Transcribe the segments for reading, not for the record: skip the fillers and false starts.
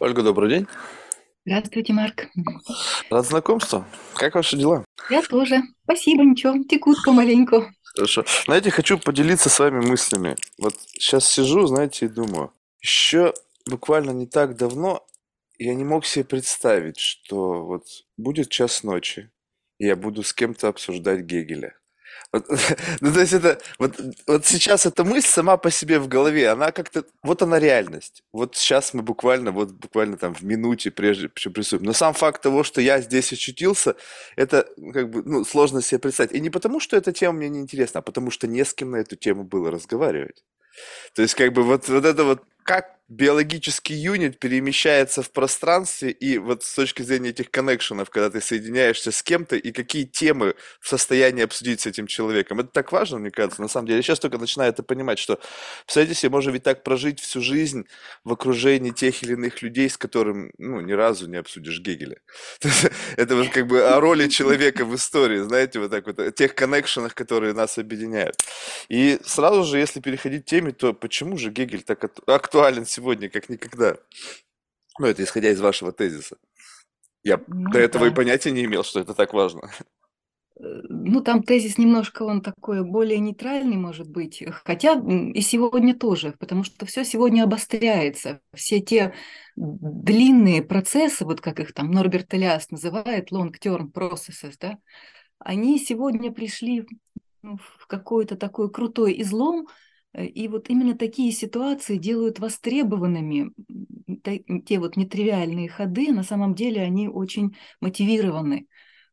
Ольга, добрый день. Здравствуйте, Марк. Рад знакомству. Как ваши дела? Я тоже. Спасибо, ничего, текут помаленьку. Хорошо. Знаете, хочу поделиться с вами мыслями. Вот сейчас сижу, знаете, и думаю. Еще буквально не так давно я не мог себе представить, что вот будет час ночи, и я буду с кем-то обсуждать Гегеля. Вот, ну, то есть это, вот сейчас эта мысль сама по себе в голове, она как-то, вот она реальность. Вот сейчас мы буквально, вот буквально там в минуте прежде чем приступим. Но сам факт того, что я здесь очутился, это как бы, ну, сложно себе представить. И не потому, что эта тема мне не интересна, а потому что не с кем на эту тему было разговаривать. То есть, как бы, вот это вот, как биологический юнит перемещается в пространстве, и вот с точки зрения этих коннекшенов, когда ты соединяешься с кем-то, и какие темы в состоянии обсудить с этим человеком. Это так важно, мне кажется, на самом деле. Я сейчас только начинаю это понимать, что, представляете себе, можно ведь так прожить всю жизнь в окружении тех или иных людей, с которым, ну, ни разу не обсудишь Гегеля. То есть это вот как бы о роли человека в истории, знаете, вот так вот, о тех коннекшенах, которые нас объединяют. И сразу же, если переходить к теме, то почему же Гегель так актуален сегодня, как никогда? Ну, это исходя из вашего тезиса. Я до Ну этого и да. понятия не имел, что это так важно. Ну там тезис немножко он такой более нейтральный, может быть, хотя и сегодня тоже, потому что все сегодня обостряется. Все те длинные процессы, вот как их там Норберт Элиас называет, long-term processes, да, они сегодня пришли в какой-то такой крутой излом, и вот именно такие ситуации делают востребованными те вот нетривиальные ходы, на самом деле они очень мотивированы,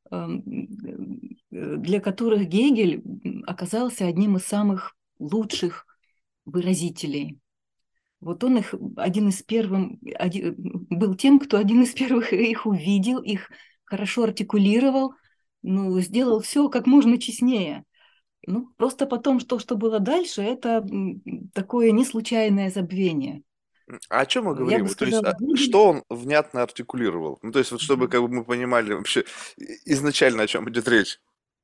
для которых Гегель оказался одним из самых лучших выразителей. Вот он их один из первых, был тем, кто один из первых их увидел, их хорошо артикулировал, ну, сделал все как можно честнее. Ну, просто потом что было дальше, это такое неслучайное забвение. А о чем мы Я говорим? бы Вот, то есть, сказала, Гегель, что он внятно артикулировал? Ну, то есть, вот чтобы как бы мы понимали вообще изначально, о чем идет речь.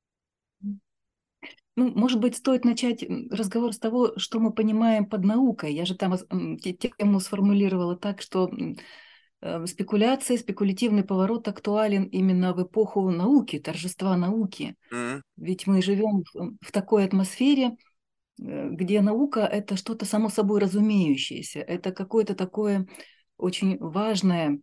ну, может быть, стоит начать разговор с того, что мы понимаем под наукой. Я же там тему сформулировала так, что спекуляция, спекулятивный поворот актуален именно в эпоху науки, торжества науки. Мгм. Ведь мы живем в такой атмосфере, где наука – это что-то само собой разумеющееся, это какое-то такое очень важное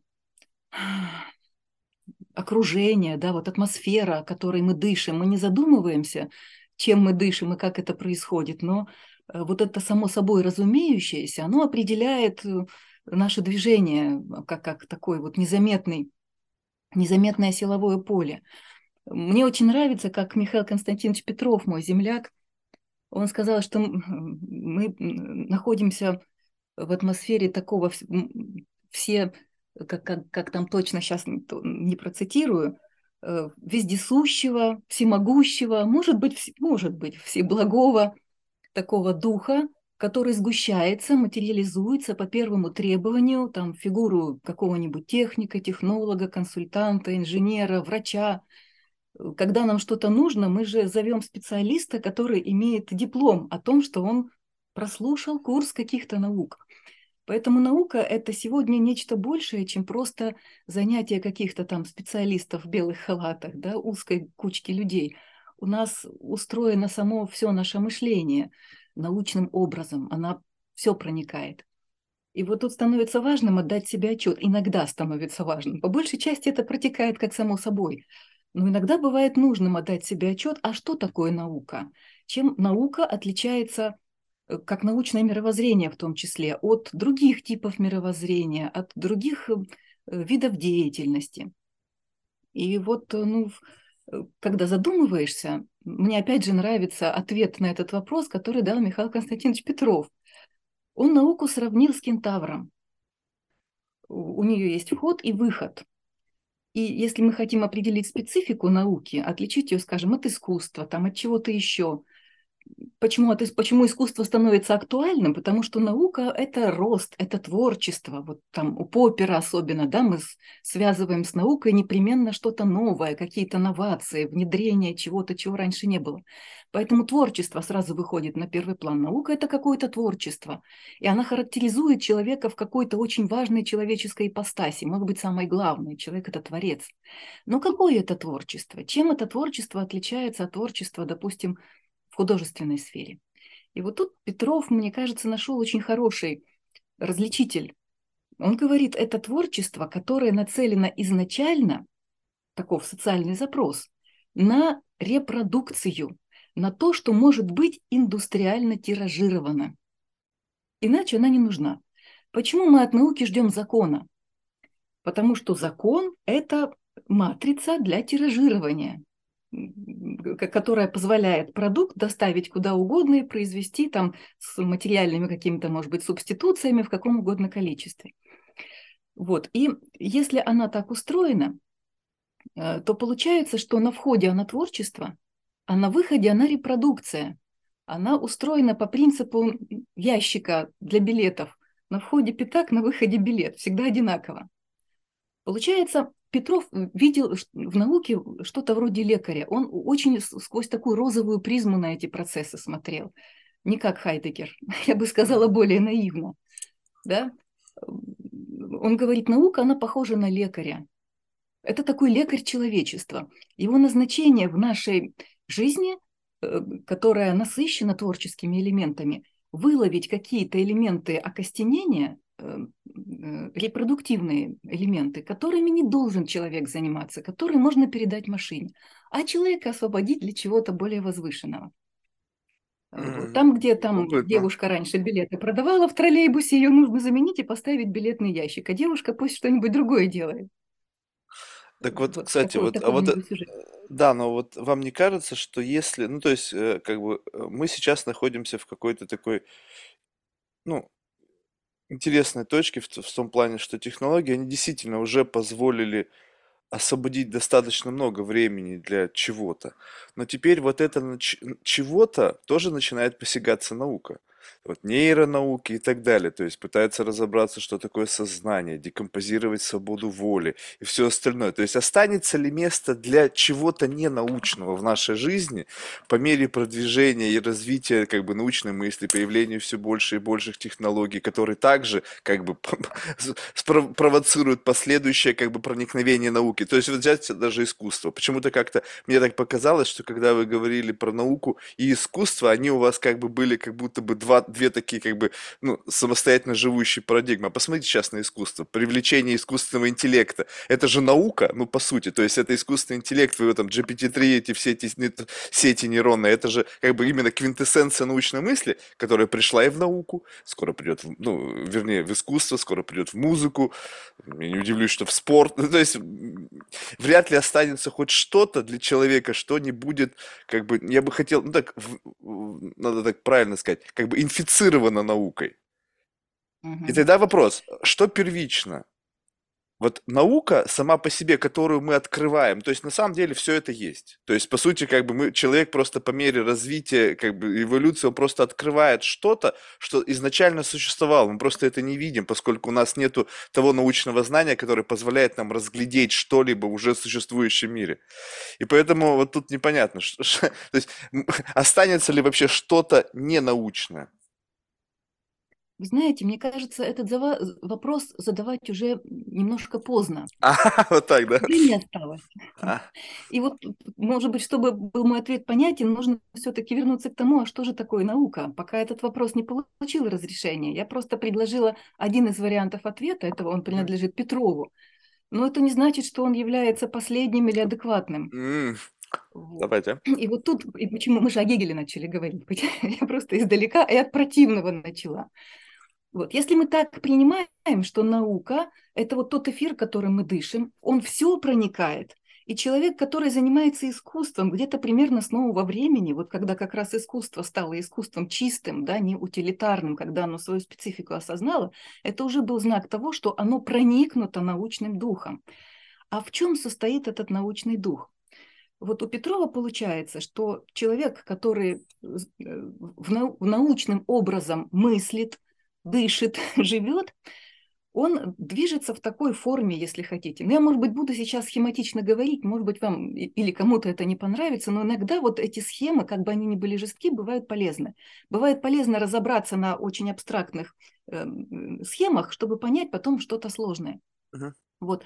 окружение, да, вот атмосфера, которой мы дышим. Мы не задумываемся, чем мы дышим и как это происходит, но вот это само собой разумеющееся, оно определяет наше движение как такой вот незаметное силовое поле. Мне очень нравится, как Михаил Константинович Петров, мой земляк, он сказал, что мы находимся в атмосфере такого все, как там точно сейчас не процитирую, вездесущего, всемогущего, может быть, всеблагого такого духа, который сгущается, материализуется по первому требованию, там, фигуру какого-нибудь техника, технолога, консультанта, инженера, врача. Когда нам что-то нужно, мы же зовем специалиста, который имеет диплом о том, что он прослушал курс каких-то наук. Поэтому наука – это сегодня нечто большее, чем просто занятие каких-то там специалистов в белых халатах, да, узкой кучки людей. У нас устроено само все наше мышление научным образом, она все проникает. И вот тут становится важным отдать себе отчет. Иногда становится важным. По большей части это протекает как само собой. Но иногда бывает нужным отдать себе отчет, а что такое наука? Чем наука отличается, как научное мировоззрение в том числе, от других типов мировоззрения, от других видов деятельности. И вот, когда задумываешься, мне опять же нравится ответ на этот вопрос, который дал Михаил Константинович Петров. Он науку сравнил с кентавром. У нее есть вход и выход. И если мы хотим определить специфику науки, отличить ее, скажем, от искусства, там, от чего-то еще, почему искусство становится актуальным? Потому что наука – это рост, это творчество. Вот там у Поппера особенно, да, мы связываем с наукой непременно что-то новое, какие-то новации, внедрение чего-то, чего раньше не было. Поэтому творчество сразу выходит на первый план. Наука – это какое-то творчество, и она характеризует человека в какой-то очень важной человеческой ипостаси, может быть, самой главной. Человек – это творец. Но какое это творчество? Чем это творчество отличается от творчества, допустим, в художественной сфере? И вот тут Петров, мне кажется, нашел очень хороший различитель. Он говорит, это творчество, которое нацелено изначально, таков социальный запрос, на репродукцию, на то, что может быть индустриально тиражировано. Иначе она не нужна. Почему мы от науки ждем закона? Потому что закон – это матрица для тиражирования, которая позволяет продукт доставить куда угодно и произвести там с материальными какими-то, может быть, субституциями в каком угодно количестве. Вот. И если она так устроена, то получается, что на входе она творчество, а на выходе она репродукция. Она устроена по принципу ящика для билетов. На входе пятак, на выходе билет. Всегда одинаково. Получается, Петров видел в науке что-то вроде лекаря. Он очень сквозь такую розовую призму на эти процессы смотрел. Не как Хайдеггер, я бы сказала, более наивно. Да? Он говорит, наука, она похожа на лекаря. Это такой лекарь человечества. Его назначение в нашей жизни, которая насыщена творческими элементами, выловить какие-то элементы окостенения, репродуктивные элементы, которыми не должен человек заниматься, которые можно передать машине, а человека освободить для чего-то более возвышенного. Вот. Там, где там Любопытно. девушка раньше билеты продавала в троллейбусе, ее нужно заменить и поставить билетный ящик, а девушка пусть что-нибудь другое делает. Так вот, Вот кстати, такой, вот, а такой у вот, него сюжет. да, но вот вам не кажется, что если, ну, то есть, как бы, мы сейчас находимся в какой-то такой, ну, интересной точке в том плане, что технологии, они действительно уже позволили освободить достаточно много времени для чего-то. Но теперь вот это чего-то тоже начинает посягаться наука. Вот нейронауки и так далее. То есть пытаются разобраться, что такое сознание, декомпозировать свободу воли и все остальное. То есть останется ли место для чего-то ненаучного в нашей жизни по мере продвижения и развития как бы научной мысли, появления все больше и больших технологий, которые также как бы провоцируют последующее как бы проникновение науки. То есть вот взять даже искусство. Почему-то как-то мне так показалось, что когда вы говорили про науку и искусство, они у вас как бы были как будто бы две такие как бы ну, самостоятельно живущие парадигмы. А посмотрите сейчас на искусство. Привлечение искусственного интеллекта. Это же наука, ну по сути. То есть это искусственный интеллект, вы там GPT-3, эти все эти сети нейронные. Это же как бы именно квинтэссенция научной мысли, которая пришла и в науку, скоро придет, ну, вернее, в искусство, скоро придет в музыку. Я не удивлюсь, что в спорт. Ну, то есть вряд ли останется хоть что-то для человека, что не будет, как бы, я бы хотел, ну так, надо так правильно сказать, как бы инфицировано наукой. И Мгм. тогда вопрос, что первично? Вот наука сама по себе, которую мы открываем, то есть на самом деле все это есть. То есть по сути как бы человек просто по мере развития, как бы эволюции, он просто открывает что-то, что изначально существовало. Мы просто это не видим, поскольку у нас нету того научного знания, которое позволяет нам разглядеть что-либо в уже существующем мире. И поэтому вот тут непонятно, то есть останется ли вообще что-то ненаучное. Вы знаете, мне кажется, этот вопрос задавать уже немножко поздно. Вот так, да? Времени осталось. А, И вот, может быть, чтобы был мой ответ понятен, нужно все-таки вернуться к тому, а что же такое наука. Пока этот вопрос не получил разрешения, я просто предложила один из вариантов ответа, этого он мгм. принадлежит Петрову. Но это не значит, что он является последним или адекватным. М, Вот. Давайте. И вот тут, и почему мы же о Гегеле начали говорить, я просто издалека и от противного начала. Вот. Если мы так принимаем, что наука – это вот тот эфир, которым мы дышим, он все проникает. И человек, который занимается искусством где-то примерно с нового времени, вот когда как раз искусство стало искусством чистым, да, не утилитарным, когда оно свою специфику осознало, это уже был знак того, что оно проникнуто научным духом. А в чем состоит этот научный дух? вот у Петрова получается, что человек, который в научным образом мыслит, дышит, живет, он движется в такой форме, если хотите. Ну, я, может быть, буду сейчас схематично говорить, может быть, вам или кому-то это не понравится, но иногда вот эти схемы, как бы они ни были жестки, бывают полезны. Бывает полезно разобраться на очень абстрактных схемах, чтобы понять потом что-то сложное. Мгм. Вот.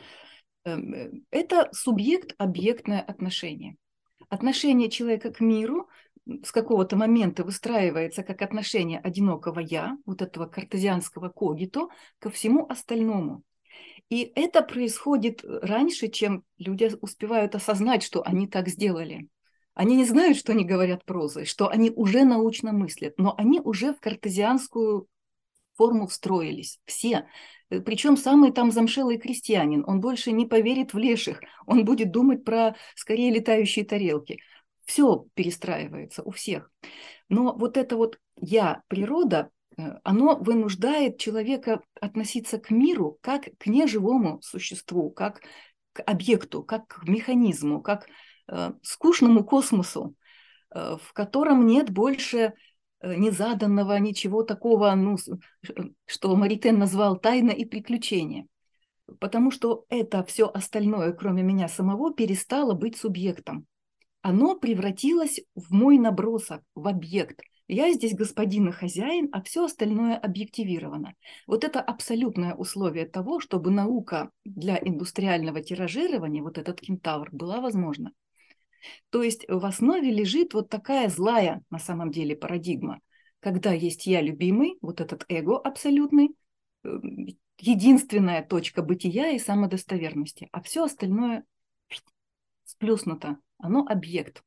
Это субъект-объектное отношение. Отношение человека к миру с какого-то момента выстраивается как отношение одинокого «я», вот этого картезианского когито, ко всему остальному. И это происходит раньше, чем люди успевают осознать, что они так сделали. Они не знают, что они говорят прозой, что они уже научно мыслят, но они уже в картезианскую форму встроились. Все. Причем самый там замшелый крестьянин, он больше не поверит в леших, он будет думать про скорее летающие тарелки. Все перестраивается у всех. Но вот это вот «я», природа, оно вынуждает человека относиться к миру как к неживому существу, как к объекту, как к механизму, как скучному космосу, в котором нет больше незаданного, ничего такого, ну, что Маритен назвал тайна и приключения. Потому что это все остальное, кроме меня самого, перестало быть субъектом. Оно превратилось в мой набросок, в объект. Я здесь господин и хозяин, а все остальное объективировано. Вот это абсолютное условие того, чтобы наука для индустриального тиражирования, вот этот кентавр, была возможна. То есть в основе лежит вот такая злая на самом деле парадигма, когда есть я любимый, вот этот эго абсолютный, единственная точка бытия и самодостоверности, а все остальное сплюснуто, оно объект.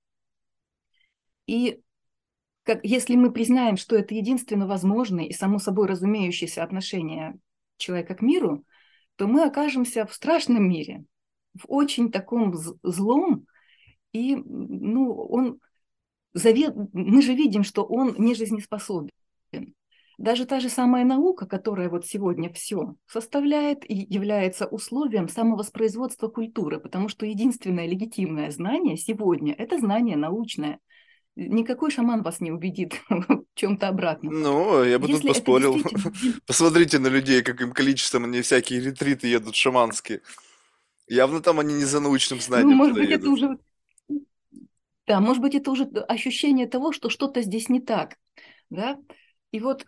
И если мы признаем, что это единственно возможное и само собой разумеющееся отношение человека к миру, то мы окажемся в страшном мире, в очень таком злом, и ну, мы же видим, что он не жизнеспособен. Даже та же самая наука, которая вот сегодня все составляет и является условием самовоспроизводства культуры, потому что единственное легитимное знание сегодня – это знание научное. Никакой шаман вас не убедит в чем-то обратном. Ну, я бы тут Если это поспорил. действительно... Посмотрите на людей, каким количеством они всякие ретриты едут шаманские. Явно там они не за научным Ну, знанием может туда быть, это едут. уже... Да, может быть, это уже ощущение того, что что-то здесь не так. Да? И вот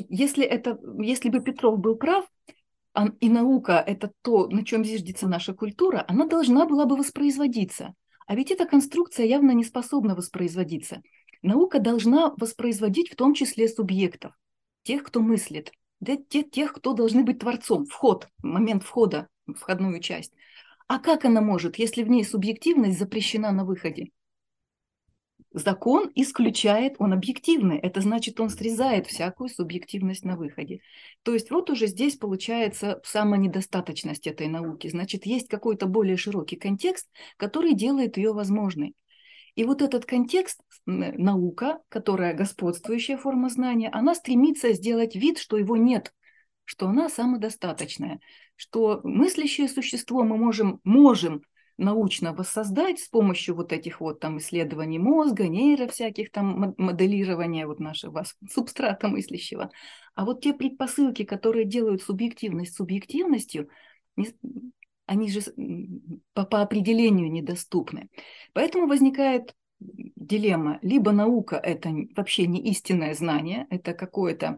если бы Петров был прав, и наука – это то, на чем зиждется наша культура, она должна была бы воспроизводиться. А ведь эта конструкция явно не способна воспроизводиться. Наука должна воспроизводить в том числе субъектов, тех, кто мыслит, да, тех, кто должны быть творцом, момент входа, входную часть. А как она может, если в ней субъективность запрещена на выходе? Закон исключает, он объективный, это значит, он срезает всякую субъективность на выходе. То есть вот уже здесь получается самонедостаточность этой науки. Значит, есть какой-то более широкий контекст, который делает ее возможной. И вот этот контекст, наука, которая господствующая форма знания, она стремится сделать вид, что его нет, что она самодостаточная, что мыслящее существо мы можем научно воссоздать с помощью вот этих вот там исследований мозга, нейро всяких там моделирования вот нашего субстрата мыслящего. А вот те предпосылки, которые делают субъективность субъективностью, они же по определению недоступны. Поэтому возникает дилемма. Либо наука – это вообще не истинное знание, это какое-то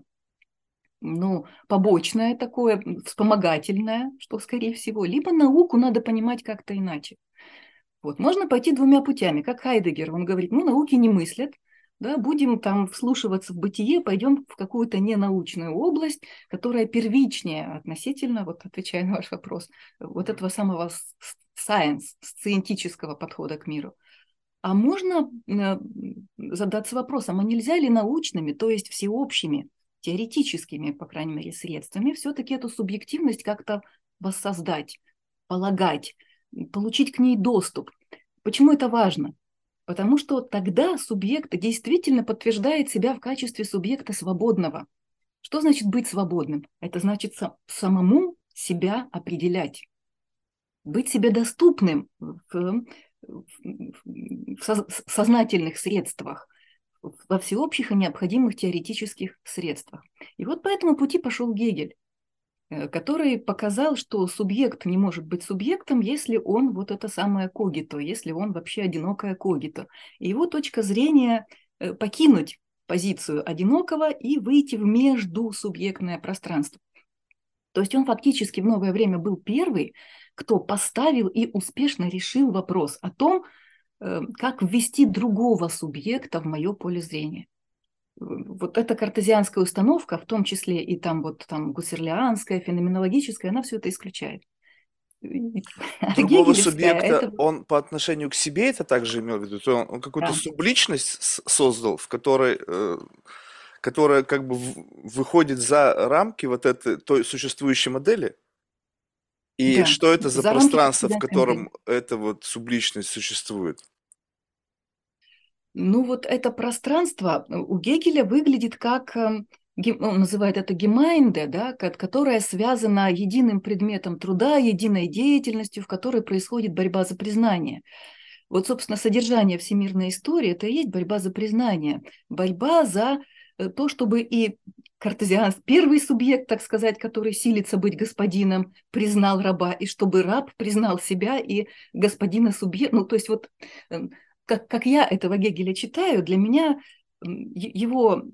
побочное такое, вспомогательное, что скорее всего, либо науку надо понимать как-то иначе. Вот. Можно пойти двумя путями, как Хайдеггер, он говорит, науки не мыслят, да, будем там вслушиваться в бытие, пойдем в какую-то ненаучную область, которая первичнее относительно, вот отвечая на ваш вопрос, вот этого самого science, сциентического подхода к миру. А можно задаться вопросом, а нельзя ли научными, то есть всеобщими, теоретическими, по крайней мере, средствами, все-таки эту субъективность как-то воссоздать, полагать, получить к ней доступ. Почему это важно? Потому что тогда субъект действительно подтверждает себя в качестве субъекта свободного. Что значит быть свободным? Это значит самому себя определять, быть себе доступным в в сознательных средствах, во всеобщих и необходимых теоретических средствах. И вот по этому пути пошел Гегель, который показал, что субъект не может быть субъектом, если он вот это самое когито, если он вообще одинокое когито. И его точка зрения покинуть позицию одинокого и выйти в междусубъектное пространство. То есть он фактически в новое время был первый, кто поставил и успешно решил вопрос о том, как ввести другого субъекта в мое поле зрения. Вот эта картезианская установка, в том числе и там вот там гуссерлианская, феноменологическая, она все это исключает. А Другого гегелевская, субъекта это он по отношению к себе это также имел в виду? То есть он какую-то да, субличность создал, в которой, которая как бы выходит за рамки вот этой той существующей модели? И да, что это за за рамки пространство, в картезианской модели. котором эта вот субличность существует? Ну вот это пространство у Гегеля выглядит как, он называет это гемайнде, да, которая связана единым предметом труда, единой деятельностью, в которой происходит борьба за признание. Вот, собственно, содержание всемирной истории – это и есть борьба за признание, борьба за то, чтобы и картезианский, первый субъект, так сказать, который силится быть господином, признал раба, и чтобы раб признал себя и господина субъекта. Ну, то есть вот как я этого Гегеля читаю, для меня его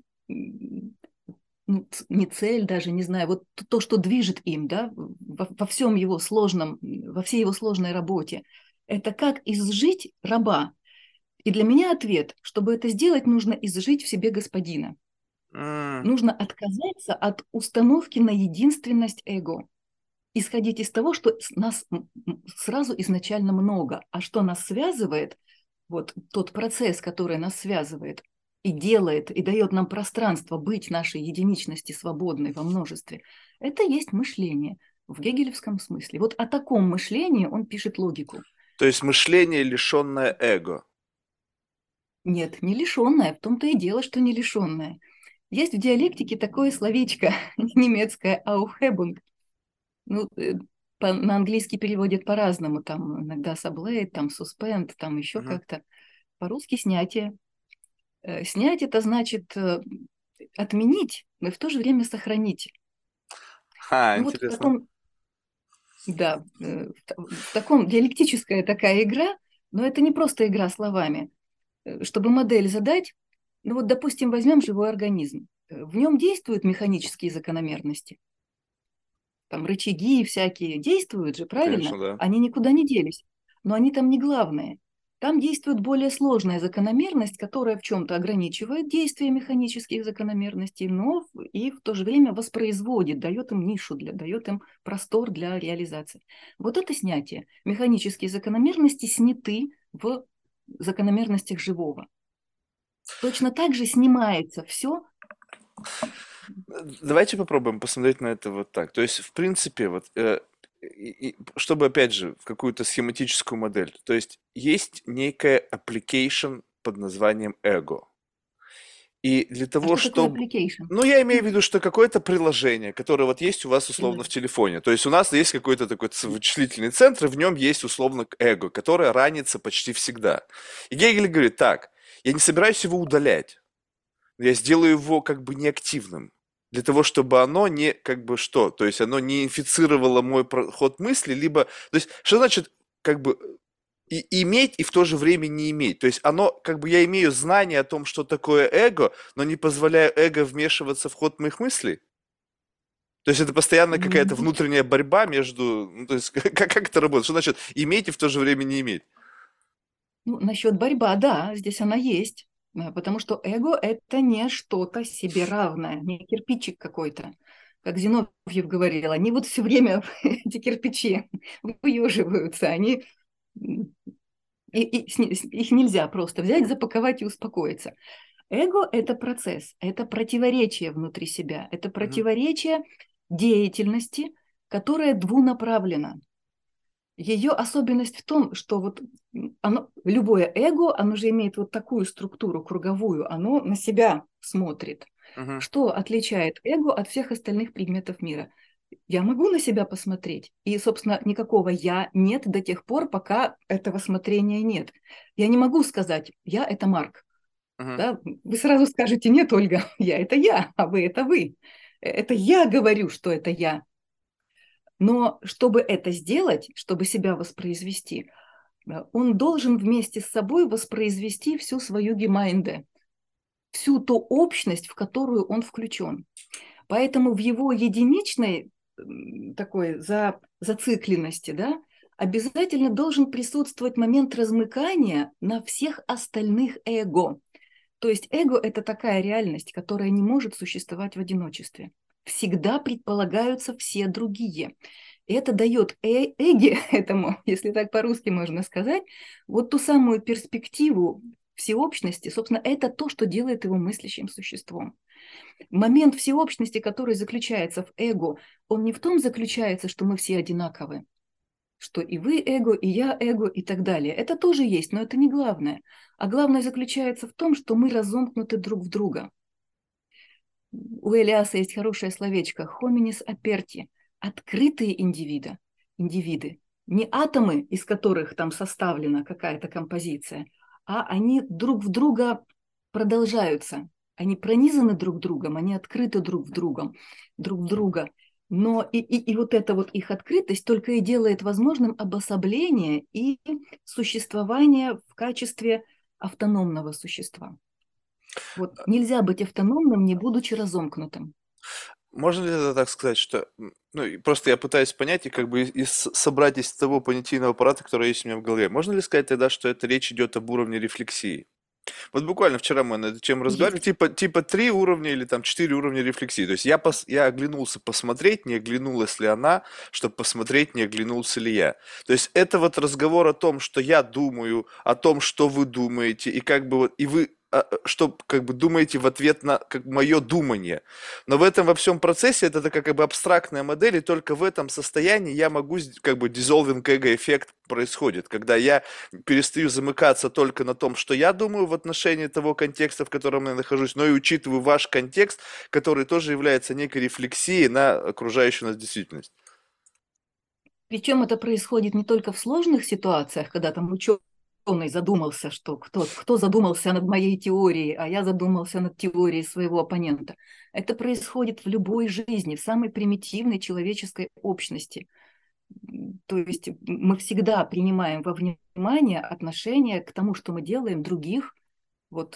ну, не цель даже, не знаю, вот то, что движет им, да, во всем его сложном, во всей его сложной работе, это как изжить раба. И для меня ответ, чтобы это сделать, нужно изжить в себе господина. М, Нужно отказаться от установки на единственность эго. Исходить из того, что нас сразу изначально много, а что нас связывает, вот тот процесс, который нас связывает и делает, и дает нам пространство быть нашей единичности свободной во множестве, это есть мышление в гегелевском смысле. Вот о таком мышлении он пишет логику. То есть мышление, лишенное эго. Нет, не лишенное, в том-то и дело, что не лишенное. Есть в диалектике такое словечко немецкое «Aufhebung». Ну, на английский переводят по-разному, там иногда «sublate», там «suspend», там еще Мгм. как-то. По-русски «снятие». Снять это значит отменить, но и в то же время сохранить. Ха, Ну вот в интересно. таком, да, в таком диалектическая такая игра, но это не просто игра словами. Чтобы модель задать, ну вот, допустим, возьмем живой организм. В нем действуют механические закономерности. Там рычаги всякие действуют же, правильно? Конечно, да. Они никуда не делись. Но они там не главные. Там действует более сложная закономерность, которая в чем-то ограничивает действие механических закономерностей, но и в то же время воспроизводит, дает им нишу, дает им простор для реализации. Вот это снятие. Механические закономерности сняты в закономерностях живого. Точно так же снимается все. Давайте попробуем посмотреть на это вот так. То есть, в принципе, вот, чтобы, опять же, в какую-то схематическую модель. То есть некая application под названием эго. И для А того, что такое чтобы... application? Ну, я имею в виду, что какое-то приложение, которое вот есть у вас условно в Приложение. телефоне. То есть у нас есть какой-то такой вычислительный центр, и в нем есть условно эго, которое ранится почти всегда. И Гегель говорит, так, я не собираюсь его удалять, но я сделаю его как бы неактивным. Для того, чтобы оно не, как бы что, то есть оно не инфицировало мой ход мысли, либо... То есть, что значит, как бы, и иметь, и в то же время не иметь. То есть оно, как бы я имею знание о том, что такое эго, но не позволяю эго вмешиваться в ход моих мыслей. То есть это постоянно какая-то Ну, внутренняя борьба между... Ну, то есть как это работает? Что значит иметь и в то же время не иметь? ну, насчет борьба, да, здесь она есть. Потому что эго – это не что-то себе равное, не кирпичик какой-то. Как Зиновьев говорил, они вот все время, эти кирпичи, выеживаются, они, их нельзя просто взять, запаковать и успокоиться. Эго – это процесс, это противоречие внутри себя, это Мгм. противоречие деятельности, которая двунаправлена. Ее особенность в том, что вот оно, любое эго, оно же имеет вот такую структуру круговую, оно на себя смотрит. Мгм. Что отличает эго от всех остальных предметов мира? Я могу на себя посмотреть. И, собственно, никакого «я» нет до тех пор, пока этого смотрения нет. Я не могу сказать «я– это Марк». Мгм. Да? Вы сразу скажете «нет, Ольга, я– это я, а вы– это вы». Это я говорю, что это я. Но чтобы это сделать, чтобы себя воспроизвести, он должен вместе с собой воспроизвести всю свою гемайнде, всю ту общность, в которую он включен. Поэтому в его единичной такой зацикленности, да, обязательно должен присутствовать момент размыкания на всех остальных эго. То есть эго– это такая реальность, которая не может существовать в одиночестве. Всегда предполагаются все другие. И это дает эге этому, если так по-русски можно сказать, вот ту самую перспективу всеобщности. Собственно, это то, что делает его мыслящим существом. Момент всеобщности, который заключается в эго, он не в том заключается, что мы все одинаковы, что и вы эго, и я эго, и так далее. Это тоже есть, но это не главное. А главное заключается в том, что мы разомкнуты друг в друга. У Элиаса есть хорошее словечко «hominis aperti» – открытые индивиды. Не атомы, из которых там составлена какая-то композиция, а они друг в друга продолжаются. Они пронизаны друг другом, они открыты друг в друга. Но и вот эта вот их открытость только и делает возможным обособление и существование в качестве автономного существа. Вот нельзя быть автономным, не будучи разомкнутым. Можно ли это так сказать, что, ну, и просто я пытаюсь понять и как бы собрать из того понятийного аппарата, который есть у меня в голове. Можно ли сказать тогда, что это речь идет об уровне рефлексии? Вот буквально вчера мы на эту тему разговаривали, Есть. типа 3 уровня или там 4 уровня рефлексии. То есть я оглянулся посмотреть, не оглянулась ли она, чтобы посмотреть, не оглянулся ли я. То есть это вот разговор о том, что я думаю, о том, что вы думаете, и как бы вот, и вы что как бы думаете в ответ на как мое думание. Но в этом во всем процессе это как бы абстрактная модель, и только в этом состоянии я могу как бы dissolving ego эффект происходит, когда я перестаю замыкаться только на том, что я думаю в отношении того контекста, в котором я нахожусь, но и учитываю ваш контекст, который тоже является некой рефлексией на окружающую нас действительность. Причем это происходит не только в сложных ситуациях, когда там ученый задумался, что кто задумался над моей теорией, а я задумался над теорией своего оппонента. Это происходит в любой жизни, в самой примитивной человеческой общности. То есть мы всегда принимаем во внимание отношение к тому, что мы делаем других, вот,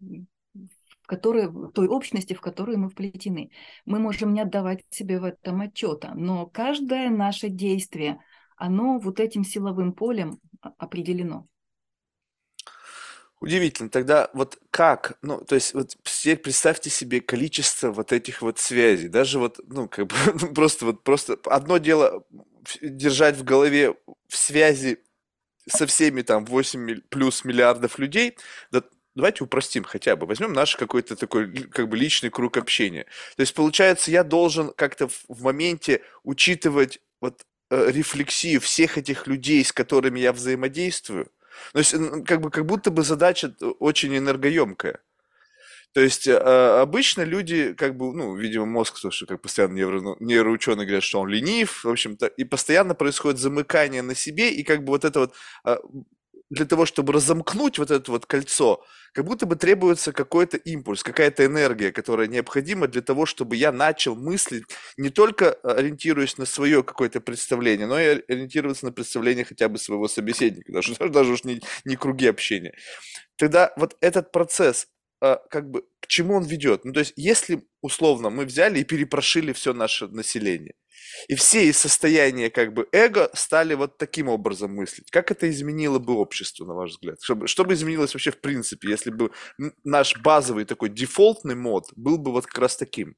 в той общности, в которую мы вплетены. Мы можем не отдавать себе в этом отчета, но каждое наше действие, оно вот этим силовым полем определено. Удивительно. Тогда вот как, ну, то есть вот все представьте себе количество вот этих вот связей, даже вот, ну, как бы, ну, просто одно дело держать в голове в связи со всеми там 8 плюс миллиардов людей, да, давайте упростим хотя бы, возьмем наш какой-то такой как бы личный круг общения. То есть получается, я должен как-то в моменте учитывать вот рефлексию всех этих людей, с которыми я взаимодействую. То есть как бы как будто бы задача очень энергоемкая. То есть обычно люди, как бы, ну, видимо, мозг, потому что как постоянно нейроученые говорят, что он ленив, в общем-то, и постоянно происходит замыкание на себе, и как бы вот это вот а, для того, чтобы разомкнуть вот это вот кольцо, как будто бы требуется какой-то импульс, какая-то энергия, которая необходима для того, чтобы я начал мыслить, не только ориентируясь на свое какое-то представление, но и ориентироваться на представление хотя бы своего собеседника, даже уж не круги общения. Тогда вот этот процесс, как бы, к чему он ведет? Ну, то есть, если, условно, мы взяли и перепрошили все наше население, и все из состояния, как бы, эго стали вот таким образом мыслить, как это изменило бы общество, на ваш взгляд? Что бы изменилось вообще в принципе, если бы наш базовый такой дефолтный мод был бы вот как раз таким?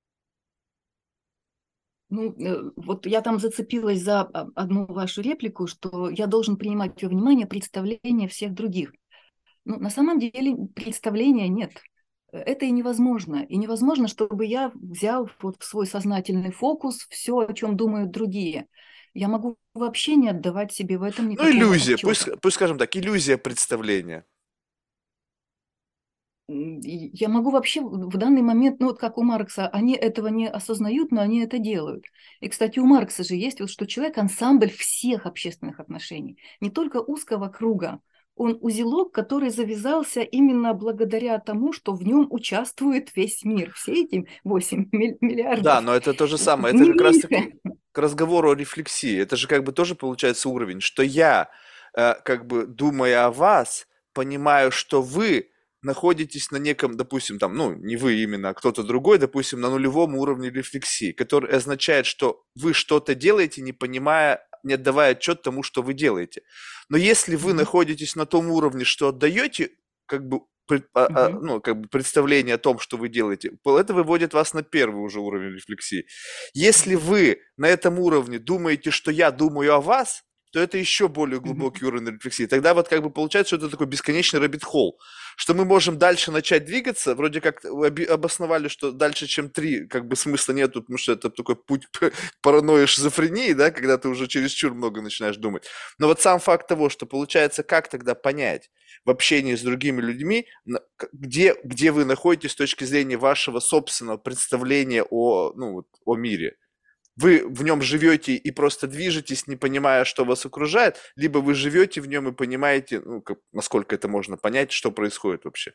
Ну, вот я там зацепилась за одну вашу реплику, что я должен принимать во внимание представления всех других. Ну, на самом деле представления нет. Это и невозможно. И невозможно, чтобы я взял вот в свой сознательный фокус все, о чем думают другие. Я могу вообще не отдавать себе в этом Ну, никакого иллюзия, отчета. пусть скажем так, иллюзия представления. я могу вообще в данный момент, ну вот как у Маркса, они этого не осознают, но они это делают. И, кстати, у Маркса же есть вот, что человек – ансамбль всех общественных отношений, не только узкого круга. Он узелок, который завязался именно благодаря тому, что в нем участвует весь мир. Все эти 8 Да, миллиардов но это то же самое. Это не как раз-таки меньше. к разговору о рефлексии. Это же как бы тоже получается уровень, что я, как бы думая о вас, понимаю, что вы находитесь на неком, допустим, там, ну, не вы именно, а кто-то другой, допустим, на нулевом уровне рефлексии, который означает, что вы что-то делаете, не понимая, не отдавая отчет тому, что вы делаете. Но если вы Мгм. находитесь на том уровне, что отдаете, как бы Мгм. ну, как бы представление о том, что вы делаете, это выводит вас на первый уже уровень рефлексии. Если Мгм. вы на этом уровне думаете, что я думаю о вас, то это еще более Мгм. глубокий уровень рефлексии. Тогда вот как бы получается, что это такой бесконечный рэббит-холл, что мы можем дальше начать двигаться, вроде как обосновали, что дальше, чем 3, как бы смысла нету, потому что это такой путь паранойи, шизофрении, да, когда ты уже чересчур много начинаешь думать. Но вот сам факт того, что получается, как тогда понять в общении с другими людьми, где вы находитесь с точки зрения вашего собственного представления о, ну, вот, о мире. Вы в нем живете и просто движетесь, не понимая, что вас окружает, либо вы живете в нем и понимаете, ну, насколько это можно понять, что происходит вообще.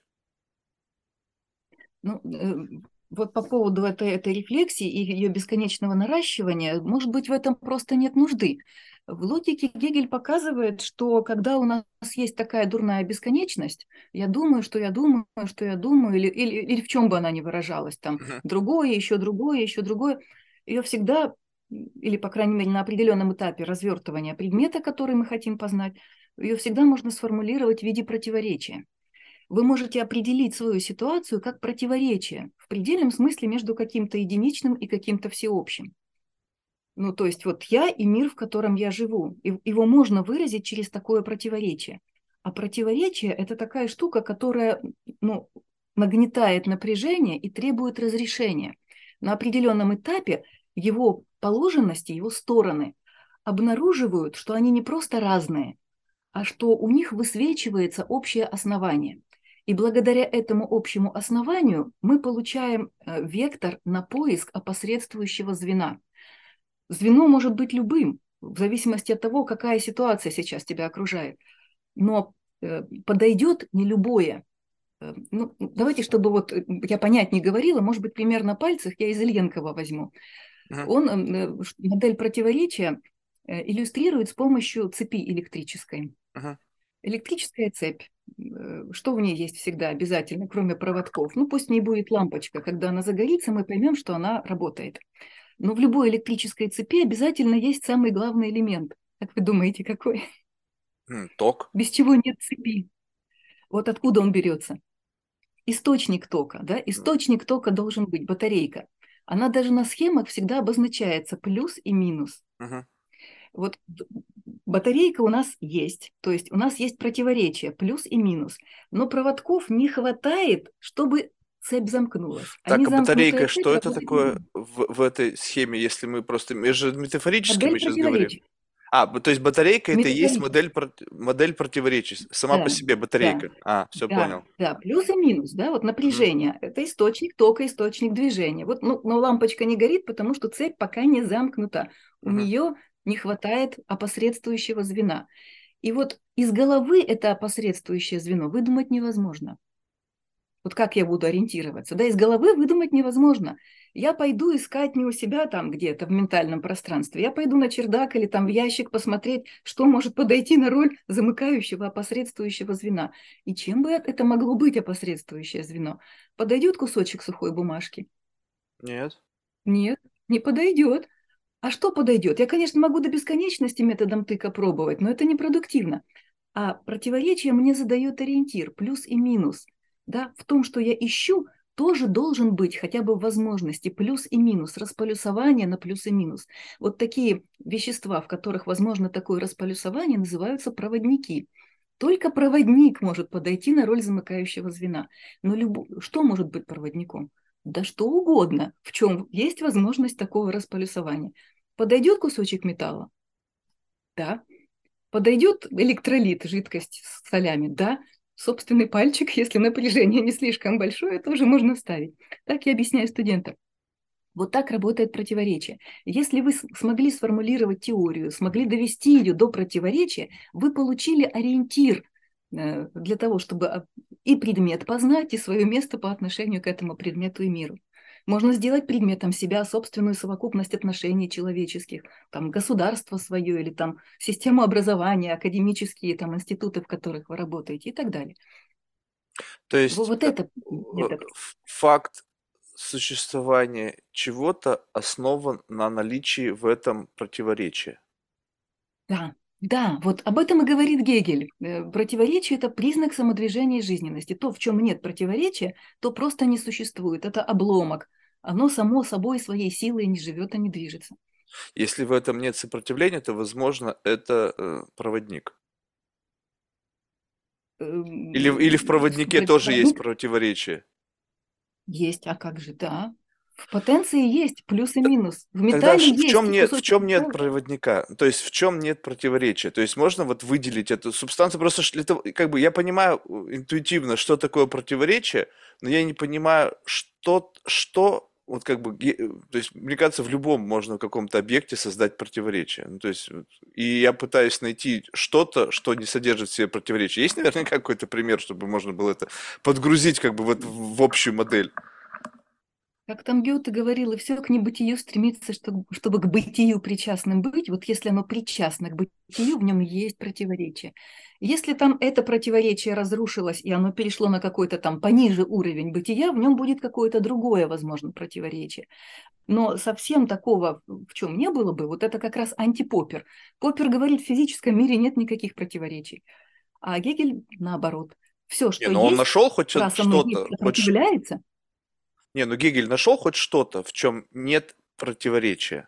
Ну, вот по поводу этой рефлексии и ее бесконечного наращивания, может быть, в этом просто нет нужды. В логике Гегель показывает, что когда у нас есть такая дурная бесконечность, я думаю, что я думаю, что я думаю, или в чем бы она ни выражалась, там Мгм. другое, еще другое, ее всегда, или, по крайней мере, на определенном этапе развертывания предмета, который мы хотим познать, ее всегда можно сформулировать в виде противоречия. Вы можете определить свою ситуацию как противоречие в предельном смысле между каким-то единичным и каким-то всеобщим. Ну, то есть вот я и мир, в котором я живу, и его можно выразить через такое противоречие. А противоречие – это такая штука, которая, ну, нагнетает напряжение и требует разрешения. На определенном этапе его положенности, его стороны обнаруживают, что они не просто разные, а что у них высвечивается общее основание. И благодаря этому общему основанию мы получаем вектор на поиск опосредствующего звена. Звено может быть любым, в зависимости от того, какая ситуация сейчас тебя окружает. Но подойдет не любое. Ну, давайте, чтобы вот я понятнее говорила, может быть, пример на пальцах я из Ильенкова возьму. Мгм. Он модель противоречия иллюстрирует с помощью цепи электрической. Мгм. Электрическая цепь. Что в ней есть всегда обязательно, кроме проводков? Ну, пусть не будет лампочка. Когда она загорится, мы поймем, что она работает. Но в любой электрической цепи обязательно есть самый главный элемент. Как вы думаете, какой? Ток. Без чего нет цепи? Вот откуда он берется? Источник тока. Да? Источник тока должен быть батарейка. Она даже на схемах всегда обозначается плюс и минус. Мгм. Вот батарейка у нас есть, то есть у нас есть противоречие, плюс и минус, но проводков не хватает, чтобы цепь замкнулась. А Так, а незамкнутая батарейка, цепь что это работает такое медленно. в этой схеме, если мы просто... Мы же метафорически Модель мы сейчас говорим. противоречий. То есть батарейка это и есть Метафорически. модель противоречий, сама по Да, себе да, батарейка. Все да, понял. да. Плюс и минус, да, вот Мгм. напряжение. Это источник тока, источник движения. Вот, ну, но лампочка не горит, потому что цепь пока не замкнута. У Мгм. нее не хватает опосредствующего звена. И вот из головы это опосредствующее звено выдумать невозможно. Вот как я буду ориентироваться? Да, из головы выдумать невозможно. Я пойду искать не у себя там где-то в ментальном пространстве. Я пойду на чердак или там в ящик посмотреть, что может подойти на роль замыкающего опосредствующего звена. И чем бы это могло быть опосредствующее звено? Подойдет кусочек сухой бумажки? Нет. Нет, не подойдет. А что подойдет? Я, конечно, могу до бесконечности методом тыка пробовать, но это непродуктивно. А противоречие мне задает ориентир, плюс и минус. Да? В том, что я ищу, тоже должен быть хотя бы в возможности плюс и минус, располюсование на плюс и минус. Вот такие вещества, в которых возможно такое располюсование, называются проводники. Только проводник может подойти на роль замыкающего звена. Но что может быть проводником? Да что угодно, в чем есть возможность такого располюсования. Подойдет кусочек металла? Да. Подойдет электролит, жидкость с солями? Да. собственный пальчик, если напряжение не слишком большое, тоже можно вставить. Так я объясняю студентам. Вот так работает противоречие. Если вы смогли сформулировать теорию, смогли довести ее до противоречия, вы получили ориентир для того, чтобы и предмет познать, и свое место по отношению к этому предмету и миру. Можно сделать предметом себя собственную совокупность отношений человеческих, там государство свое или там систему образования, академические там институты, в которых вы работаете и так далее. То есть Вот это метод. факт существования чего-то основан на наличии в этом противоречия. Да, да, вот об этом и говорит Гегель. Противоречие – это признак самодвижения жизненности. То, в чем нет противоречия, то просто не существует. Это обломок. Оно само собой своей силой не живет и не движется. Если в этом нет сопротивления, то, возможно, это проводник. Или в проводнике тоже есть Проводник противоречие. есть, а как же, да. В потенции есть плюс и Т- минус. В Тогда металле есть в кусочек чем нет металла. проводника? То есть в чем нет противоречия? То есть можно вот выделить эту субстанцию? Просто для того, как бы я понимаю интуитивно, что такое противоречие, но я не понимаю, что вот как бы, то есть мне кажется, в любом можно в каком-то объекте создать противоречие. Ну, то есть, и я пытаюсь найти что-то, что не содержит в себе противоречия. Есть, наверное, какой-то пример, чтобы можно было это подгрузить как бы вот в общую модель? Как там Гёте говорил, и все к небытию стремится, чтобы к бытию причастным быть. Вот если оно причастно к бытию, в нем есть противоречие. Если там это противоречие разрушилось, и оно перешло на какой-то там пониже уровень бытия, в нем будет какое-то другое, возможно, противоречие. Но совсем такого, в чем не было бы, вот это как раз антипоппер. Поппер говорит, в физическом мире нет никаких противоречий. А Гегель наоборот. Все, Не, что но он есть, нашел хоть раз оно есть, что-то, сопротивляется. не, ну Гегель нашел хоть что-то, в чем нет противоречия.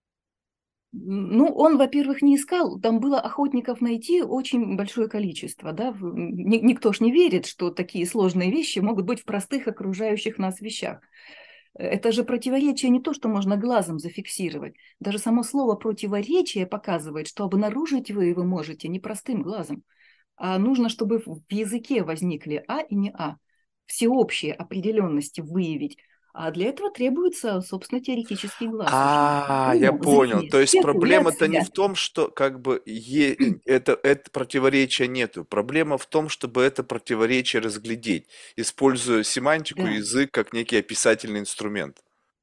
Ну, он, во-первых, не искал, там было охотников найти очень большое количество, да, никто ж не верит, что такие сложные вещи могут быть в простых окружающих нас вещах. Это же противоречие не то, что можно глазом зафиксировать. Даже само слово противоречие показывает, что обнаружить вы его можете не простым глазом, а нужно, чтобы в языке возникли а и не а, всеобщие определенности выявить. А для этого требуется, собственно, теоретический глаз очень. Я Ум, понял. зрение, То есть проблема-то не спекуляция. в том, что как бы это противоречия нету. Проблема в том, чтобы это противоречие разглядеть, используя семантику и Да, язык как некий описательный инструмент.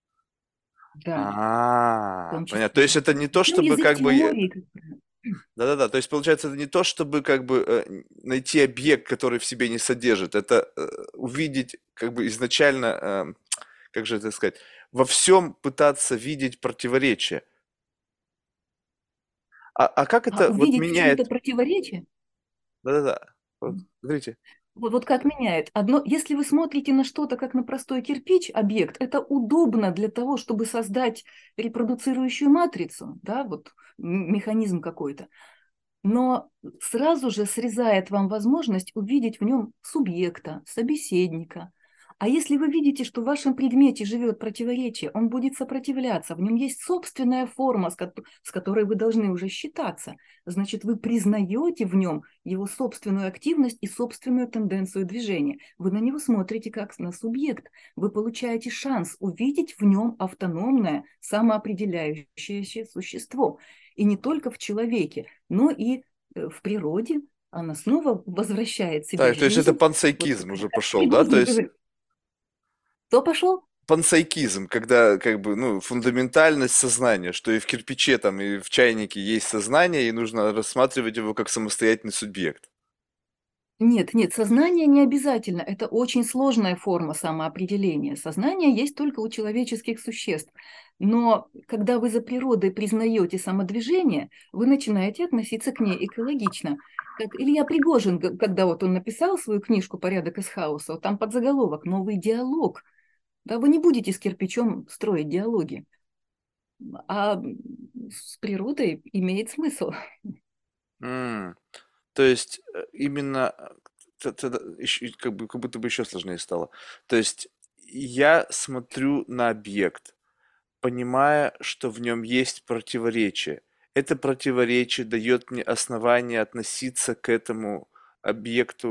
да, в том Понятно. То есть числе. это не то, Причем чтобы язык как бы теории. да-да-да, то есть получается, это не то, чтобы как бы найти объект, который в себе не содержит, это увидеть как бы изначально, как же это сказать, во всем пытаться видеть противоречие. А как А это вот увидеть в чем-то меняет? противоречие, Да-да-да, вот, смотрите. вот как меняет. Одно, если вы смотрите на что-то как на простой кирпич, объект, это удобно для того, чтобы создать репродуцирующую матрицу, да, вот механизм какой-то. Но сразу же срезает вам возможность увидеть в нем субъекта, собеседника. А если вы видите, что в вашем предмете живет противоречие, он будет сопротивляться, в нем есть собственная форма, с которой вы должны уже считаться, значит, вы признаете в нем его собственную активность и собственную тенденцию движения. Вы на него смотрите как на субъект. Вы получаете шанс увидеть в нем автономное, самоопределяющееся существо. И не только в человеке, но и в природе она снова возвращает себе Так, то есть это жизнь. Вот панпсейкизм уже как пошел, да? То Пригожин есть говорит, кто пошел? панпсейкизм, когда как бы, ну, фундаментальность сознания, что и в кирпиче там, и в чайнике есть сознание, и нужно рассматривать его как самостоятельный субъект. Нет, нет, сознание не обязательно. Это очень сложная форма самоопределения. Сознание есть только у человеческих существ. Но когда вы за природой признаете самодвижение, вы начинаете относиться к ней экологично. Как Илья Пригожин, когда вот он написал свою книжку «Порядок из хаоса», вот там подзаголовок «Новый диалог». Да, вы не будете с кирпичом строить диалоги, а с природой имеет смысл. М. То есть именно как будто бы еще сложнее стало. То есть я смотрю на объект, понимая, что в нем есть противоречие. Это противоречие дает мне основание относиться к этому объекту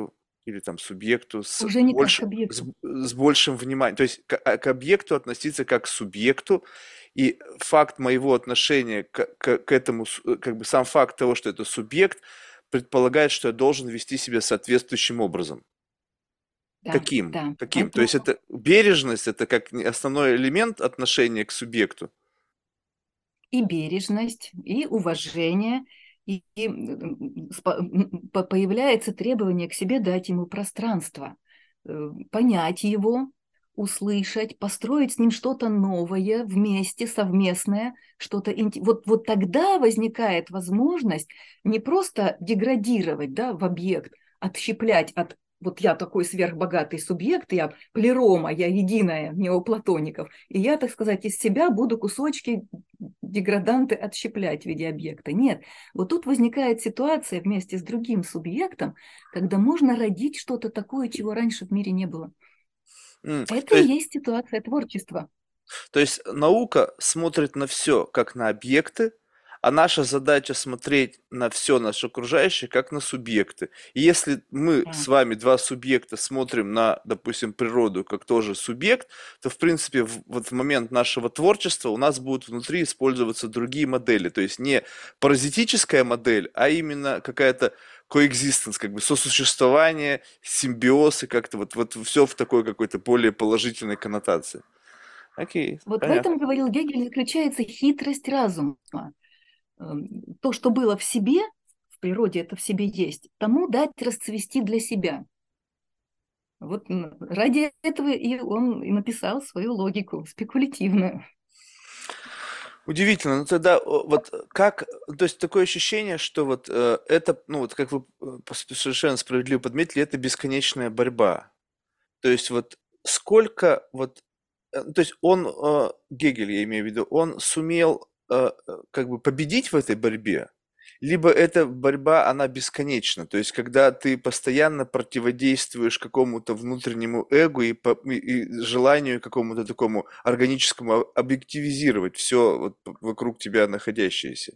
или там субъекту Уже не как к объекту. с большим вниманием. То есть к объекту относиться как к субъекту, и факт моего отношения к этому, как бы сам факт того, что это субъект, предполагает, что я должен вести себя соответствующим образом. Да, Каким? да. Каким? То Поэтому есть это бережность, это как основной элемент отношения к субъекту. и бережность, и уважение, появляется требование к себе дать ему пространство, понять его, услышать, построить с ним что-то новое вместе, совместное, что-то вот тогда возникает возможность не просто деградировать, да, в объект, отщеплять от вот я такой сверхбогатый субъект, я плерома, я единая неоплатоников, и я, так сказать, из себя буду кусочки деграданты отщеплять в виде объекта. Нет, вот тут возникает ситуация вместе с другим субъектом, когда можно родить что-то такое, чего раньше в мире не было. Это То и есть, есть ситуация творчества. наука смотрит на все как на объекты, а наша задача смотреть на все наше окружающее как на субъекты. И если мы Да. с вами два субъекта смотрим на, допустим, природу как тоже субъект, то в принципе вот в момент нашего творчества у нас будут внутри использоваться другие модели. То есть не паразитическая модель, а именно какая-то coexistence, как бы сосуществование, симбиоз и как-то вот все в такой какой-то более положительной коннотации. Окей, Вот в понятно. этом, говорил Гегель, заключается хитрость разума. То, что было в себе, в природе это в себе есть, тому дать расцвести для себя. Вот ради этого и он и написал свою логику спекулятивную. Удивительно, ну тогда вот как, то есть такое ощущение, что вот это, ну вот как вы совершенно справедливо подметили, это бесконечная борьба. То есть вот сколько вот, то есть он, Гегель, я имею в виду, он сумел как бы победить в этой борьбе, либо эта борьба, она бесконечна. То есть когда ты постоянно противодействуешь какому-то внутреннему эго и желанию какому-то такому органическому объективизировать все вот вокруг тебя находящееся.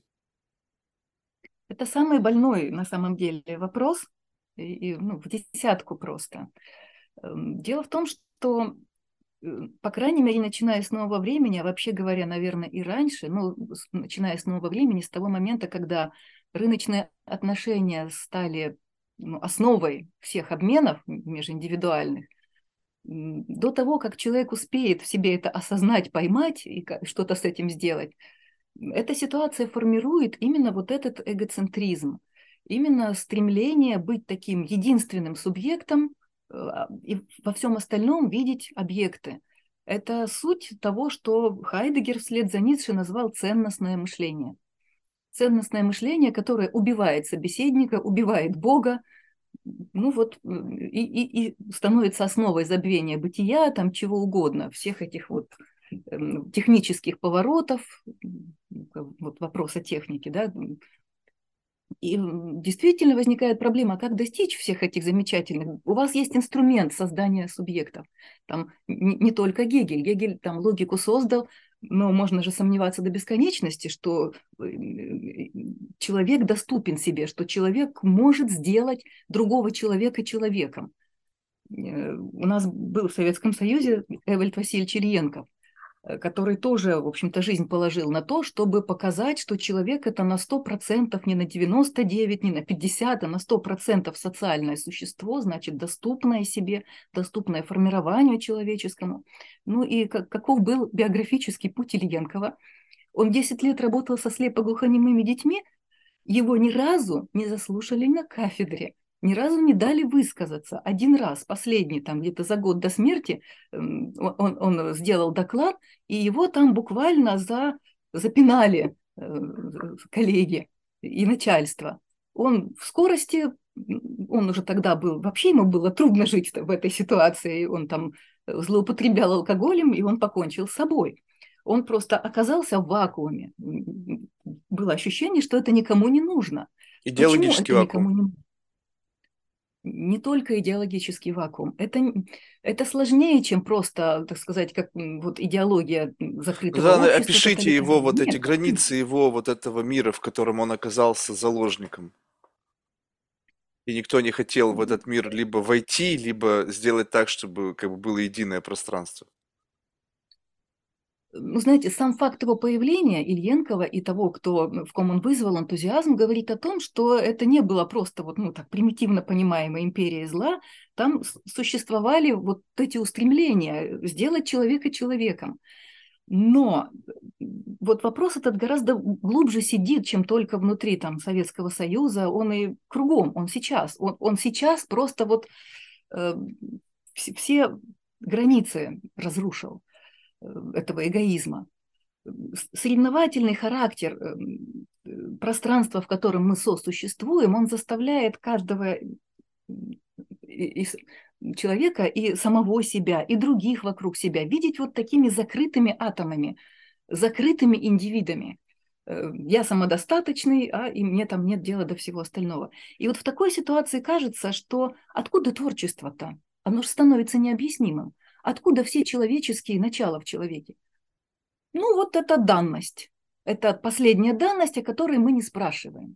Это самый больной на самом деле вопрос, ну, в десятку просто. Дело в том, что, по крайней мере, начиная с нового времени, а вообще говоря, наверное, и раньше, ну, начиная с нового времени, с того момента, когда рыночные отношения стали ну, основой всех обменов межиндивидуальных, до того, как человек успеет в себе это осознать, поймать и что-то с этим сделать, эта ситуация формирует именно вот этот эгоцентризм, именно стремление быть таким единственным субъектом и во всем остальном видеть объекты. Это суть того, что Хайдеггер вслед за Ницше назвал ценностное мышление. Ценностное мышление, которое убивает собеседника, убивает Бога, ну вот и становится основой забвения бытия, там чего угодно, всех этих вот технических поворотов, вот вопроса техники, да, и действительно возникает проблема, как достичь всех этих замечательных. У вас есть инструмент создания субъектов. Там не только Гегель. Гегель там логику создал, но можно же сомневаться до бесконечности, что человек доступен себе, что человек может сделать другого человека человеком. У нас был в Советском Союзе Эвальд Васильевич Ильенков, который тоже, в общем-то, жизнь положил на то, чтобы показать, что человек это на 100%, не на 99, не на 50, а на 100% социальное существо, значит, доступное себе, доступное формированию человеческому. Ну и каков был биографический путь Ильенкова? Он 10 лет работал со слепоглухонемыми детьми, его ни разу не заслушали на кафедре, ни разу не дали высказаться. Один раз, последний, там где-то за год до смерти, он сделал доклад, и его там буквально запинали коллеги и начальство. Он в скорости, он уже тогда был, вообще ему было трудно жить в этой ситуации, он там злоупотреблял алкоголем, и он покончил с собой. Он просто оказался в вакууме. Было ощущение, что это никому не нужно. Почему Идеологический это никому вакуум. не нужно? Не только идеологический вакуум. Это сложнее, чем просто, так сказать, как вот идеология Ну, закрытого да, общества опишите его, тоталитаризма. вот эти Нет. границы его вот этого мира, в котором он оказался заложником. И никто не хотел в этот мир либо войти, либо сделать так, чтобы как бы было единое пространство. Ну, знаете, сам факт его появления, Ильенкова, и того, кто, в ком он вызвал энтузиазм, говорит о том, что это не было просто вот, ну, так примитивно понимаемая империя зла, там существовали вот эти устремления сделать человека человеком. Но вот вопрос этот гораздо глубже сидит, чем только внутри там, Советского Союза, он и кругом, он сейчас просто вот э, все границы разрушил этого эгоизма. Соревновательный характер пространства, в котором мы сосуществуем, он заставляет каждого из человека и самого себя, и других вокруг себя видеть вот такими закрытыми атомами, закрытыми индивидами. Я самодостаточный, и мне там нет дела до всего остального. И вот в такой ситуации кажется, что откуда творчество-то? Оно же становится необъяснимым. Откуда все человеческие начала в человеке? Ну, вот это данность. Это последняя данность, о которой мы не спрашиваем.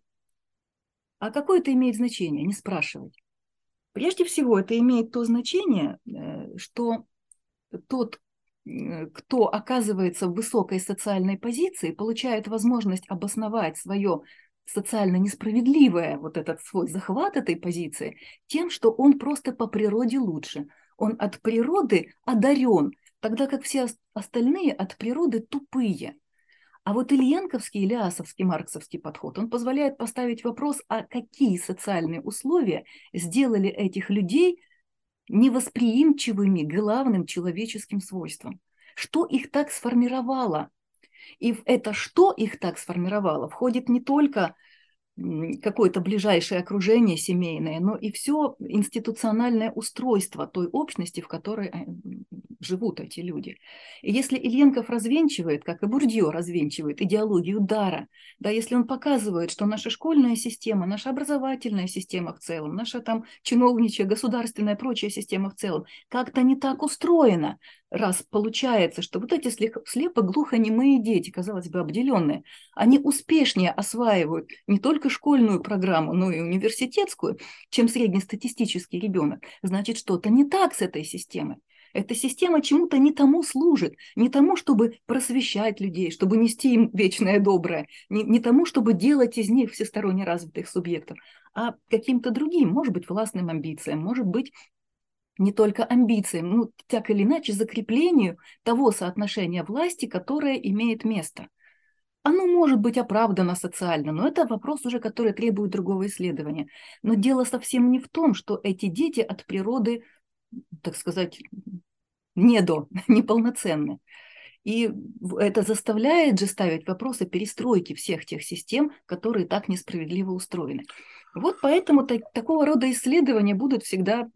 А какое это имеет значение? Не спрашивать. Прежде всего, это имеет то значение, что тот, кто оказывается в высокой социальной позиции, получает возможность обосновать свое социально несправедливое, вот этот свой захват этой позиции, тем, что он просто по природе лучше. Он от природы одарен, тогда как все остальные от природы тупые. А вот ильенковский, ильясовский, марксовский подход, он позволяет поставить вопрос, а какие социальные условия сделали этих людей невосприимчивыми к главным человеческим свойствам. Что их так сформировало? И в это, что их так сформировало, входит не только какое-то ближайшее окружение семейное, но и все институциональное устройство той общности, в которой живут эти люди. И если Ильенков развенчивает, как и Бурдье развенчивает идеологию дара, да, если он показывает, что наша школьная система, наша образовательная система в целом, наша там чиновничья, государственная, прочая система в целом как-то не так устроена, раз получается, что вот эти слепо-глухонемые дети, казалось бы, обделенные, они успешнее осваивают не только школьную программу, но и университетскую, чем среднестатистический ребенок. Значит, что-то не так с этой системой. Эта система чему-то не тому служит, не тому, чтобы просвещать людей, чтобы нести им вечное доброе, не тому, чтобы делать из них всесторонне развитых субъектов, а каким-то другим, может быть, властным амбициям, может быть, не только амбициям, ну, так или иначе, закреплению того соотношения власти, которое имеет место. Оно может быть оправдано социально, но это вопрос уже, который требует другого исследования. Но дело совсем не в том, что эти дети от природы, так сказать, неполноценны. И это заставляет же ставить вопросы перестройки всех тех систем, которые так несправедливо устроены. Вот поэтому такого рода исследования будут всегда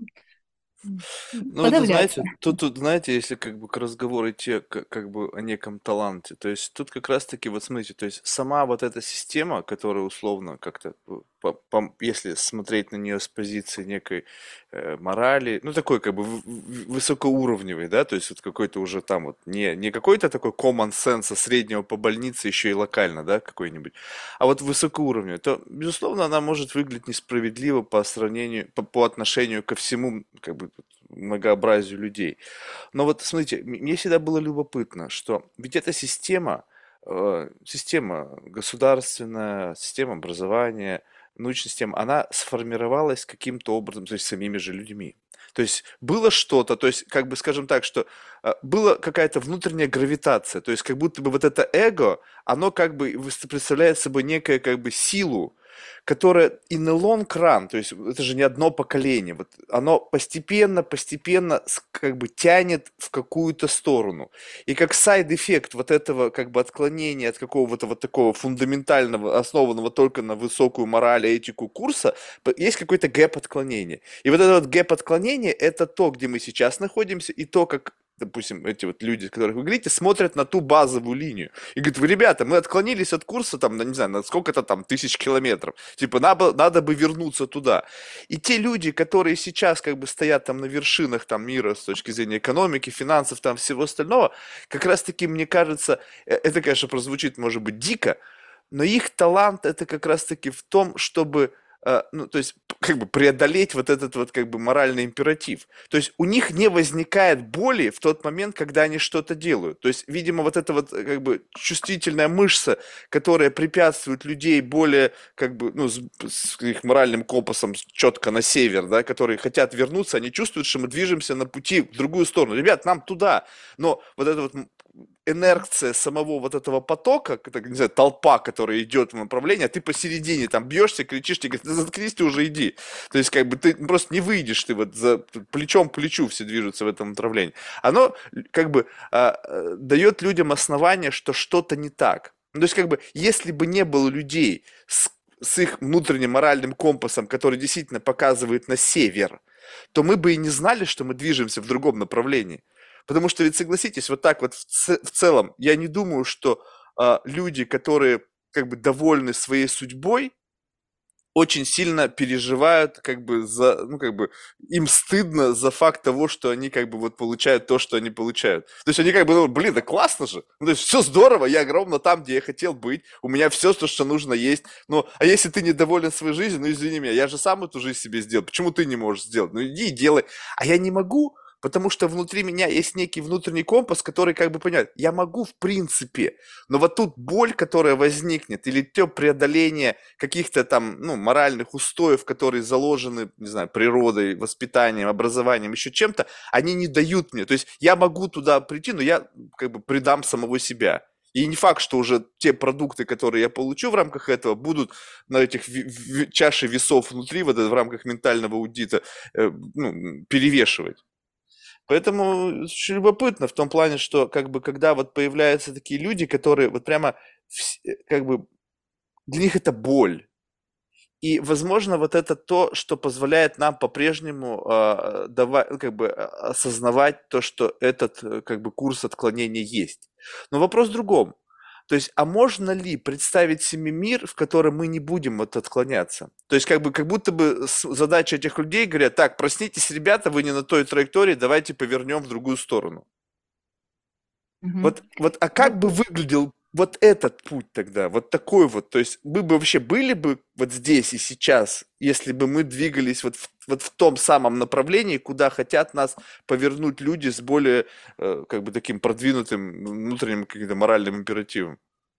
Ну, это, подавляться. знаете, тут, знаете, если как бы к разговору идти как бы о неком таланте, то есть тут как раз-таки, вот смотрите, то есть сама вот эта система, которая условно как-то, если смотреть на нее с позиции некой морали, ну, такой как бы высокоуровневый, да, то есть вот какой-то уже там вот, не какой-то такой common sense среднего по больнице, еще и локально, да, какой-нибудь, а вот высокоуровневый, то, безусловно, она может выглядеть несправедливо по сравнению, по отношению ко всему, как бы, многообразию людей. Но вот смотрите, мне всегда было любопытно, что ведь эта система, система государственная, система образования, научная система, она сформировалась каким-то образом, то есть самими же людьми. То есть было что-то, то есть как бы скажем так, что была какая-то внутренняя гравитация, то есть как будто бы вот это эго, оно как бы представляет собой некое как бы силу, которое in the long run, то есть это же не одно поколение, вот оно постепенно как бы тянет в какую-то сторону. И как сайд-эффект вот этого как бы отклонения от какого-то вот такого фундаментального, основанного только на высокую мораль и этику курса, есть какой-то гэп отклонения. И вот этот вот гэп отклонения, это то, где мы сейчас находимся, и то, как допустим, эти вот люди, о которых вы говорите, смотрят на ту базовую линию. И говорят, вы, ребята, мы отклонились от курса, там, не знаю, на сколько-то там тысяч километров. Типа, надо бы вернуться туда. И те люди, которые сейчас как бы стоят там на вершинах там мира с точки зрения экономики, финансов, там всего остального, как раз-таки, мне кажется, это, конечно, прозвучит, может быть, дико, но их талант это как раз-таки в том, чтобы ну, то есть, как бы преодолеть вот этот вот как бы моральный императив. То есть у них не возникает боли в тот момент, когда они что-то делают. То есть, видимо, вот эта вот как бы чувствительная мышца, которая препятствует людей более как бы, ну, с их моральным компасом четко на север, да, которые хотят вернуться, они чувствуют, что мы движемся на пути в другую сторону. Ребят, нам туда. Но вот это вот инерция самого вот этого потока, это, не знаю, толпа, которая идет в направлении, а ты посередине там бьешься, кричишь, тебе говорят, да заткнись, ты уже иди. То есть, как бы ты просто не выйдешь, ты вот за плечом к плечу все движутся в этом направлении. Оно как бы дает людям основание, что что-то не так. Ну, то есть, как бы, если бы не было людей с их внутренним моральным компасом, который действительно показывает на север, то мы бы и не знали, что мы движемся в другом направлении. Потому что ведь согласитесь, вот так вот в целом, я не думаю, что люди, которые как бы довольны своей судьбой, очень сильно переживают, как бы за, ну как бы им стыдно за факт того, что они как бы вот получают то, что они получают. То есть они как бы, ну, блин, да классно же, ну, то есть все здорово, я ровно там, где я хотел быть, у меня все то, что нужно есть. Ну, а если ты недоволен своей жизнью, ну извини меня, я же сам эту жизнь себе сделал, почему ты не можешь сделать? Ну иди и делай. А я не могу, потому что внутри меня есть некий внутренний компас, который как бы понимает, я могу в принципе, но вот тут боль, которая возникнет, или то преодоление каких-то там, ну, моральных устоев, которые заложены, не знаю, природой, воспитанием, образованием, еще чем-то, они не дают мне. То есть я могу туда прийти, но я как бы предам самого себя. И не факт, что уже те продукты, которые я получу в рамках этого, будут на этих чаше весов внутри, вот в рамках ментального аудита, ну, перевешивать. Поэтому очень любопытно в том плане, что как бы когда вот появляются такие люди, которые вот прямо как бы для них это боль. И, возможно, вот это то, что позволяет нам по-прежнему ну, как бы осознавать то, что этот как бы курс отклонения есть. Но вопрос в другом. То есть, а можно ли представить себе мир, в котором мы не будем вот отклоняться? То есть, как бы, как будто бы задача этих людей говорят, так, проснитесь, ребята, вы не на той траектории, давайте повернем в другую сторону. Мгм. Вот, а как Вот бы выглядел вот этот путь тогда, вот такой вот, то есть мы бы вообще были бы вот здесь и сейчас, если бы мы двигались вот в том самом направлении, куда хотят нас повернуть люди с более, как бы таким продвинутым внутренним каким-то моральным императивом.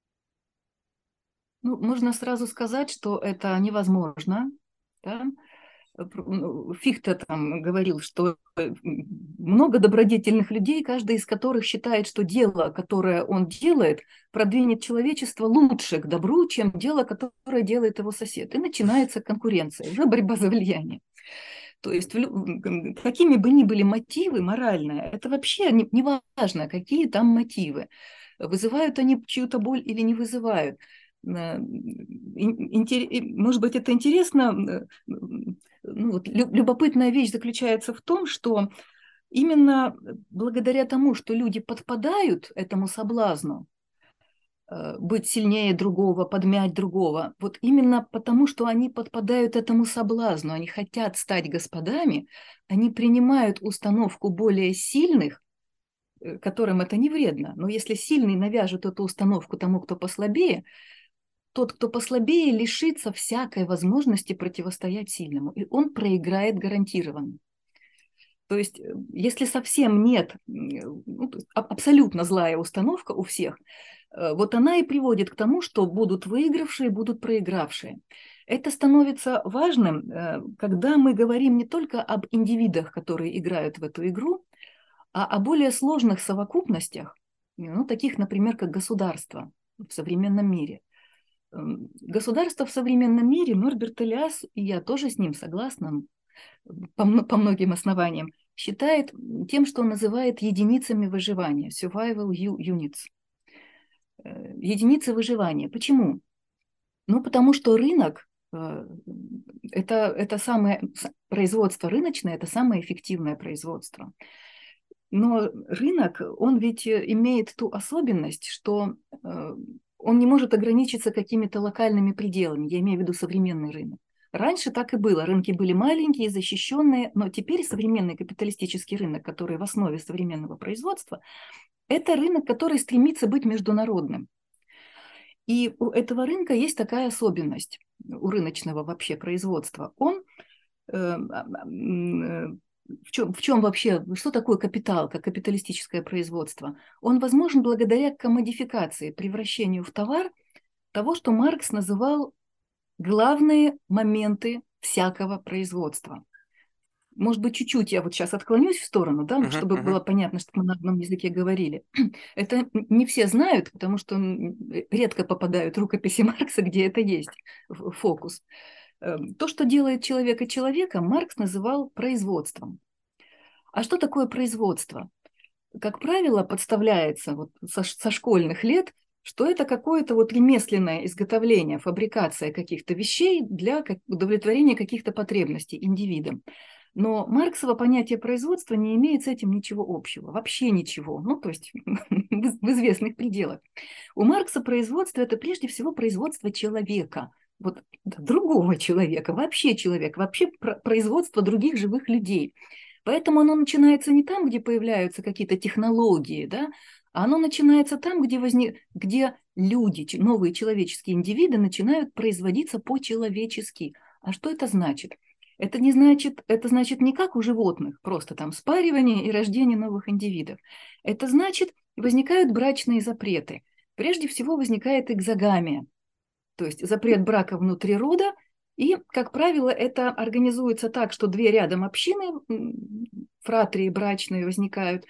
ну, можно сразу сказать, что это невозможно. Да? Фихте там говорил, что много добродетельных людей, каждый из которых считает, что дело, которое он делает, продвинет человечество лучше к добру, чем дело, которое делает его сосед. И начинается конкуренция, уже борьба за влияние. То есть какими бы ни были мотивы моральные, это вообще не важно, какие там мотивы. Вызывают они чью-то боль или не вызывают. Может быть, это интересно. Ну, вот, любопытная вещь заключается в том, что именно благодаря тому, что люди подпадают этому соблазну, быть сильнее другого, подмять другого. Вот именно потому, что они подпадают этому соблазну, они хотят стать господами, они принимают установку более сильных, которым это не вредно. Но если сильный навяжет эту установку тому, кто послабее, тот, кто послабее, лишится всякой возможности противостоять сильному, и он проиграет гарантированно. То есть, если совсем нет, ну, абсолютно злая установка у всех, вот она и приводит к тому, что будут выигравшие, будут проигравшие. Это становится важным, когда мы говорим не только об индивидах, которые играют в эту игру, а о более сложных совокупностях, ну, таких, например, как государство в современном мире. Государство в современном мире, Норберт Элиас, и я тоже с ним согласна, по многим основаниям, считает тем, что он называет единицами выживания, survival units, единицы выживания. Почему? Ну, потому что рынок, это самое, производство рыночное, это самое эффективное производство. Но рынок, он ведь имеет ту особенность, что он не может ограничиться какими-то локальными пределами, я имею в виду современный рынок. Раньше так и было, рынки были маленькие, защищенные, но теперь современный капиталистический рынок, который в основе современного производства, это рынок, который стремится быть международным. И у этого рынка есть такая особенность, у рыночного вообще производства. Он в чем вообще, что такое капитал, как капиталистическое производство? Он возможен благодаря коммодификации, превращению в товар того, что Маркс называл главные моменты всякого производства. Может быть, чуть-чуть я вот сейчас отклонюсь в сторону, да, чтобы было понятно, что мы на одном языке говорили. Это не все знают, потому что редко попадают в рукописи Маркса, где это есть, фокус. То, что делает человека человеком, Маркс называл производством. А что такое производство? Как правило, подставляется вот со школьных лет, что это какое-то вот ремесленное изготовление, фабрикация каких-то вещей для удовлетворения каких-то потребностей индивидом. Но Марксово понятие производства не имеет с этим ничего общего, вообще ничего, ну то есть в известных пределах. У Маркса производство – это прежде всего производство человека, вот другого человека, вообще производство других живых людей. Поэтому оно начинается не там, где появляются какие-то технологии, да, а оно начинается там, где люди, новые человеческие индивиды начинают производиться по-человечески. А что это значит? Это значит не как у животных, просто там спаривание и рождение новых индивидов. Это значит, возникают брачные запреты. Прежде всего возникает экзогамия, то есть запрет брака внутри рода, и, как правило, это организуется так, что две рядом общины, фратрии брачные возникают,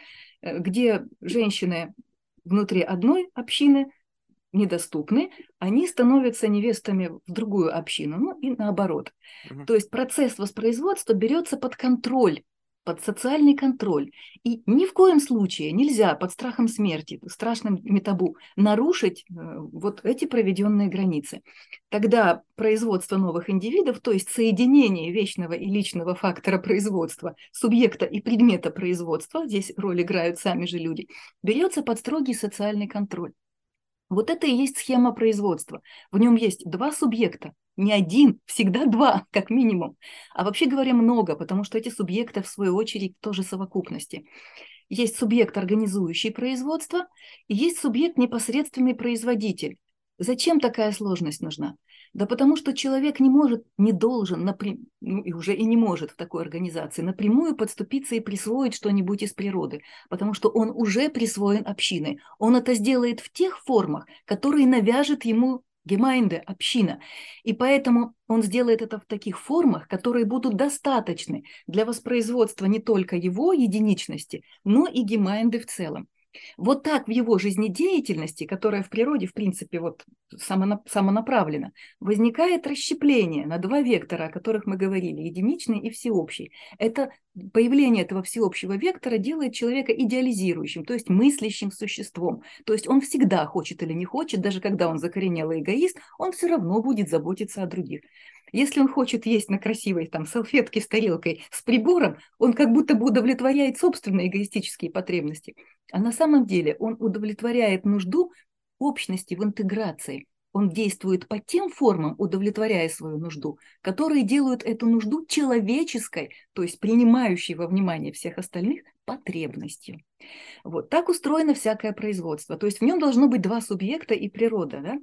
где женщины внутри одной общины недоступны, они становятся невестами в другую общину, ну и наоборот. То есть процесс воспроизводства берется под контроль, под социальный контроль. И ни в коем случае нельзя под страхом смерти, страшным табу, нарушить вот эти проведенные границы. Тогда производство новых индивидов, то есть соединение вечного и личного фактора производства, субъекта и предмета производства, здесь роль играют сами же люди, берется под строгий социальный контроль. Вот это и есть схема производства. В нем есть два субъекта, не один, всегда два, как минимум. А вообще говоря, много, потому что эти субъекты, в свою очередь, тоже совокупности. Есть субъект, организующий производство, и есть субъект, непосредственный производитель. Зачем такая сложность нужна? Да потому что человек не может, не должен, ну и уже и не может в такой организации напрямую подступиться и присвоить что-нибудь из природы, потому что он уже присвоен общиной. Он это сделает в тех формах, которые навяжет ему Гемайнде, община. И поэтому он сделает это в таких формах, которые будут достаточны для воспроизводства не только его единичности, но и Гемайнды в целом. Вот так в его жизнедеятельности, которая в природе, в принципе, вот самонаправлена, возникает расщепление на два вектора, о которых мы говорили, единичный и всеобщий. Это появление этого всеобщего вектора делает человека идеализирующим, то есть мыслящим существом. То есть он всегда, хочет или не хочет, даже когда он закоренелый эгоист, он все равно будет заботиться о других. Если он хочет есть на красивой там салфетке с тарелкой, с прибором, он как будто бы удовлетворяет собственные эгоистические потребности. А на самом деле он удовлетворяет нужду общности в интеграции. Он действует по тем формам, удовлетворяя свою нужду, которые делают эту нужду человеческой, то есть принимающей во внимание всех остальных потребностью. Вот так устроено всякое производство. То есть в нем должно быть два субъекта и природа. Да?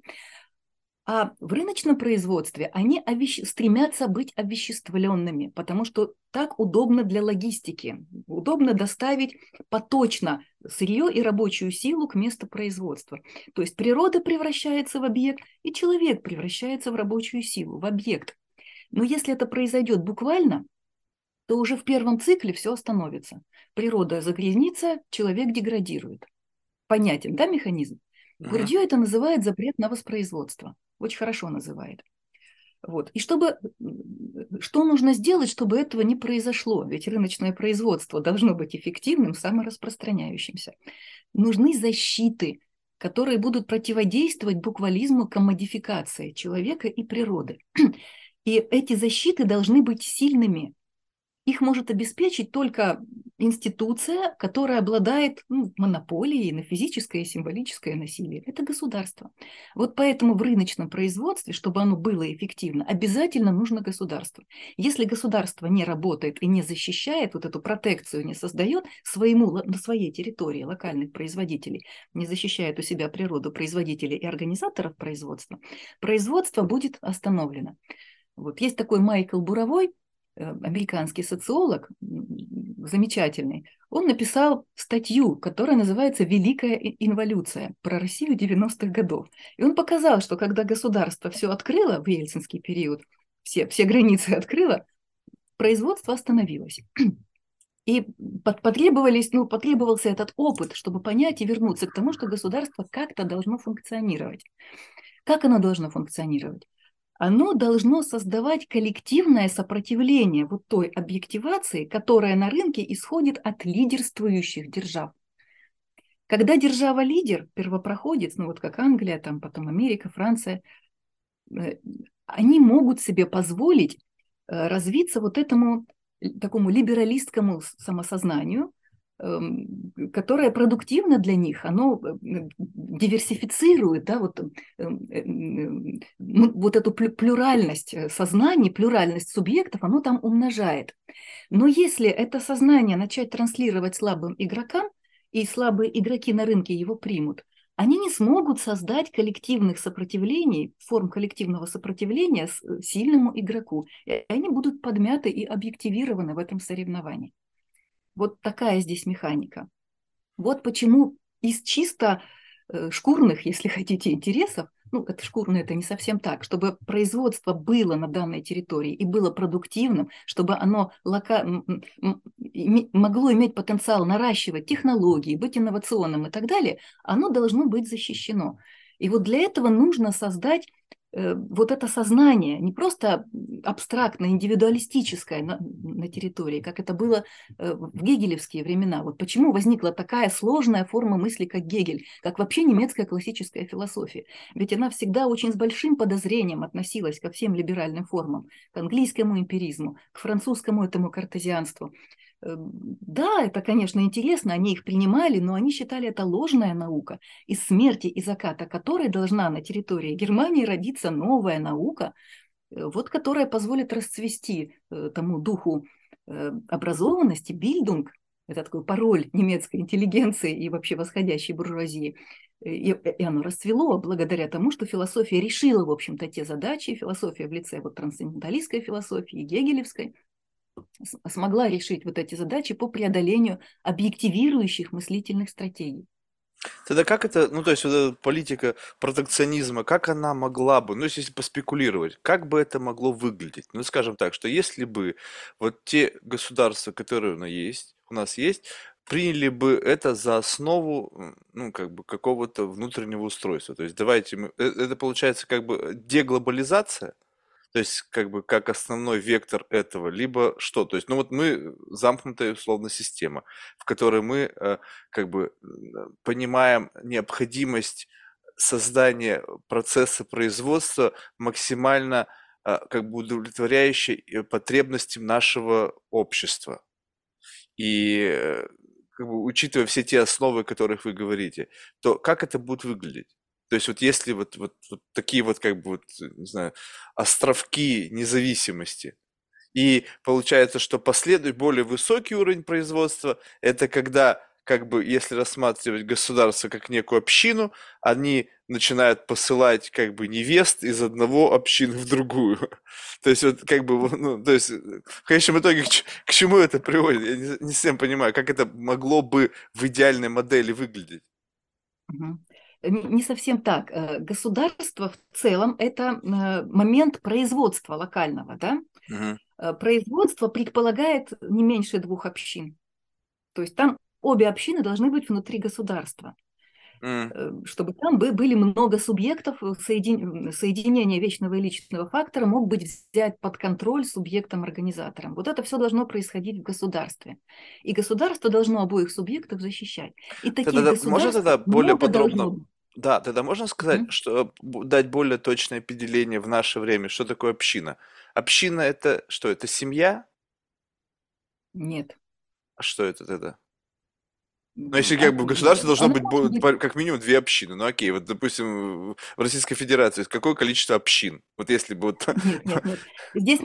А в рыночном производстве они стремятся быть овеществленными, потому что так удобно для логистики. Удобно доставить поточно сырье и рабочую силу к месту производства. То есть природа превращается в объект, и человек превращается в рабочую силу, в объект. Но если это произойдет буквально, то уже в первом цикле все остановится. Природа загрязнится, человек деградирует. Понятен, да, механизм? Гурдье это называет запрет на воспроизводство. Очень хорошо называет. Вот. И что нужно сделать, чтобы этого не произошло? Ведь рыночное производство должно быть эффективным, самораспространяющимся. Нужны защиты, которые будут противодействовать буквализму коммодификации человека и природы. И эти защиты должны быть сильными. Их может обеспечить только институция, которая обладает монополией на физическое и символическое насилие. Это государство. Вот поэтому в рыночном производстве, чтобы оно было эффективно, обязательно нужно государство. Если государство не работает и не защищает, вот эту протекцию не создает на своей территории локальных производителей, не защищает у себя природу производителей и организаторов производства, производство будет остановлено. Вот есть такой Майкл Буровой, американский социолог, замечательный, он написал статью, которая называется «Великая инволюция» про Россию 90-х годов. И он показал, что когда государство все открыло в ельцинский период, все границы открыло, производство остановилось. И потребовался этот опыт, чтобы понять и вернуться к тому, что государство как-то должно функционировать. Как оно должно функционировать? Оно должно создавать коллективное сопротивление вот той объективации, которая на рынке исходит от лидерствующих держав. Когда держава-лидер, первопроходец, ну вот как Англия, там потом Америка, Франция, они могут себе позволить развиться вот этому такому либералистскому самосознанию, которое продуктивно для них, оно диверсифицирует, да, вот эту плюральность сознаний, плюральность субъектов, оно там умножает. Но если это сознание начать транслировать слабым игрокам, и слабые игроки на рынке его примут, они не смогут создать коллективных сопротивлений, форм коллективного сопротивления сильному игроку. И они будут подмяты и объективированы в этом соревновании. Вот такая здесь механика. Вот почему из чисто шкурных, если хотите, интересов, ну, это шкурное, это не совсем так, чтобы производство было на данной территории и было продуктивным, чтобы оно могло иметь потенциал наращивать технологии, быть инновационным и так далее, оно должно быть защищено. И вот для этого нужно создать вот это сознание, не просто абстрактное, индивидуалистическое на территории, как это было в гегелевские времена. Вот почему возникла такая сложная форма мысли, как Гегель, как вообще немецкая классическая философия. Ведь она всегда очень с большим подозрением относилась ко всем либеральным формам, к английскому эмпиризму, к французскому этому картезианству. Да, это, конечно, интересно, они их принимали, но они считали это ложная наука, из смерти и заката которой должна на территории Германии родиться новая наука, вот которая позволит расцвести тому духу образованности, бильдунг, это такой пароль немецкой интеллигенции и вообще восходящей буржуазии. И оно расцвело благодаря тому, что философия решила, в общем-то, те задачи, философия в лице вот трансценденталистской философии, гегелевской, смогла решить вот эти задачи по преодолению объективирующих мыслительных стратегий. Тогда как это, ну то есть вот эта политика протекционизма, как она могла бы, ну если поспекулировать, как бы это могло выглядеть? Ну скажем так, что если бы вот те государства, которые у нас есть, приняли бы это за основу, ну как бы какого-то внутреннего устройства. То есть давайте это получается как бы деглобализация, то есть, как бы, как основной вектор этого, либо что? То есть, ну вот мы замкнутая условно система, в которой мы как бы понимаем необходимость создания процесса производства максимально как бы удовлетворяющей потребностям нашего общества. И как бы, учитывая все те основы, о которых вы говорите, то как это будет выглядеть? То есть вот если вот такие вот как бы вот, не знаю, островки независимости, и получается, что последует более высокий уровень производства, это когда, как бы, если рассматривать государство как некую общину, они начинают посылать, как бы, невест из одного общины в другую. То есть, вот, как бы, ну, то есть, в конечном итоге, к чему это приводит? Я не совсем понимаю, как это могло бы в идеальной модели выглядеть. Угу. Не совсем так. Государство в целом – это момент производства локального. Да? Мгм. Производство предполагает не меньше двух общин. То есть там обе общины должны быть внутри государства, М. чтобы там были много субъектов, соединение вечного и личного фактора мог быть взять под контроль субъектом-организатором. Вот это все должно происходить в государстве. И государство должно обоих субъектов защищать. И таких Можно государств тогда более много подробно, должно быть. да, тогда можно сказать, Мгм. что дать более точное определение в наше время, что такое община? Община это что? Это семья? Нет. А что это тогда? Ну, если как бы в государстве Оно должно быть может быть. как минимум две общины. Ну окей, вот допустим в Российской Федерации какое количество общин? Вот если бы вот... Нет, нет, нет. Здесь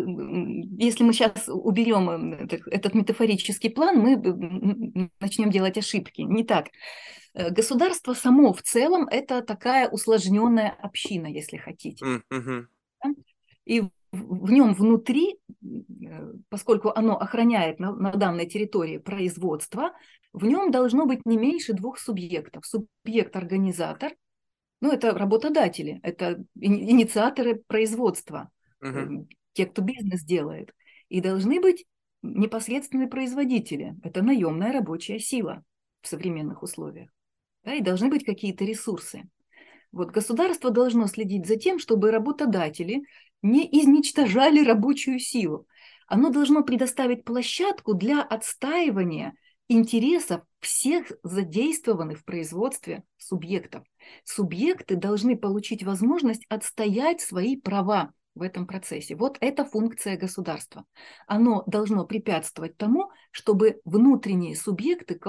если мы сейчас уберем этот метафорический план, мы начнем делать ошибки. Не так. Государство само в целом это такая усложненная община, если хотите. Мгм. Да? И в нем внутри, поскольку оно охраняет на данной территории производство, в нем должно быть не меньше двух субъектов. Субъект-организатор, ну, это работодатели, это инициаторы производства, Мгм. те, кто бизнес делает. И должны быть непосредственные производители. Это наемная рабочая сила в современных условиях. Да, и должны быть какие-то ресурсы. Вот государство должно следить за тем, чтобы работодатели не изничтожали рабочую силу. Оно должно предоставить площадку для отстаивания интересов всех задействованных в производстве субъектов. Субъекты должны получить возможность отстоять свои права в этом процессе. Вот это функция государства. Оно должно препятствовать тому, чтобы внутренние субъекты,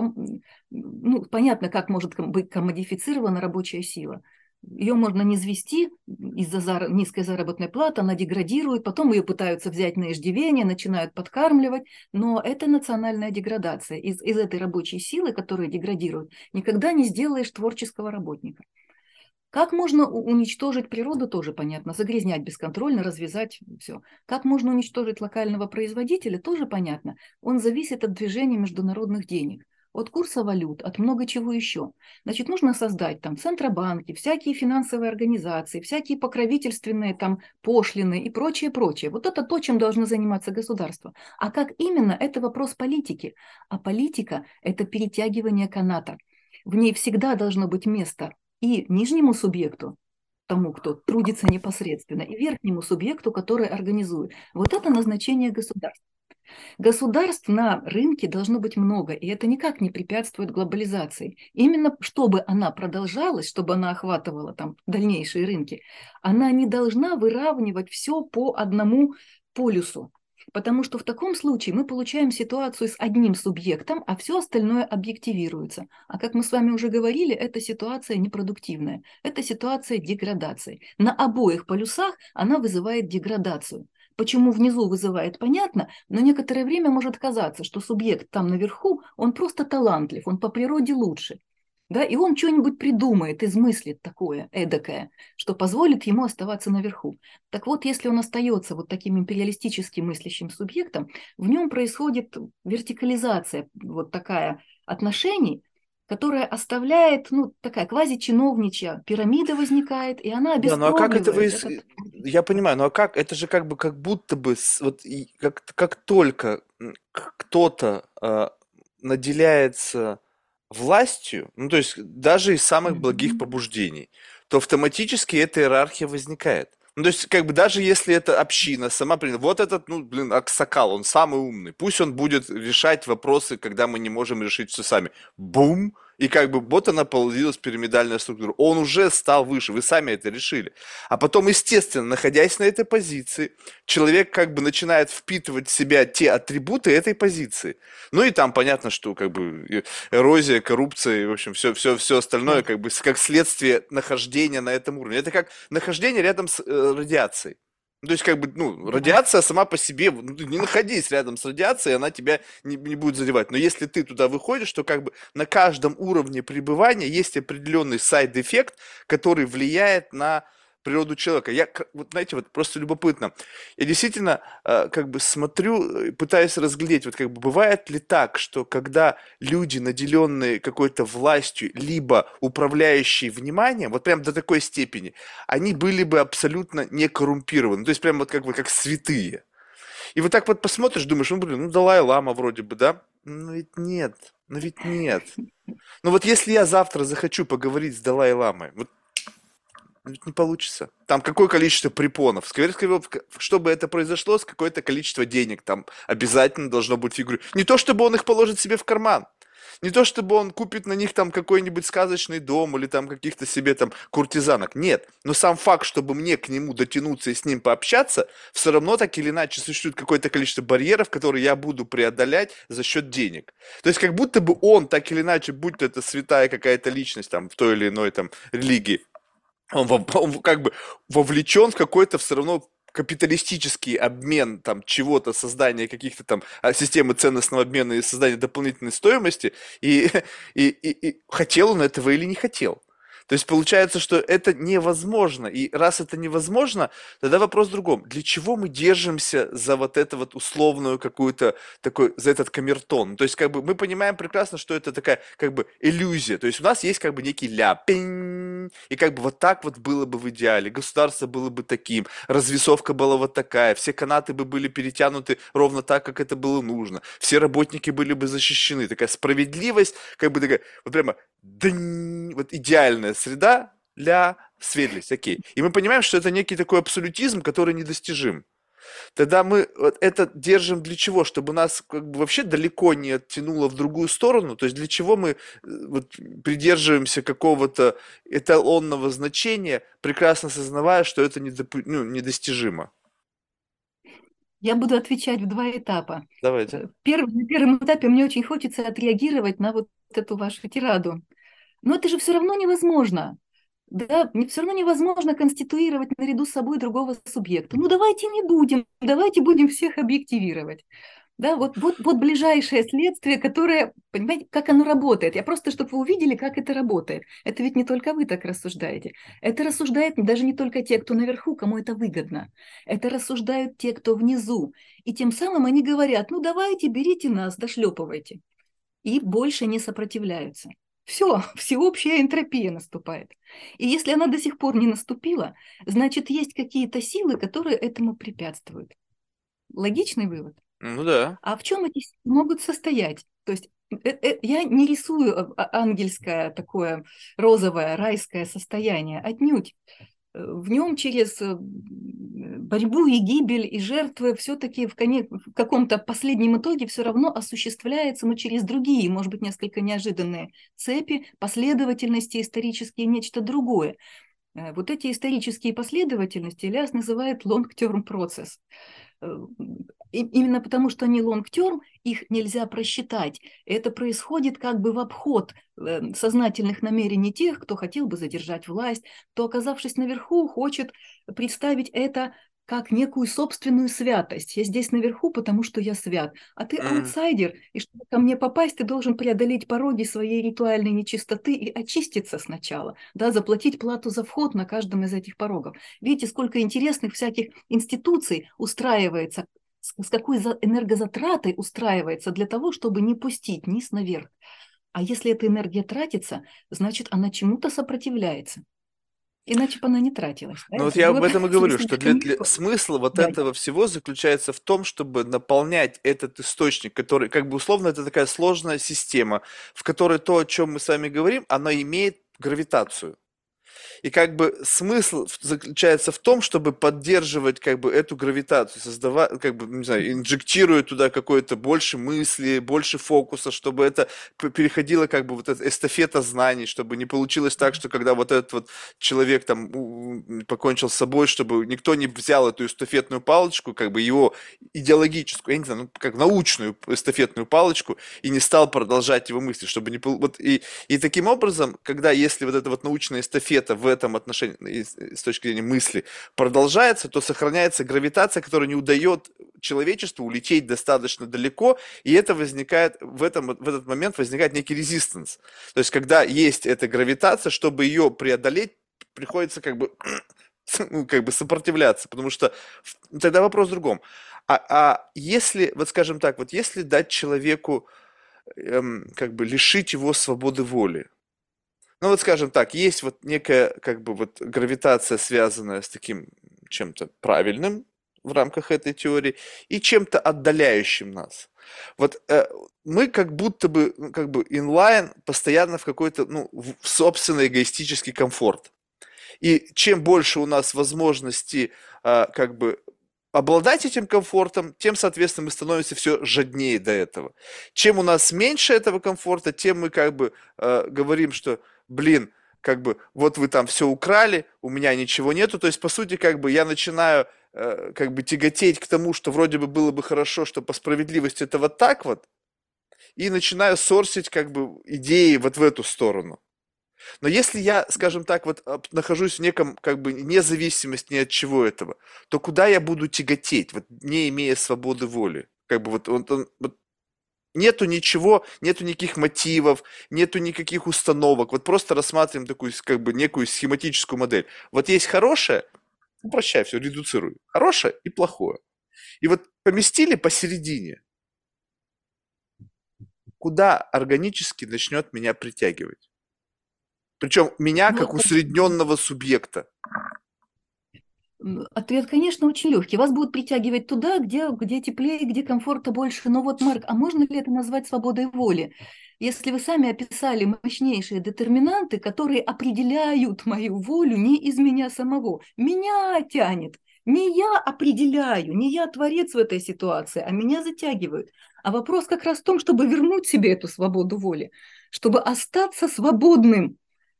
ну, понятно, как может быть коммодифицирована рабочая сила. Ее можно не низвести из-за низкой заработной платы, она деградирует, потом ее пытаются взять на иждивение, начинают подкармливать, но это национальная деградация. Из этой рабочей силы, которая деградирует, никогда не сделаешь творческого работника. Как можно уничтожить природу, тоже понятно. Загрязнять бесконтрольно, развязать все. Как можно уничтожить локального производителя, тоже понятно. Он зависит от движения международных денег, от курса валют, от много чего еще. Значит, нужно создать там центробанки, всякие финансовые организации, всякие покровительственные там пошлины и прочее, прочее. Вот это то, чем должно заниматься государство. А как именно, это вопрос политики. А политика– это перетягивание каната. В ней всегда должно быть место и нижнему субъекту, тому, кто трудится непосредственно, и верхнему субъекту, который организует. Вот это назначение государства. Государств на рынке должно быть много, и это никак не препятствует глобализации. Именно чтобы она продолжалась, чтобы она охватывала там дальнейшие рынки, она не должна выравнивать все по одному полюсу. Потому что в таком случае мы получаем ситуацию с одним субъектом, а все остальное объективируется. А как мы с вами уже говорили, эта ситуация непродуктивная. Это ситуация деградации. На обоих полюсах она вызывает деградацию. Почему внизу вызывает, понятно, но некоторое время может казаться, что субъект там наверху, он просто талантлив, он по природе лучше. Да, и он что-нибудь придумает, измыслит такое, эдакое, что позволит ему оставаться наверху. Так вот, если он остается вот таким империалистически мыслящим субъектом, в нем происходит вертикализация, вот такая отношений, которая оставляет, ну, такая квазичиновничья пирамида возникает, и она Да, ну а как это обескровливает этот... Я понимаю, ну а как? Это же как бы как будто бы вот как только кто-то наделяется властью, ну то есть даже из самых благих Мгм. побуждений, то автоматически эта иерархия возникает. Ну, то есть, как бы даже если эта община сама приняла, вот этот, ну, блин, Аксакал, он самый умный, пусть он будет решать вопросы, когда мы не можем решить все сами. Бум! И как бы вот она появилась пирамидальная структура. Он уже стал выше, вы сами это решили. А потом, естественно, находясь на этой позиции, человек как бы начинает впитывать в себя те атрибуты этой позиции. Ну и там понятно, что как бы эрозия, коррупция и, в общем, все остальное Да. как бы как следствие нахождения на этом уровне. Это как нахождение рядом с радиацией. Ну, то есть, как бы, ну, Да. радиация сама по себе, ну, ты не находись рядом с радиацией, она тебя не будет задевать. Но если ты туда выходишь, то как бы на каждом уровне пребывания есть определенный сайд-эффект, который влияет на природу человека. Вот знаете, вот просто любопытно. Я действительно как бы смотрю, пытаюсь разглядеть, вот как бы бывает ли так, что когда люди, наделенные какой-то властью, либо управляющие вниманием, вот прям до такой степени, они были бы абсолютно не коррумпированы, то есть прям вот как бы как святые. И вот так вот посмотришь, думаешь, ну блин, ну Далай-Лама вроде бы, да? Ну ведь нет, ну ведь нет. Ну вот если я завтра захочу поговорить с Далай-Ламой, вот ведь не получится. Там какое количество препонов. Скорее всего, чтобы это произошло, с какое-то количество денег там обязательно должно быть фигурировать. Не то, чтобы он их положит себе в карман. Не то чтобы он купит на них там какой-нибудь сказочный дом или там каких-то себе там куртизанок. Нет. Но сам факт, чтобы мне к нему дотянуться и с ним пообщаться, все равно так или иначе существует какое-то количество барьеров, которые я буду преодолять за счет денег. То есть как будто бы он так или иначе, будь то это святая какая-то личность там в той или иной там религии, он как бы вовлечен в какой-то все равно капиталистический обмен там чего-то, создание каких-то там системы ценностного обмена и создание дополнительной стоимости, и, и хотел он этого или не хотел. То есть получается, что это невозможно. И раз это невозможно, тогда вопрос в другом. Для чего мы держимся за вот это вот условную какую-то такой, за этот камертон? То есть как бы мы понимаем прекрасно, что это такая как бы иллюзия. То есть у нас есть как бы некий ляпинь, и как бы вот так вот было бы в идеале. Государство было бы таким, развесовка была вот такая, все канаты бы были перетянуты ровно так, как это было нужно. Все работники были бы защищены. Такая справедливость, как бы такая, вот прямо дынь, вот идеальная среда для светлость, окей. И мы понимаем, что это некий такой абсолютизм, который недостижим. Тогда мы вот это держим для чего? Чтобы нас как бы вообще далеко не оттянуло в другую сторону? То есть для чего мы вот, придерживаемся какого-то эталонного значения, прекрасно сознавая, что это ну, недостижимо? Я буду отвечать в два этапа. Давайте. На первом этапе мне очень хочется отреагировать на вот эту вашу тираду. Но это же все равно невозможно. Да, все равно невозможно конституировать наряду с собой другого субъекта. Ну давайте не будем, давайте будем всех объективировать. Да, вот ближайшее следствие, которое, понимаете, как оно работает. Я просто, чтобы вы увидели, как это работает. Это ведь не только вы так рассуждаете. Это рассуждают даже не только те, кто наверху, кому это выгодно. Это рассуждают те, кто внизу. И тем самым они говорят, ну давайте, берите нас, дошлепывайте. И больше не сопротивляются. Все, всеобщая энтропия наступает. И если она до сих пор не наступила, значит, есть какие-то силы, которые этому препятствуют. Логичный вывод? Ну да. А в чем эти силы могут состоять? То есть я не рисую ангельское такое розовое райское состояние, отнюдь. В нем через борьбу и гибель и жертвы все-таки в каком-то последнем итоге все равно осуществляется, но через другие, может быть, несколько неожиданные цепи, последовательности исторические, нечто другое. Вот эти исторические последовательности Ильяс называет long-term процесс. Именно потому, что они long-term, их нельзя просчитать. Это происходит как бы в обход сознательных намерений тех, кто хотел бы задержать власть, кто, оказавшись наверху, хочет представить это как некую собственную святость. Я здесь наверху, потому что я свят. А ты М. аутсайдер, и чтобы ко мне попасть, ты должен преодолеть пороги своей ритуальной нечистоты и очиститься сначала, да, заплатить плату за вход на каждом из этих порогов. Видите, сколько интересных всяких институций устраивается, с какой энергозатратой устраивается для того, чтобы не пустить низ наверх. А если эта энергия тратится, значит, она чему-то сопротивляется. Иначе бы она не тратилась. Да? Ну вот Это я было об бы этом и говорю, что слишком легко. смысл вот Да. этого всего заключается в том, чтобы наполнять этот источник, который, как бы условно, это такая сложная система, в которой то, о чем мы с вами говорим, оно имеет гравитацию. И как бы смысл заключается в том, чтобы поддерживать как бы эту гравитацию, создавать, как бы, не знаю, инжектируя туда какое-то больше мысли, больше фокуса, чтобы это переходило как бы вот эта эстафета знаний, чтобы не получилось так, что когда вот этот вот человек там покончил с собой, чтобы никто не взял эту эстафетную палочку, как бы его идеологическую, я не знаю, ну, как научную эстафетную палочку, и не стал продолжать его мысли, чтобы не... Вот, и таким образом, когда если вот эта вот научная эстафета в этом отношении, с точки зрения мысли, продолжается, то сохраняется гравитация, которая не удает человечеству улететь достаточно далеко, и это возникает, в этот момент возникает некий резистанс. То есть, когда есть эта гравитация, чтобы ее преодолеть, приходится ну, как бы сопротивляться, потому что тогда вопрос в другом. А если, вот скажем так, вот если дать человеку, как бы лишить его свободы воли, ну вот скажем так, есть вот некая как бы вот гравитация, связанная с таким чем-то правильным в рамках этой теории и чем-то отдаляющим нас. Вот мы как будто бы, ну, как бы инлайн постоянно в какой-то, ну, в собственный эгоистический комфорт. И чем больше у нас возможностей как бы обладать этим комфортом, тем, соответственно, мы становимся все жаднее до этого. Чем у нас меньше этого комфорта, тем мы как бы говорим, что, блин, как бы вот вы там все украли, у меня ничего нету. То есть, по сути, как бы я начинаю как бы тяготеть к тому, что вроде бы было бы хорошо, что по справедливости это вот так вот, и начинаю сорсить как бы идеи вот в эту сторону. Но если я, скажем так, вот нахожусь в неком как бы независимости ни от чего этого, то куда я буду тяготеть, вот не имея свободы воли? Как бы вот нету ничего, нету никаких мотивов, нету никаких установок. Вот просто рассматриваем такую как бы некую схематическую модель. Вот есть хорошее, упрощай все, редуцируй. Хорошее и плохое. И вот поместили посередине, куда органически начнет меня притягивать. Причем меня Ну как вот усредненного субъекта. ответ, конечно, очень легкий. Вас будут притягивать туда, где теплее, где комфорта больше. Но вот, Марк, а можно ли это назвать свободой воли? Если вы сами описали мощнейшие детерминанты, которые определяют мою волю не из меня самого. Меня тянет. Не я определяю, не я творец в этой ситуации, а меня затягивают. А вопрос как раз в том, чтобы вернуть себе эту свободу воли, чтобы остаться свободным.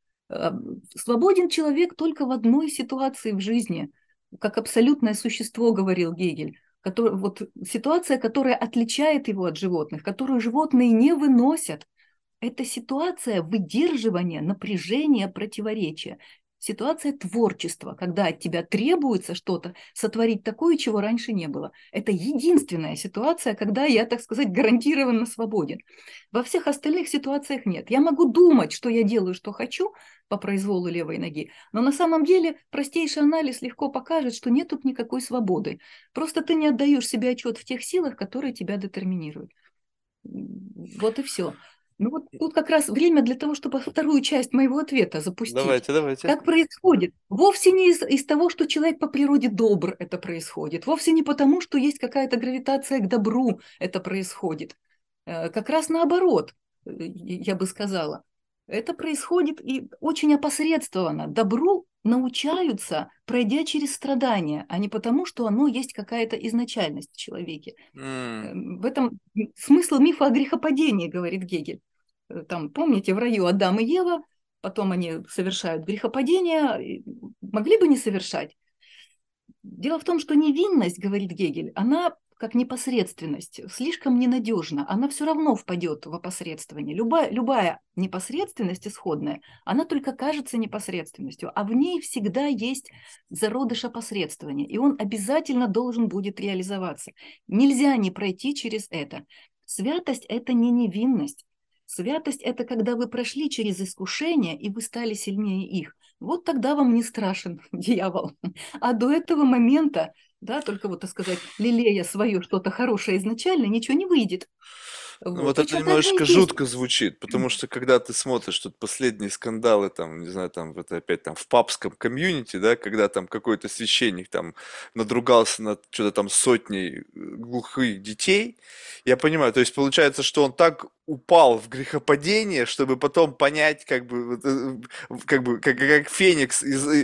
Свободен человек только в одной ситуации в жизни, как абсолютное существо, говорил Гегель. Вот ситуация, которая отличает его от животных, которую животные не выносят, это ситуация выдерживания, напряжения, противоречия. Ситуация творчества, когда от тебя требуется что-то, сотворить такое, чего раньше не было. Это единственная ситуация, когда я, так сказать, гарантированно свободен. Во всех остальных ситуациях нет. Я могу думать, что я делаю, что хочу по произволу левой ноги, но на самом деле простейший анализ легко покажет, что нет тут никакой свободы. Просто ты не отдаешь себе отчет в тех силах, которые тебя детерминируют. Вот и все. Ну вот тут как раз время для того, чтобы вторую часть моего ответа запустить. Давайте, давайте. Как происходит? Вовсе не из того, что человек по природе добр, это происходит. Вовсе не потому, что есть какая-то гравитация к добру, это происходит. Как раз наоборот, я бы сказала. Это происходит и очень опосредованно. Добру научаются, пройдя через страдания, а не потому, что оно есть какая-то изначальность в человеке. М, В этом смысл мифа о грехопадении, говорит Гегель. Там, помните, в раю Адам и Ева, потом они совершают грехопадение, могли бы не совершать. Дело в том, что невинность, говорит Гегель, она как непосредственность, слишком ненадежна, она все равно впадет в опосредствование. Любая непосредственность исходная, она только кажется непосредственностью, а в ней всегда есть зародыш опосредствования, и он обязательно должен будет реализоваться. Нельзя не пройти через это. Святость – это не невинность. Святость – это когда вы прошли через искушение, и вы стали сильнее их. Вот тогда вам не страшен дьявол. А до этого момента, да, только вот, так сказать, лелея свое что-то хорошее изначально, ничего не выйдет. Ну, Вот. вот это Точно так же и немножечко здесь. жутко звучит, потому что когда ты смотришь тут последние скандалы, там, не знаю, там, это опять там в папском комьюнити, да, когда там какой-то священник там надругался над что-то там сотней глухих детей, я понимаю, то есть получается, что он так упал в грехопадение, чтобы потом понять, как бы, как бы, как феникс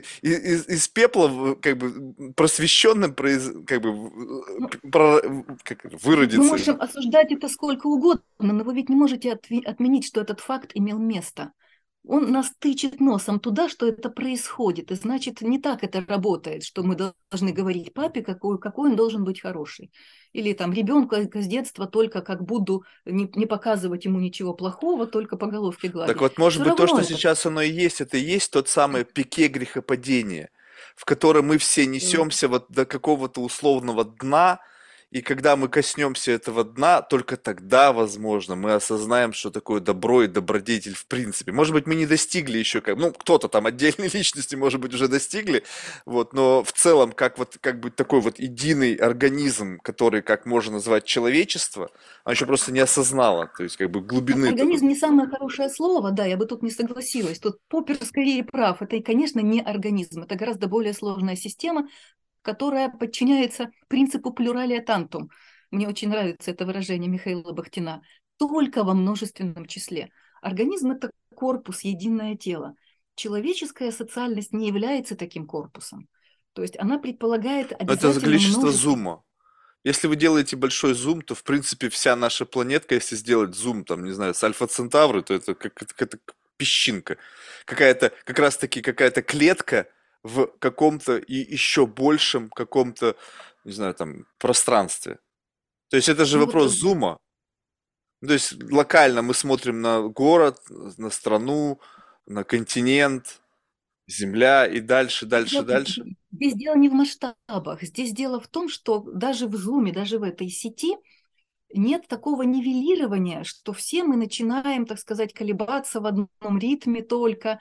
из пепла, как бы, просвещенным, как бы, Ну, как это, мы выродиться. можем осуждать это сколько угодно, но вы ведь не можете отменить, что этот факт имел место. Он нас тычет носом туда, что это происходит. И значит, не так это работает, что мы должны говорить папе, какой он должен быть хороший. Или там ребенку с детства только как буду не показывать ему ничего плохого, только по головке Так гладить. вот, может Все быть, то, равно что это сейчас оно и есть, это и есть тот самый пике грехопадения, в котором мы все несемся вот до какого-то условного дна, и когда мы коснемся этого дна, только тогда, возможно, мы осознаем, что такое добро и добродетель в принципе. Может быть, мы не достигли еще, ну, кто-то там, отдельные личности, может быть, уже достигли, вот, но в целом, как вот, как бы такой вот единый организм, который, как можно назвать, человечество, оно еще просто не осознало, то есть, как бы Ну, глубины этого. организм не самое хорошее слово, да, я бы тут не согласилась. Тут Поппер скорее прав. Это, конечно, не организм, это гораздо более сложная система, которая подчиняется принципу плюралия тантум. Мне очень нравится это выражение Михаила Бахтина. Только во множественном числе. Организм – это корпус, единое тело. Человеческая социальность не является таким корпусом. То есть она предполагает Но это за обязательно количество множество. зума. Если вы делаете большой зум, то, в принципе, вся наша планетка, если сделать зум, там, не знаю, с Альфа Центавры, то это как песчинка. Какая-то, как раз таки, какая-то клетка в каком-то и еще большем каком-то, не знаю, там, пространстве. То есть это же Ну вот вопрос зума. То есть локально мы смотрим на город, на страну, на континент, Земля и дальше, дальше, дальше. здесь дело не в масштабах. Здесь дело в том, что даже в зуме, даже в этой сети нет такого нивелирования, что все мы начинаем, так сказать, колебаться в одном ритме только.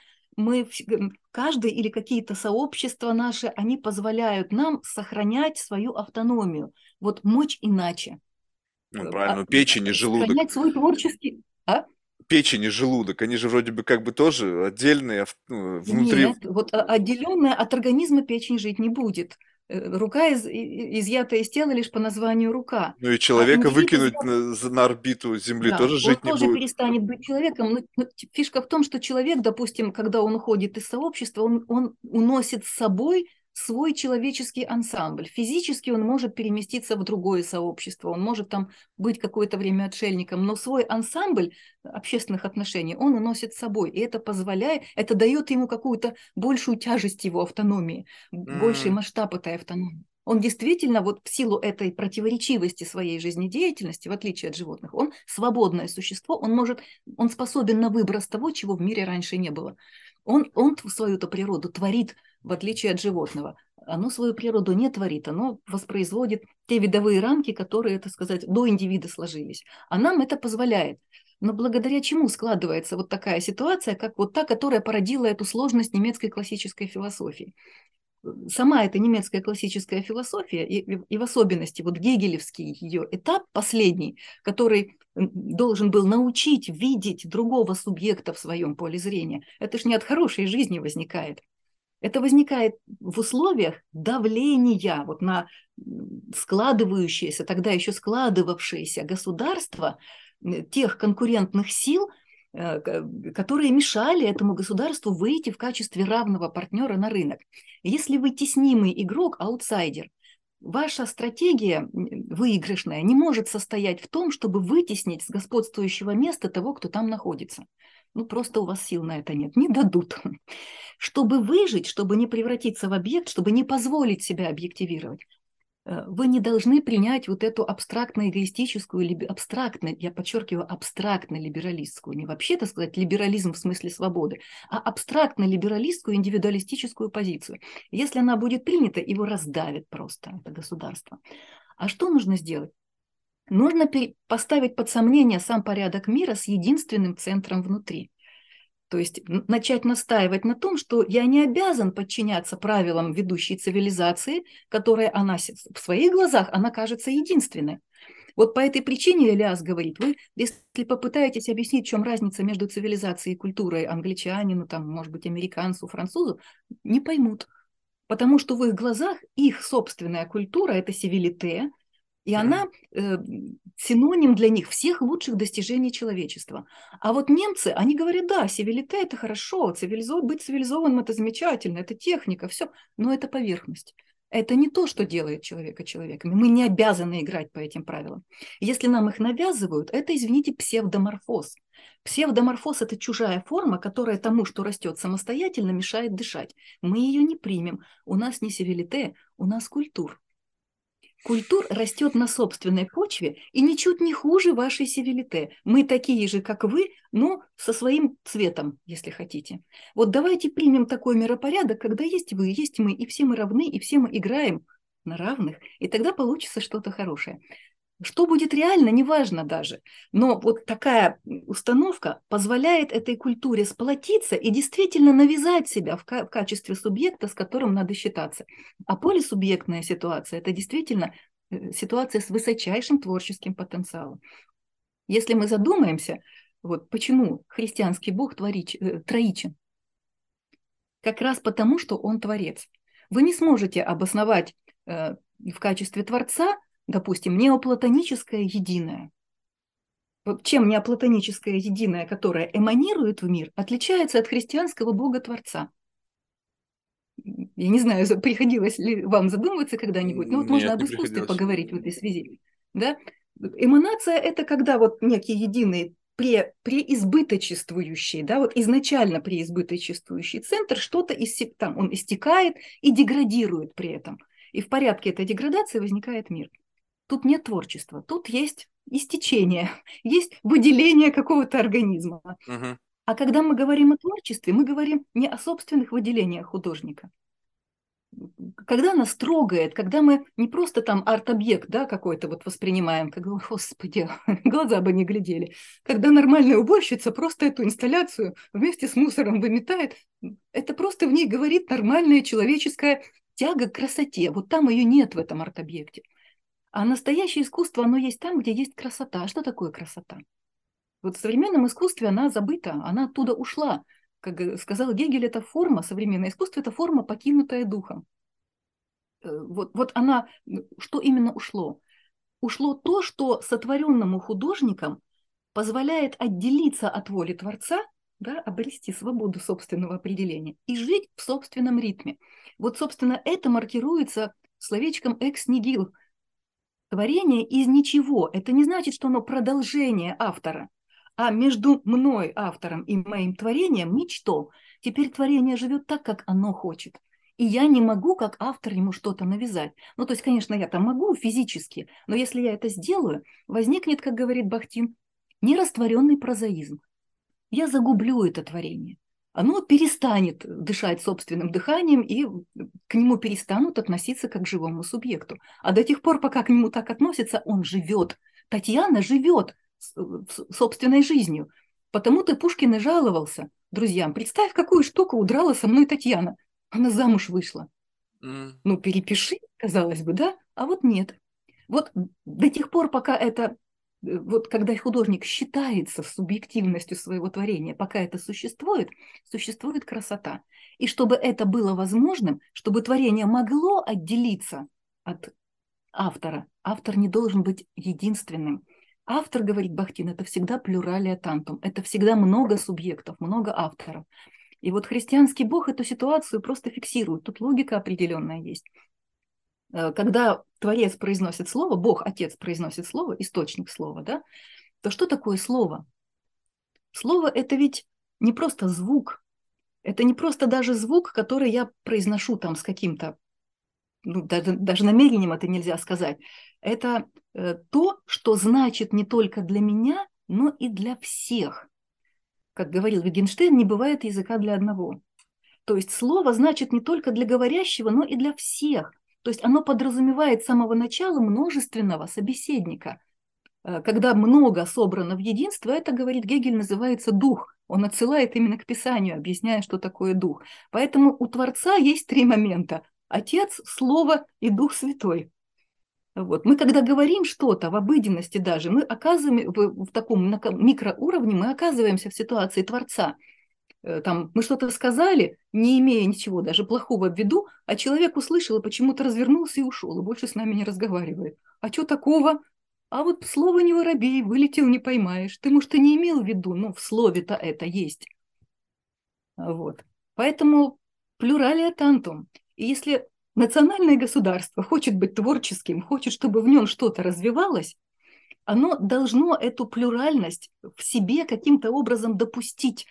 Каждый или какие-то сообщества наши, они позволяют нам сохранять свою автономию. Вот мочь иначе. Ну, правильно, печень и желудок. Сохранять свой творческий... А? Печень и желудок, они же вроде бы как бы тоже отдельные, ну, внутри, Нет, вот отделенная от организма печень жить не будет. Рука изъята из тела лишь по названию рука. ну и А человека индивид выкинуть изъят, на орбиту Земли да, тоже он жить не тоже будет. перестанет быть человеком. Но фишка в том, что человек, допустим, когда он уходит из сообщества, он уносит с собой свой человеческий ансамбль. Физически он может переместиться в другое сообщество, он может там быть какое-то время отшельником, но свой ансамбль общественных отношений он уносит с собой. И это позволяет, это дает ему какую-то большую тяжесть его автономии, больший М, масштаб этой автономии. Он действительно вот в силу этой противоречивости своей жизнедеятельности, в отличие от животных, он свободное существо, он способен на выброс того, чего в мире раньше не было. Он свою-то природу творит, в отличие от животного. Оно свою природу не творит, оно воспроизводит те видовые рамки, которые, так сказать, до индивида сложились. А нам это позволяет. Но благодаря чему складывается вот такая ситуация, как вот та, которая породила эту сложность немецкой классической философии? Сама эта немецкая классическая философия и в особенности вот гегелевский ее этап последний, который должен был научить видеть другого субъекта в своем поле зрения, это ж не от хорошей жизни возникает. Это возникает в условиях давления вот на складывающееся, тогда еще складывавшееся государство тех конкурентных сил, которые мешали этому государству выйти в качестве равного партнера на рынок. Если вы теснимый игрок, аутсайдер, ваша стратегия выигрышная не может состоять в том, чтобы вытеснить с господствующего места того, кто там находится. Ну, просто у вас сил на это нет, не дадут. Чтобы выжить, чтобы не превратиться в объект, чтобы не позволить себя объективировать, вы не должны принять вот эту абстрактно-эгоистическую, абстрактно, я подчеркиваю, абстрактно-либералистскую, не вообще, так сказать, либерализм в смысле свободы, а абстрактно-либералистскую, индивидуалистическую позицию. Если она будет принята, его раздавит просто это государство. А что нужно сделать? Нужно поставить под сомнение сам порядок мира с единственным центром внутри. То есть начать настаивать на том, что я не обязан подчиняться правилам ведущей цивилизации, которая она в своих глазах, она кажется единственной. Вот по этой причине Элиас говорит, вы, если попытаетесь объяснить, в чем разница между цивилизацией и культурой англичанину, там, может быть, американцу, французу, не поймут. Потому что в их глазах их собственная культура – это сивилите, и м. она синоним для них всех лучших достижений человечества. А вот немцы, они говорят, да, сивилите – это хорошо, быть цивилизованным – это замечательно, это техника, все, но это поверхность. Это не то, что делает человека человеком. Мы не обязаны играть по этим правилам. Если нам их навязывают, это, извините, псевдоморфоз. Псевдоморфоз – это чужая форма, которая тому, что растет самостоятельно, мешает дышать. Мы ее не примем. У нас не сивилите, у нас культура. Культур растет на собственной почве и ничуть не хуже вашей сивилите. Мы такие же, как вы, но со своим цветом, если хотите. Вот давайте примем такой миропорядок, когда есть вы, есть мы, и все мы равны, и все мы играем на равных, и тогда получится что-то хорошее. Что будет реально, неважно даже. Но вот такая установка позволяет этой культуре сплотиться и действительно навязать себя в качестве субъекта, с которым надо считаться. А полисубъектная ситуация – это действительно ситуация с высочайшим творческим потенциалом. Если мы задумаемся, вот почему христианский Бог троичен, как раз потому, что он творец. Вы не сможете обосновать в качестве творца, допустим, неоплатоническое единое. Вот чем неоплатоническое единое, которое эманирует в мир, отличается от христианского Бога-творца? Я не знаю, приходилось ли вам задумываться когда-нибудь, но вот можно Нет, об не искусстве приходилось. поговорить в этой связи. Да? Эманация – это когда вот некий единый преизбыточествующий, да, вот изначально преизбыточествующий центр, что-то там он истекает и деградирует при этом. И в порядке этой деградации возникает мир. Тут нет творчества, тут есть истечение, есть выделение какого-то организма. Мгм. А когда мы говорим о творчестве, мы говорим не о собственных выделениях художника. Когда нас трогает, когда мы не просто там арт-объект, да, какой-то вот воспринимаем, как, господи, глаза бы не глядели. Когда нормальная уборщица просто эту инсталляцию вместе с мусором выметает, это просто в ней говорит нормальная человеческая тяга к красоте. Вот там ее нет в этом арт-объекте. А настоящее искусство, оно есть там, где есть красота. А что такое красота? Вот в современном искусстве она забыта, она оттуда ушла. Как сказал Гегель, это форма, современное искусство – это форма, покинутая духом. Вот она, что именно ушло? Ушло то, что сотворенному художникам позволяет отделиться от воли Творца, да, обрести свободу собственного определения и жить в собственном ритме. Вот, собственно, это маркируется словечком «экс нигил». Творение из ничего. Это не значит, что оно продолжение автора, а между мной, автором, и моим творением ничто. Теперь творение живет так, как оно хочет. И я не могу, как автор, ему что-то навязать. Ну, то есть, конечно, я там могу физически, но если я это сделаю, возникнет, как говорит Бахтин, нерастворенный прозаизм. Я загублю это творение. Оно перестанет дышать собственным дыханием, и к нему перестанут относиться как к живому субъекту. А до тех пор, пока к нему так относятся, он живет. Татьяна живет собственной жизнью. Потому-то Пушкин и жаловался друзьям. Представь, какую штуку удрала со мной Татьяна. Она замуж вышла. М. Ну, перепиши, казалось бы, да? А вот нет. Вот до тех пор, пока это, вот когда художник считается субъективностью своего творения, пока это существует, существует красота. И чтобы это было возможным, чтобы творение могло отделиться от автора, автор не должен быть единственным. Автор, говорит Бахтин, это всегда плюралия тантум, это всегда много субъектов, много авторов. И вот христианский Бог эту ситуацию просто фиксирует, тут логика определенная есть. Когда Творец произносит слово, Бог, Отец произносит слово, источник слова, да, то что такое слово? Слово – это ведь не просто звук, это не просто даже звук, который я произношу там с каким-то, ну, даже намерением это нельзя сказать. Это то, что значит не только для меня, но и для всех. Как говорил Wittgenstein, не бывает языка для одного. То есть слово значит не только для говорящего, но и для всех. То есть оно подразумевает с самого начала множественного собеседника. Когда много собрано в единство, это, говорит Гегель, называется дух. Он отсылает именно к Писанию, объясняя, что такое дух. Поэтому у Творца есть три момента. Отец, Слово и Дух Святой. Вот. Мы, когда говорим что-то в обыденности даже, мы оказываем в таком микроуровне, мы оказываемся в ситуации Творца. Там, мы что-то сказали, не имея ничего даже плохого в виду, а человек услышал и почему-то развернулся и ушел, и больше с нами не разговаривает. А что такого? А вот слово не воробей, вылетел, не поймаешь. Ты, может, и не имел в виду, но в слове-то это есть. Вот. Поэтому плюралия тантум. И если национальное государство хочет быть творческим, хочет, чтобы в нем что-то развивалось, оно должно эту плюральность в себе каким-то образом допустить,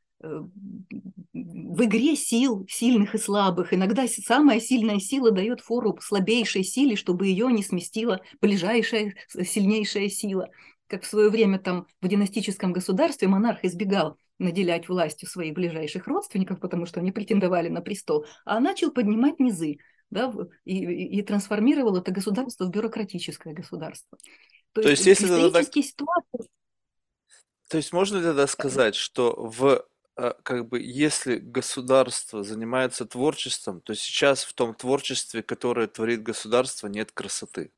в игре сил, сильных и слабых. Иногда самая сильная сила дает фору слабейшей силе, чтобы ее не сместила ближайшая, сильнейшая сила. Как в свое время там в династическом государстве монарх избегал наделять властью своих ближайших родственников, потому что они претендовали на престол, а начал поднимать низы, да, и трансформировал это государство в бюрократическое государство. То То есть есть, если тогда так, исторические ситуации. то есть можно ли тогда сказать, что как бы, если государство занимается творчеством, то сейчас в том творчестве, которое творит государство, нет красоты?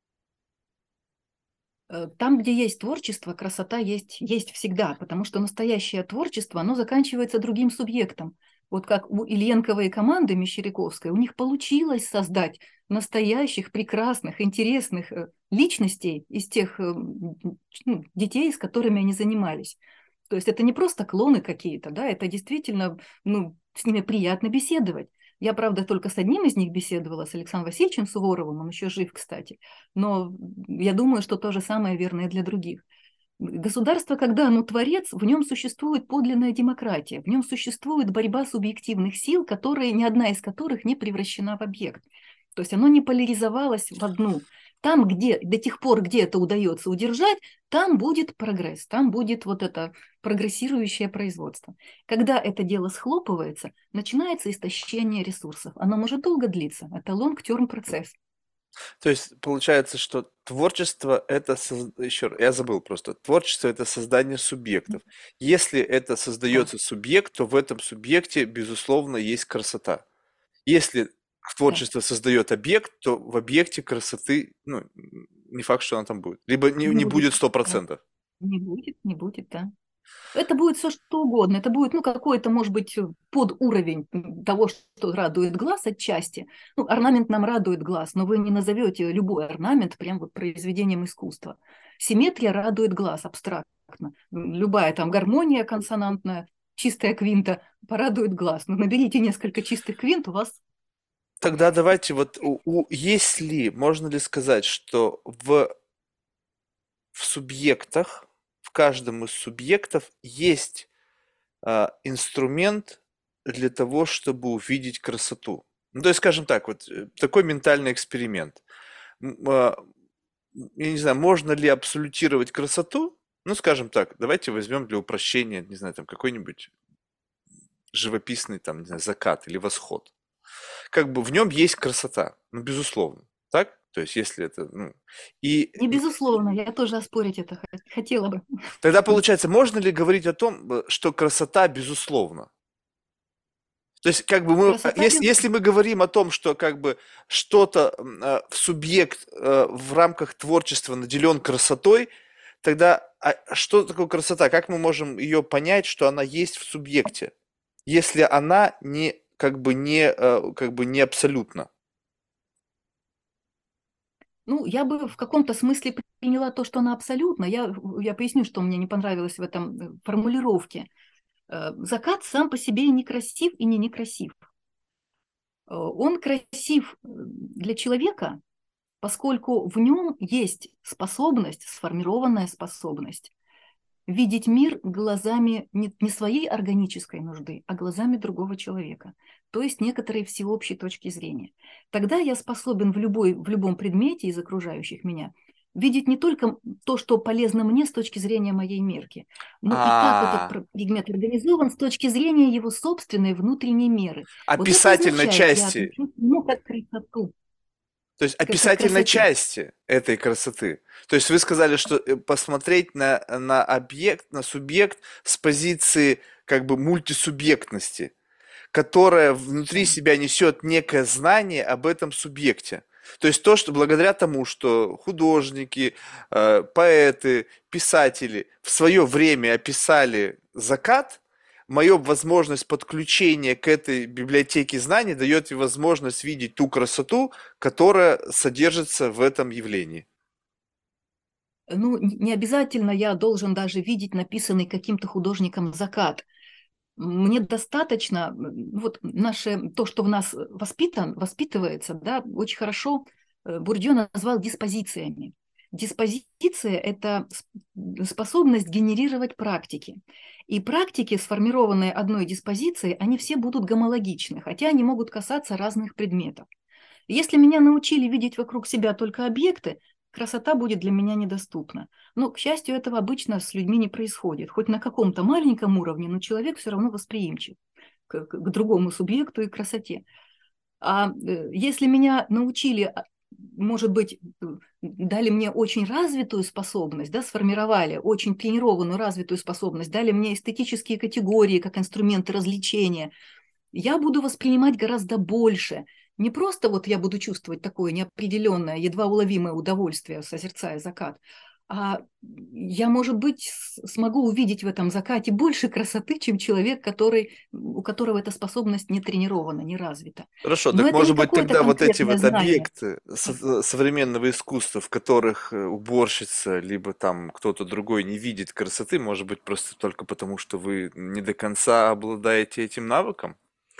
Там, где есть творчество, красота есть всегда, потому что настоящее творчество, оно заканчивается другим субъектом. Вот как у Ильенковой команды Мещеряковской, у них получилось создать настоящих, прекрасных, интересных личностей из тех детей, с которыми они занимались. То есть это не просто клоны какие-то, да, это действительно, ну, с ними приятно беседовать. Я, правда, только с одним из них беседовала, с Александром Васильевичем Суворовым, он еще жив, кстати, но я думаю, что то же самое верно и для других. Государство, когда оно творец, в нем существует подлинная демократия, в нем существует борьба субъективных сил, которые, ни одна из которых не превращена в объект. То есть оно не поляризовалось в одну. Там, где, до тех пор, где это удается удержать, там будет прогресс, там будет вот это прогрессирующее производство. Когда это дело схлопывается, начинается истощение ресурсов. Оно может долго длиться. Это long-term процесс. То есть получается, что творчество это еще раз, я забыл просто, творчество это создание субъектов. Если это Да, создается субъект, то в этом субъекте, безусловно, есть красота. Если да, творчество создает объект, то в объекте красоты, ну, не факт, что она там будет. Либо не не будет. будет сто Да. процентов. Не будет, да. Это будет все что угодно. Это будет, ну, какой-то, может быть, подуровень того, что радует глаз отчасти. Ну, орнамент нам радует глаз, но вы не назовете любой орнамент прям вот произведением искусства. Симметрия радует глаз абстрактно. Любая там гармония консонантная, чистая квинта порадует глаз. Но наберите несколько чистых квинт, у вас Тогда давайте вот, есть ли, можно ли сказать, что в субъектах, в каждом из субъектов есть инструмент для того, чтобы увидеть красоту. Ну, то есть, скажем так, вот такой ментальный эксперимент. М, а, я не знаю, можно ли абсолютировать красоту? Ну, скажем так, давайте возьмем для упрощения, не знаю, там какой-нибудь живописный, там, не знаю, закат или восход. Как бы в нем есть красота, ну, безусловно, так? То есть, если это, ну, и не безусловно, я тоже оспорить это хотела бы. тогда получается, можно ли говорить о том, что красота безусловна? То есть, как бы мы, Красота если мы говорим о том, что как бы что-то в субъект в рамках творчества наделен красотой, тогда что такое красота? Как мы можем ее понять, что она есть в субъекте, если она не как бы не абсолютна? Ну, я бы в каком-то смысле приняла то, что она абсолютно. Я поясню, что мне не понравилось в этом формулировке. Закат сам по себе некрасив и не некрасив. Он красив для человека, поскольку в нем есть способность, сформированная способность видеть мир глазами не своей органической нужды, а глазами другого человека, то есть некоторой всеобщей точки зрения. Тогда я способен в любом предмете из окружающих меня видеть не только то, что полезно мне с точки зрения моей мерки, но и как этот А, предмет организован с точки зрения его собственной внутренней меры. Вот это описательной означает, я части, отношусь к нему как к красоту, то есть как к описательной красоте. части этой красоты. То есть вы сказали, что посмотреть на объект, на субъект с позиции как бы мультисубъектности, которая внутри Да. себя несет некое знание об этом субъекте. То есть то, что благодаря тому, что художники, поэты, писатели в свое время описали закат, моя возможность подключения к этой библиотеке знаний дает мне возможность видеть ту красоту, которая содержится в этом явлении. Ну, не обязательно я должен даже видеть написанный каким-то художником закат. Мне достаточно, вот то, что в нас воспитывается, да, очень хорошо Бурдье назвал диспозициями. Диспозиция – это способность генерировать практики. И практики, сформированные одной диспозицией, они все будут гомологичны, хотя они могут касаться разных предметов. Если меня научили видеть вокруг себя только объекты, красота будет для меня недоступна. Но, к счастью, этого обычно с людьми не происходит. Хоть на каком-то маленьком уровне, но человек все равно восприимчив к другому субъекту и красоте. Если меня научили, может быть, дали мне очень развитую способность, да, сформировали очень тренированную развитую способность, дали мне эстетические категории как инструменты развлечения, я буду воспринимать гораздо больше. Не просто вот я буду чувствовать такое неопределенное, едва уловимое удовольствие, созерцая закат, а я, может быть, смогу увидеть в этом закате больше красоты, чем человек, у которого эта способность не тренирована, не развита. Хорошо, Но так это не может быть какое-то тогда вот эти конкретное вот знание. объекты современного искусства, в которых уборщица, либо там кто-то другой не видит красоты, может быть просто только потому, что вы не до конца обладаете этим навыком?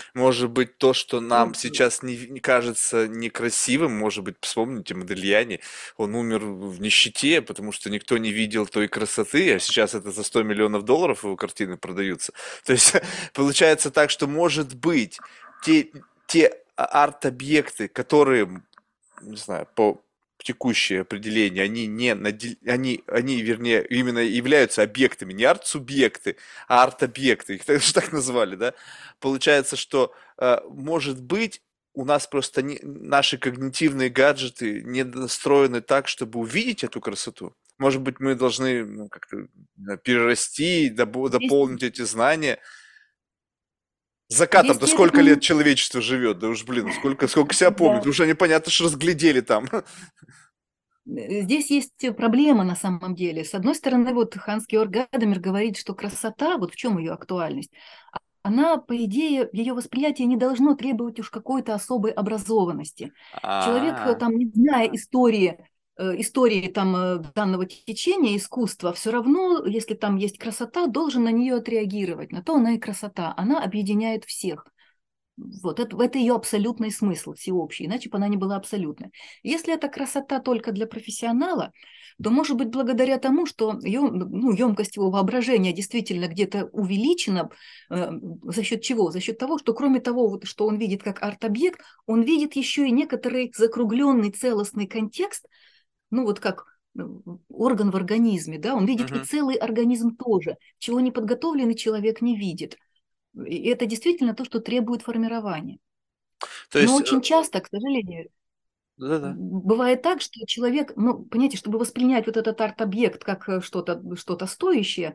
Может быть, то, что нам Вот, сейчас не кажется некрасивым, может быть, вспомните Модельяни, он умер в нищете, потому что никто не видел той красоты, а сейчас это за 100 миллионов долларов его картины продаются. То есть получается так, что, может быть, те, те арт-объекты, которые, не знаю, по текущее определение, они не они, вернее, именно являются объектами, не арт-субъекты, а арт-объекты, их так назвали, да? Получается, что, может быть, у нас просто наши когнитивные гаджеты не настроены так, чтобы увидеть эту красоту. Может быть, мы должны, ну, как-то, не знаю, перерасти, здесь, дополнить эти знания. С закатом-то здесь этот сколько лет момент, человечество живет? Да уж, блин, сколько себя помнит. да, Уже непонятно, что разглядели там. здесь есть проблема на самом деле. С одной стороны, вот Ханс-Георг Гадамер говорит, что красота, вот в чем ее актуальность, она, по идее, ее восприятие не должно требовать уж какой-то особой образованности. Человек, А, там, не зная истории там, данного течения искусства, все равно, если там есть красота, должен на нее отреагировать. На то она и красота. Она объединяет всех. Вот это ее абсолютный смысл, всеобщий, иначе бы она не была абсолютной. Если это красота только для профессионала, то, может быть, благодаря тому, что емкость его воображения действительно где-то увеличена, за счет чего? За счет того, что кроме того, вот, что он видит как арт-объект, он видит еще и некоторый закругленный целостный контекст, ну вот как орган в организме, да, он видит и мгм. целый организм тоже, чего неподготовленный человек не видит. И это действительно то, что требует формирования. То Но есть, очень часто, к сожалению, да-да. бывает так, что человек, ну, понимаете, чтобы воспринять вот этот арт-объект как что-то стоящее,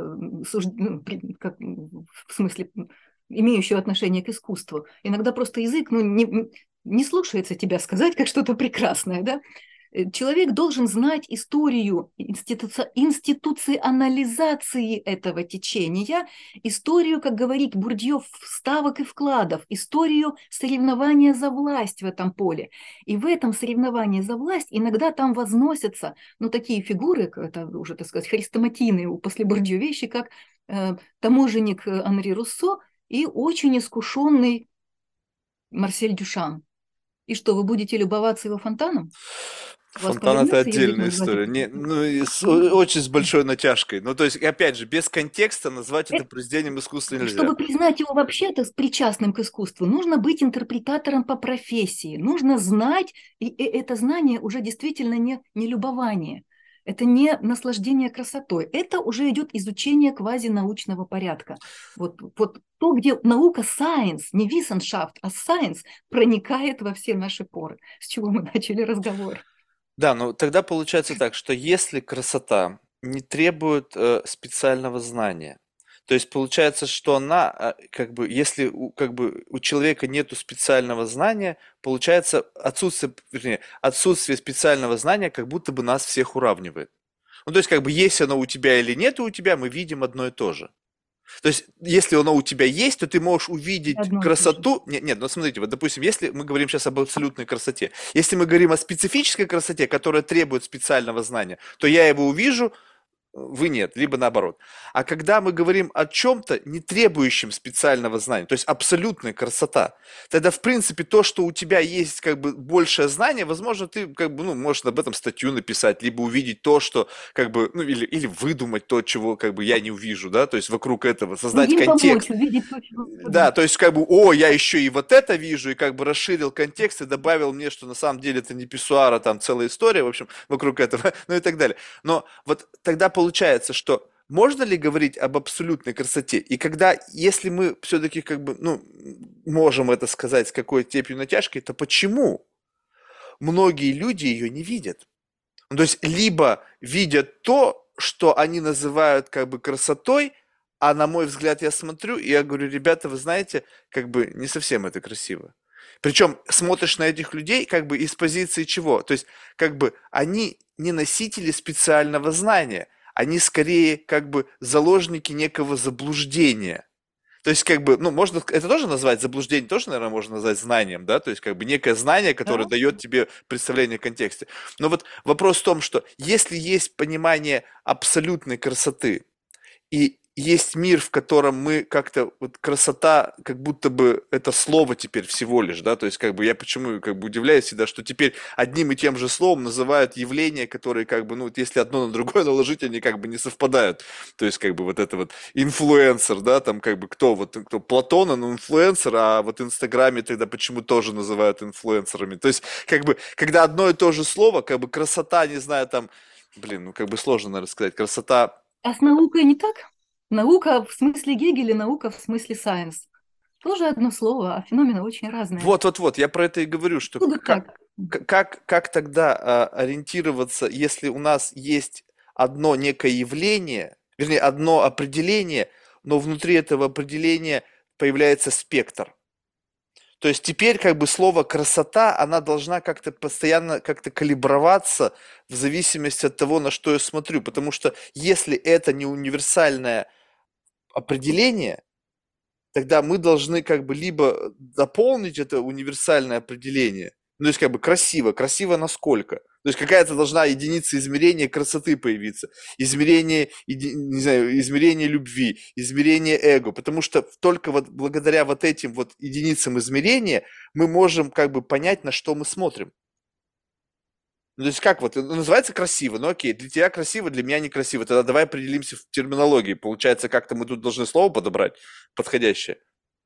в смысле, имеющее отношение к искусству, иногда просто язык, ну, не слушается тебя сказать как что-то прекрасное, да? Человек должен знать историю институционализации этого течения, историю, как говорит Бурдьев, вставок и вкладов, историю соревнования за власть в этом поле. И в этом соревновании за власть иногда там возносятся, ну, такие фигуры, это уже, так сказать, хрестоматийные у после Бурдье вещи, как таможенник Анри Руссо и очень искушенный Марсель Дюшан. И что, вы будете любоваться его фонтаном? Вас Фонтан это повернется язык отдельная назвать история. это Не, ну, ну, очень с большой натяжкой. Ну, то есть, опять же, без контекста назвать это э, произведением искусства нельзя. чтобы признать его вообще-то причастным к искусству, нужно быть интерпретатором по профессии, нужно знать, и это знание уже действительно не любование, это не наслаждение красотой, это уже идет изучение квазинаучного порядка. Вот то, где наука science, не Wissenschaft, а science проникает во все наши поры, с чего мы начали разговор. Да, ну тогда получается так, что если красота не требует специального знания, то есть получается, что она, как бы, если как бы у человека нету специального знания, получается отсутствие, вернее, отсутствие специального знания как будто бы нас всех уравнивает. Ну, то есть, как бы, есть оно у тебя или нет у тебя, мы видим одно и то же. То есть, если оно у тебя есть, то ты можешь увидеть Одно и то же. красоту. Нет, нет, ну смотрите, вот, допустим, если мы говорим сейчас об абсолютной красоте, если мы говорим о специфической красоте, которая требует специального знания, то я его увижу, вы нет, либо наоборот. А когда мы говорим о чем-то, не требующем специального знания, то есть абсолютная красота, тогда, в принципе, то, что у тебя есть как бы большее знание, возможно, ты как бы, ну, можешь об этом статью написать, либо увидеть то, что как бы, ну, или выдумать то, чего как бы я не увижу, да, то есть вокруг этого, создать Другим помочь, контекст. увидеть то, чего Да, да. то есть как бы, о, я еще и вот это вижу, и как бы расширил контекст и добавил мне, что на самом деле это не писсуар, а там целая история, в общем, вокруг этого, ну и так далее. Но вот тогда получается, что можно ли говорить об абсолютной красоте? И когда, если мы все-таки как бы, ну, можем это сказать с какой степенью натяжки, то почему многие люди ее не видят? Ну, то есть, либо видят то, что они называют как бы красотой, а на мой взгляд я смотрю, и я говорю, ребята, вы знаете, как бы не совсем это красиво. Причем смотришь на этих людей как бы из позиции чего? То есть как бы они не носители специального знания, они скорее как бы заложники некого заблуждения. То есть, как бы, ну, можно, это тоже назвать заблуждение, тоже, наверное, можно назвать знанием, да, то есть, как бы, некое знание, Да? которое дает тебе представление о контексте. Но вот вопрос в том, что если есть понимание абсолютной красоты, и есть мир, в котором мы как-то, вот красота, как будто бы это слово теперь всего лишь, да, то есть как бы я почему как бы удивляюсь всегда, что теперь одним и тем же словом называют явления, которые как бы, ну, вот если одно на другое наложить, они как бы не совпадают, то есть как бы вот это вот инфлюенсер, да, там как бы кто Платон, он инфлюенсер, а вот в Инстаграме тогда почему тоже называют инфлюенсерами, то есть как бы, когда одно и то же слово, как бы красота, не знаю, там, блин, ну как бы сложно, наверное, сказать, красота. А с наукой не так? Наука в смысле Гегеля, наука в смысле science. Тоже одно слово, а феномены очень разные. Вот, я про это и говорю, что Буду так. как тогда ориентироваться, если у нас есть одно некое явление, вернее, одно определение, но внутри этого определения появляется спектр. То есть теперь как бы слово красота, она должна как-то постоянно как-то калиброваться в зависимости от того, на что я смотрю. Потому что если это не универсальное определение, тогда мы должны как бы либо дополнить это универсальное определение, ну, то есть как бы красиво, красиво насколько? То есть какая-то должна единица измерения красоты появиться, измерение, не знаю, измерение любви, измерение эго, потому что только вот благодаря вот этим вот единицам измерения мы можем как бы понять, на что мы смотрим. Ну, то есть как вот, называется красиво, ну окей, для тебя красиво, для меня некрасиво, тогда давай определимся в терминологии, получается, как-то мы тут должны слово подобрать подходящее.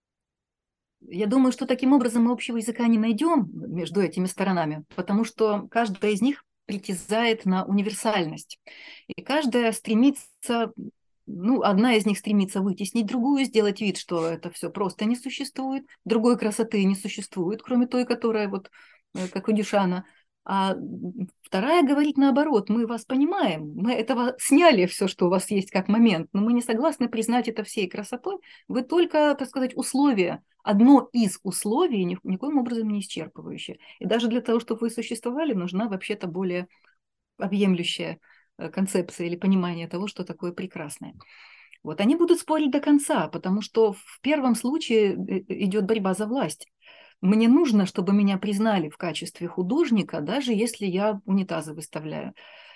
Я думаю, что таким образом мы общего языка не найдем между этими сторонами, потому что каждая из них притязает на универсальность. И каждая стремится, ну, одна из них стремится вытеснить другую, сделать вид, что это все просто не существует, другой красоты не существует, кроме той, которая вот как у Дюшана. А вторая говорит наоборот, мы вас понимаем, мы этого сняли все, что у вас есть как момент, но мы не согласны признать это всей красотой, вы только, так сказать, условия, одно из условий, никоим образом не исчерпывающее. И даже для того, чтобы вы существовали, нужна вообще-то более объемлющая концепция или понимание того, что такое прекрасное. Вот они будут спорить до конца, потому что в первом случае идет борьба за власть. Мне нужно, чтобы меня признали в качестве художника, даже если я унитазы выставляю.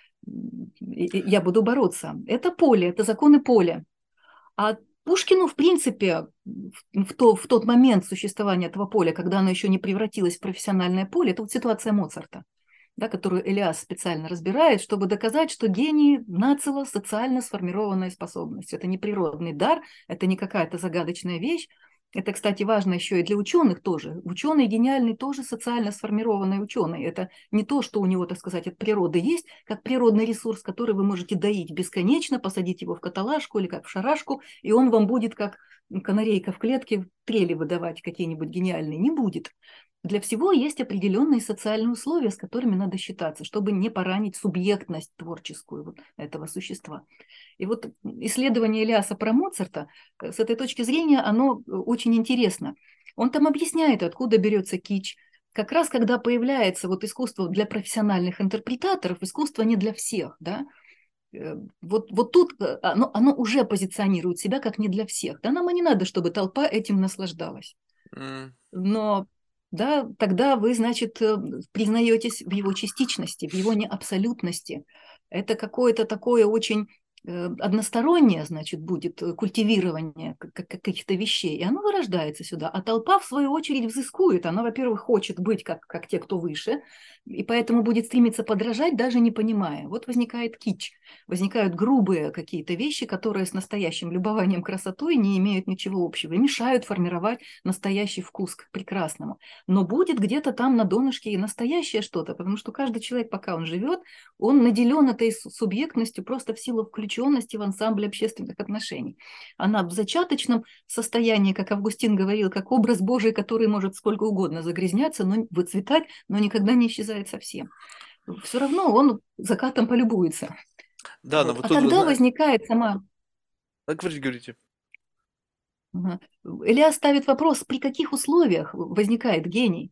Я буду бороться. Это поле, это законы поля. А Пушкину, в принципе, в тот момент существования этого поля, когда оно еще не превратилось в профессиональное поле, это вот ситуация Моцарта, да, которую Элиас специально разбирает, чтобы доказать, что гений нацело социально сформированная способность. Это не природный дар, это не какая-то загадочная вещь. Это, кстати, важно еще и для ученых тоже. Ученый гениальный тоже социально сформированный ученый. Это не то, что у него, так сказать, от природы есть, как природный ресурс, который вы можете доить бесконечно, посадить его в каталажку или как в шарашку, и он вам будет как канарейка в клетке трели выдавать какие-нибудь гениальные. Не будет. Для всего есть определенные социальные условия, с которыми надо считаться, чтобы не поранить субъектность творческую вот этого существа. И вот исследование Элиаса про Моцарта, с этой точки зрения, оно очень интересно. Он там объясняет, откуда берется кич. Как раз когда появляется вот искусство для профессиональных интерпретаторов, искусство не для всех, да, вот тут оно уже позиционирует себя как не для всех. Да, нам и не надо, чтобы толпа этим наслаждалась. Но да, тогда вы, значит, признаетесь в его частичности, в его неабсолютности. Это какое-то такое очень одностороннее, значит, будет культивирование каких-то вещей, и оно вырождается сюда. А толпа, в свою очередь, взыскует. Она, во-первых, хочет быть как те, кто выше, и поэтому будет стремиться подражать, даже не понимая. Вот возникает кич, возникают грубые какие-то вещи, которые с настоящим любованием красотой не имеют ничего общего и мешают формировать настоящий вкус к прекрасному. Но будет где-то там на донышке и настоящее что-то, потому что каждый человек, пока он живет, он наделен этой субъектностью просто в силу включенности в ансамбль общественных отношений. Она в зачаточном состоянии, как Августин говорил, как образ Божий, который может сколько угодно загрязняться, но выцветать, но никогда не исчезает совсем. Все равно он закатом полюбуется. Да, но Вот. вот А тут вы тогда знаете. возникает сама... Говорите, говорите. Ага. Илья ставит вопрос, при каких условиях возникает гений?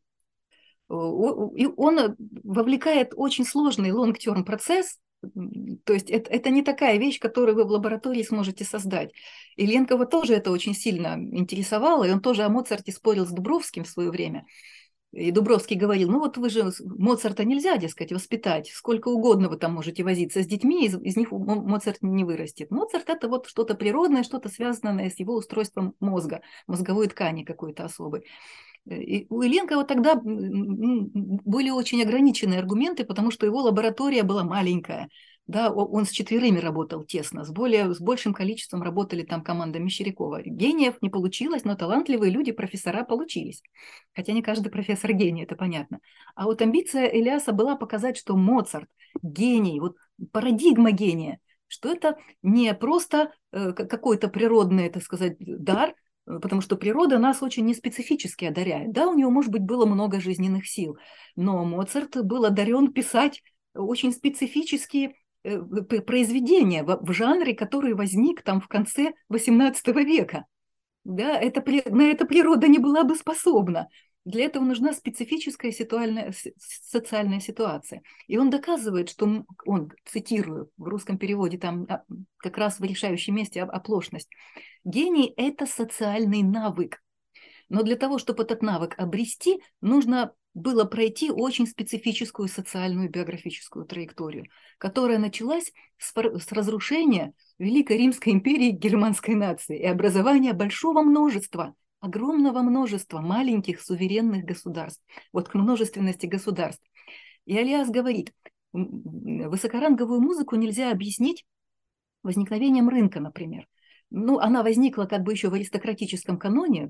И он вовлекает очень сложный long-term процесс, то есть это не такая вещь, которую вы в лаборатории сможете создать. Ильенкова тоже это очень сильно интересовало, и он тоже о Моцарте спорил с Дубровским в свое время. И Дубровский говорил, ну вот вы же, Моцарта нельзя, дескать, воспитать, сколько угодно вы там можете возиться с детьми, из них Моцарт не вырастет. Моцарт это вот что-то природное, что-то связанное с его устройством мозга, мозговой ткани какой-то особой. И у Иленко вот тогда были очень ограниченные аргументы, потому что его лаборатория была маленькая. Да, он с 4 работал тесно, с большим количеством работали там команда Мещерякова. Гениев не получилось, но талантливые люди, профессора получились. Хотя не каждый профессор гений, это понятно. А вот амбиция Элиаса была показать, что Моцарт гений, вот парадигма гения, что это не просто какой-то природный, так сказать, дар, потому что природа нас очень неспецифически одаряет. Да, у него, может быть, было много жизненных сил, но Моцарт был одарен писать очень специфические произведения в жанре, который возник там в конце XVIII века. Да, на это природа не была бы способна. Для этого нужна специфическая социальная ситуация. И он доказывает, что он, цитирую в русском переводе, там как раз в решающем месте оплошность. Гений – это социальный навык. Но для того, чтобы этот навык обрести, нужно было пройти очень специфическую социальную биографическую траекторию, которая началась с разрушения Великой Римской империи германской нации и образования большого множества, огромного множества маленьких суверенных государств. Вот к множественности государств. И Элиас говорит, высокоранговую музыку нельзя объяснить возникновением рынка, например. Ну, она возникла как бы еще в аристократическом каноне,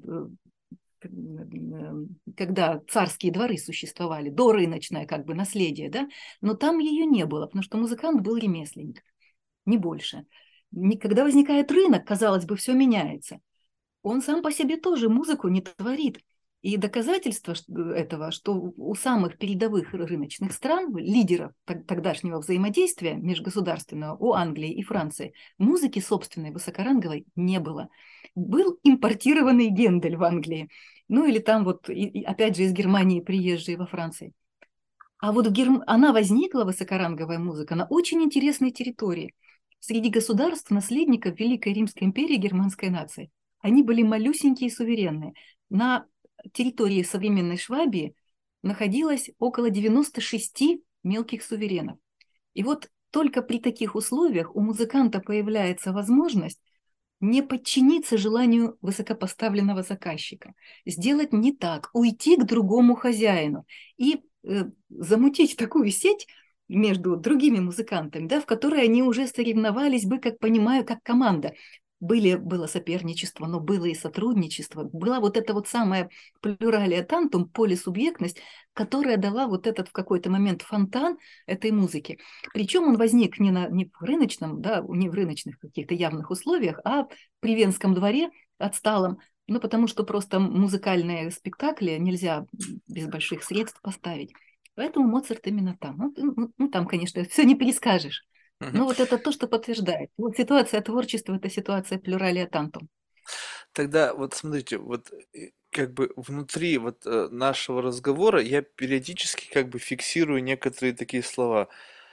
когда царские дворы существовали, дорыночное как бы наследие, да, но там ее не было, потому что музыкант был ремесленник, не больше. Когда возникает рынок, казалось бы, все меняется. Он сам по себе тоже музыку не творит. И доказательство этого, что у самых передовых рыночных стран, лидеров тогдашнего взаимодействия межгосударственного, у Англии и Франции, музыки собственной высокоранговой не было. Был импортированный Гендель в Англии. Ну или там вот, опять же, из Германии приезжие во Франции. А вот она возникла, высокоранговая музыка, на очень интересной территории. Среди государств, наследников Великой Римской империи германской нации. Они были малюсенькие и суверенные. На территории современной Швабии находилось около 96 мелких суверенов. И вот только при таких условиях у музыканта появляется возможность не подчиниться желанию высокопоставленного заказчика, сделать не так, уйти к другому хозяину и замутить такую сеть между другими музыкантами, да, в которой они уже соревновались бы, как понимаю, как команда. Было соперничество, но было и сотрудничество. Была вот эта вот самая плюралия тантум, полисубъектность, которая дала вот этот в какой-то момент фонтан этой музыки. Причем он возник не в рыночном, да, не в рыночных каких-то явных условиях, а при Венском дворе отсталом, ну, потому что просто музыкальные спектакли нельзя без больших средств поставить. Поэтому Моцарт именно там. Ну, там, конечно, все не перескажешь. Мгм. Но вот это то, что подтверждает. Вот ситуация творчества – это ситуация плюралия тантум. Тогда вот смотрите, вот как бы внутри вот нашего разговора я периодически как бы фиксирую некоторые такие слова.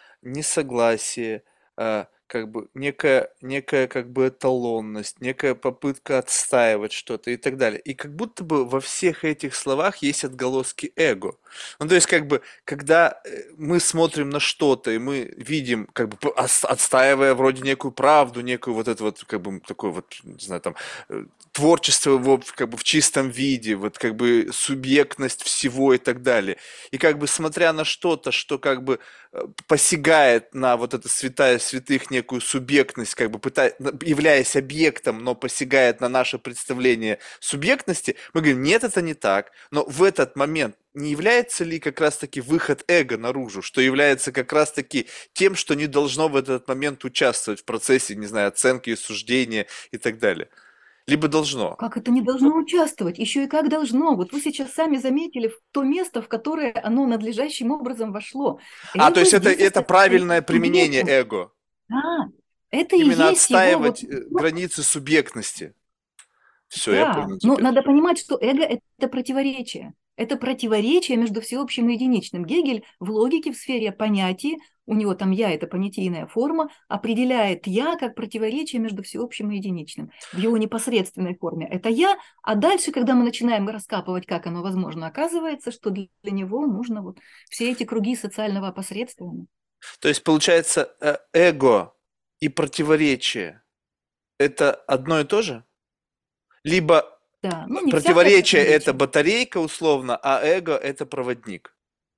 Несогласие, как бы некая как бы эталонность, некая попытка отстаивать что-то и так далее. И как будто бы во всех этих словах есть отголоски эго. Ну, то есть, как бы, когда мы смотрим на что-то, и мы видим, как бы, отстаивая вроде некую правду, некую вот это вот, как бы, такое вот, не знаю, там, творчество его, как бы, в чистом виде, вот, как бы, субъектность всего и так далее. И, как бы, смотря на что-то, что, как бы, посягает на вот это святая святых некую субъектность, как бы являясь объектом, но посягает на наше представление субъектности, мы говорим, нет, это не так. Но в этот момент не является ли как раз-таки выход эго наружу, что является как раз-таки тем, что не должно в этот момент участвовать в процессе, не знаю, оценки, суждения и так далее? Либо должно. Как это не должно участвовать? Еще и как должно. Вот вы сейчас сами заметили то место, в которое оно надлежащим образом вошло. То Эго есть здесь это остается правильное применение субъектом. эго. Да, это и Именно есть его вот... отстаивать границы субъектности. Все, я Да, понял но теперь. надо понимать, что эго – это противоречие. Это противоречие между всеобщим и единичным. Гегель в логике, в сфере понятий, у него там «я» — это понятийная форма, определяет «я» как противоречие между всеобщим и единичным. В его непосредственной форме это «я», а дальше, когда мы начинаем раскапывать, как оно возможно, оказывается, что для него нужно вот все эти круги социального опосредствования. То есть, получается, эго и противоречие – это одно и то же? Либо Да, ну не всякое противоречие – это противоречие. батарейка условно, а эго – это проводник.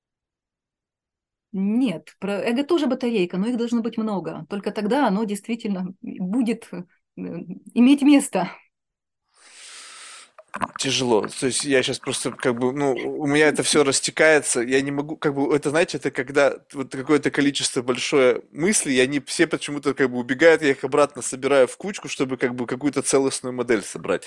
Нет, эго тоже батарейка, но их должно быть много. Только тогда оно действительно будет иметь место. Тяжело. То есть я сейчас просто как бы, ну, у меня это все растекается, я не могу, как бы, это, знаете, это когда вот какое-то количество большое мыслей, и они все почему-то как бы убегают, я их обратно собираю в кучку, чтобы как бы какую-то целостную модель собрать.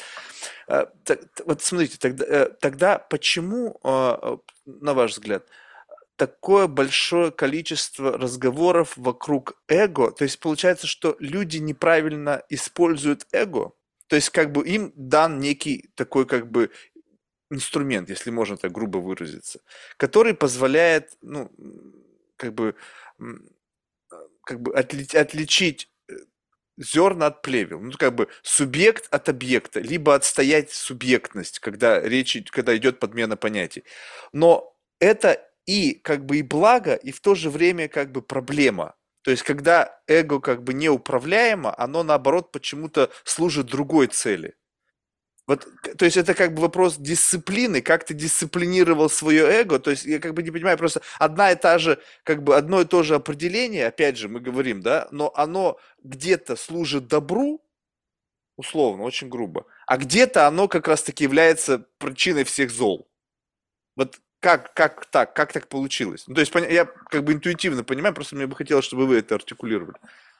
Вот смотрите, тогда почему, на ваш взгляд, такое большое количество разговоров вокруг эго? То есть получается, что люди неправильно используют эго? То есть как бы им дан некий такой как бы инструмент, если можно так грубо выразиться, который позволяет, ну, как бы, м, как бы отличить зерна от плевел. Ну, как бы субъект от объекта, либо отстоять субъектность, когда идет подмена понятий. Но это и как бы и благо, и в то же время как бы проблема. То есть, когда эго как бы неуправляемо, оно наоборот почему-то служит другой цели. Вот, то есть это как бы вопрос дисциплины, как ты дисциплинировал свое эго, то есть я как бы не понимаю, просто одна и та же, как бы одно и то же определение, опять же мы говорим, да, но оно где-то служит добру, условно, очень грубо, а где-то оно как раз-таки является причиной всех зол. Вот как так получилось? Ну, то есть я как бы интуитивно понимаю, просто мне бы хотелось, чтобы вы это артикулировали.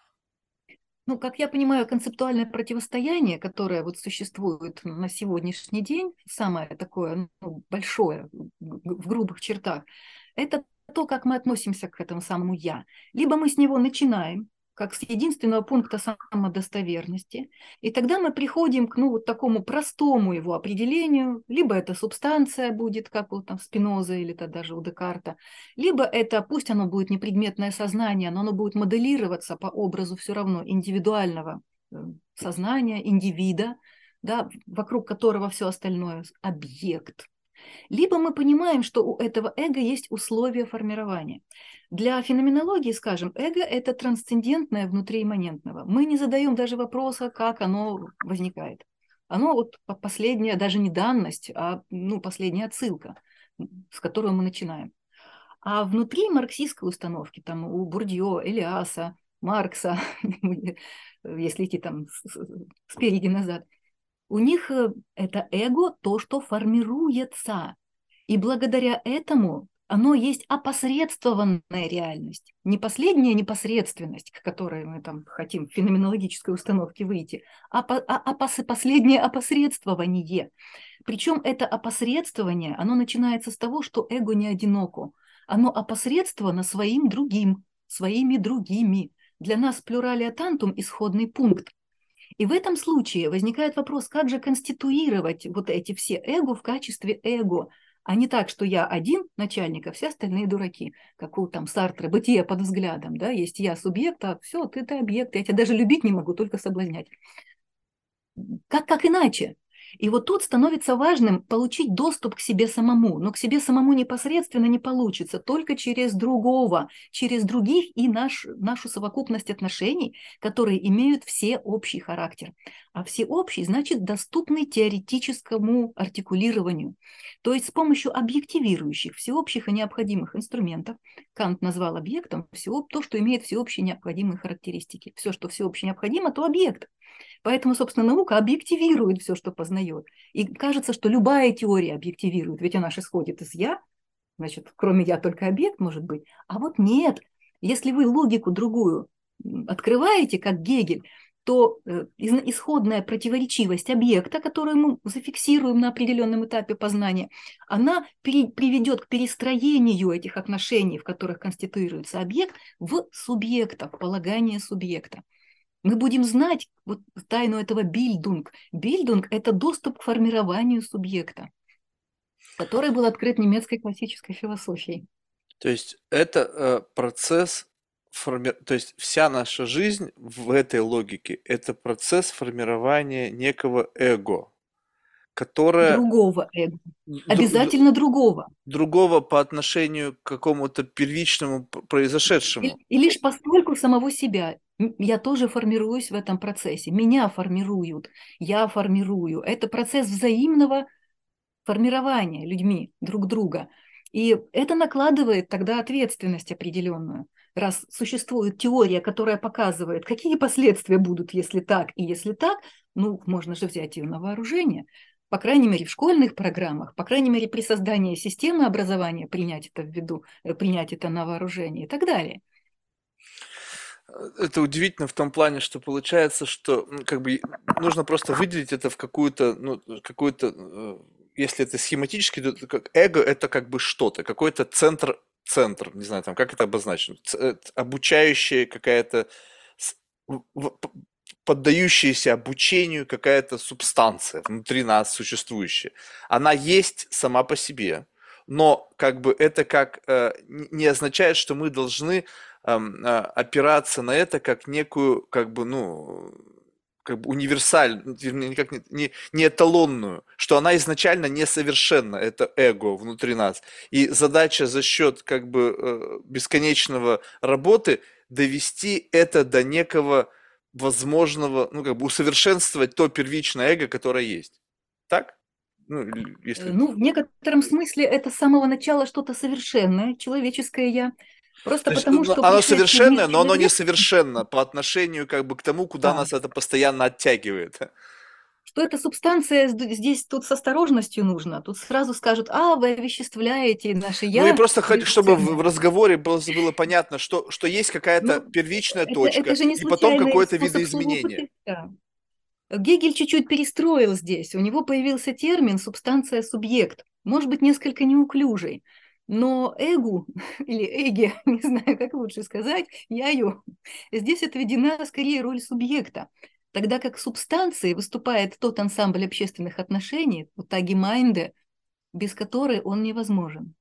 Ну, как я понимаю, концептуальное противостояние, которое вот существует на сегодняшний день, самое такое ну, большое в грубых чертах, это то, как мы относимся к этому самому «я». Либо мы с него начинаем, как с единственного пункта самодостоверности, и тогда мы приходим к ну, вот такому простому его определению, либо это субстанция будет, как вот там Спиноза или -то даже у Декарта, либо это, пусть оно будет непредметное сознание, но оно будет моделироваться по образу все равно индивидуального сознания, индивида, да, вокруг которого все остальное объект. Либо мы понимаем, что у этого эго есть условия формирования. Для феноменологии, скажем, эго – это трансцендентное внутри имманентного. Мы не задаем даже вопроса, как оно возникает. Оно вот последняя, даже не данность, а ну, последняя отсылка, с которой мы начинаем. А внутри марксистской установки, там у Бурдье, Элиаса, Маркса, если идти там спереди назад, у них это эго то, что формируется. И благодаря этому оно есть опосредствованная реальность. Не последняя непосредственность, к которой мы там хотим в феноменологической установке выйти, последнее опосредствование. Причем это опосредствование, оно начинается с того, что эго не одиноко. Оно опосредствовано своим другим, своими другими. Для нас плюралия тантум – исходный пункт. И в этом случае возникает вопрос, как же конституировать вот эти все эго в качестве эго, а не так, что я один начальник, а все остальные дураки, как у там Сартра, бытие под взглядом, да, есть я субъект, а все, ты объект, я тебя даже любить не могу, только соблазнять. Как иначе? И вот тут становится важным получить доступ к себе самому, но к себе самому непосредственно не получится, только через другого, через других и нашу совокупность отношений, которые имеют всеобщий характер. А всеобщий значит доступный теоретическому артикулированию, то есть с помощью объективирующих, всеобщих и необходимых инструментов. Кант назвал объектом то, что имеет всеобщие необходимые характеристики. Все, что всеобщее необходимо, то объект. Поэтому, собственно, наука объективирует все, что познает. И кажется, что любая теория объективирует, ведь она же исходит из «я», значит, кроме «я» только объект может быть. А вот нет. Если вы логику другую открываете, как Гегель, то исходная противоречивость объекта, которую мы зафиксируем на определенном этапе познания, она приведет к перестроению этих отношений, в которых конституируется объект, в субъекта, в полагание субъекта. Мы будем знать вот тайну этого бильдунг. Бильдунг – это доступ к формированию субъекта. который был открыт немецкой классической философией. То есть это процесс, то есть вся наша жизнь в этой логике– это процесс формирования некого эго, которое Другого эго. дру- д- Обязательно другого. другого по отношению к какому-то первичному произошедшему. И лишь постольку самого себя. Я тоже формируюсь в этом процессе. Меня формируют, я формирую. Это процесс взаимного формирования людьми друг друга. И это накладывает тогда ответственность определенную. Раз существует теория, которая показывает, какие последствия будут, если так и если так, ну, можно же взять ее на вооружение. По крайней мере, в школьных программах, по крайней мере, при создании системы образования принять это в виду, принять это на вооружение и так далее. Это удивительно в том плане, что получается, что как бы нужно просто выделить это в какую-то, ну, какую-то, если это схематически, то это как эго это как бы что-то, какой-то центр, не знаю, там, как это обозначено, обучающая какая-то, с- поддающаяся обучению какая-то субстанция внутри нас существующая. Она есть сама по себе, но как бы это как не означает, что мы должны опираться на это как некую, как бы, ну, как бы универсальную, никак не эталонную, что она изначально несовершенна, это эго внутри нас. И задача за счет как бы бесконечного работы довести это до некого возможного, ну, как бы усовершенствовать то первичное эго, которое есть. Так? Ну, если... Ну, в некотором смысле это с самого начала что-то совершенное, человеческое я. Просто То есть потому, что оно пришедший в мир совершенное, но оно человек, несовершенно по отношению как бы к тому, куда да, нас это постоянно оттягивает. что эта субстанция здесь тут с осторожностью нужно. Тут сразу скажут, а, вы овеществляете наше Ну и я просто чтобы в бесценное. разговоре было понятно, что есть какая-то Ну, первичная это точка же не и потом случайный какое-то способ видоизменение. словоупотребления. Гегель чуть-чуть перестроил здесь. У него появился термин «субстанция-субъект». Может быть, несколько неуклюжий. Но эгу, или эге, не знаю, как лучше сказать, яю, здесь отведена скорее роль субъекта. Тогда как субстанцией выступает тот ансамбль общественных отношений, вот та гемайнде, без которой он невозможен.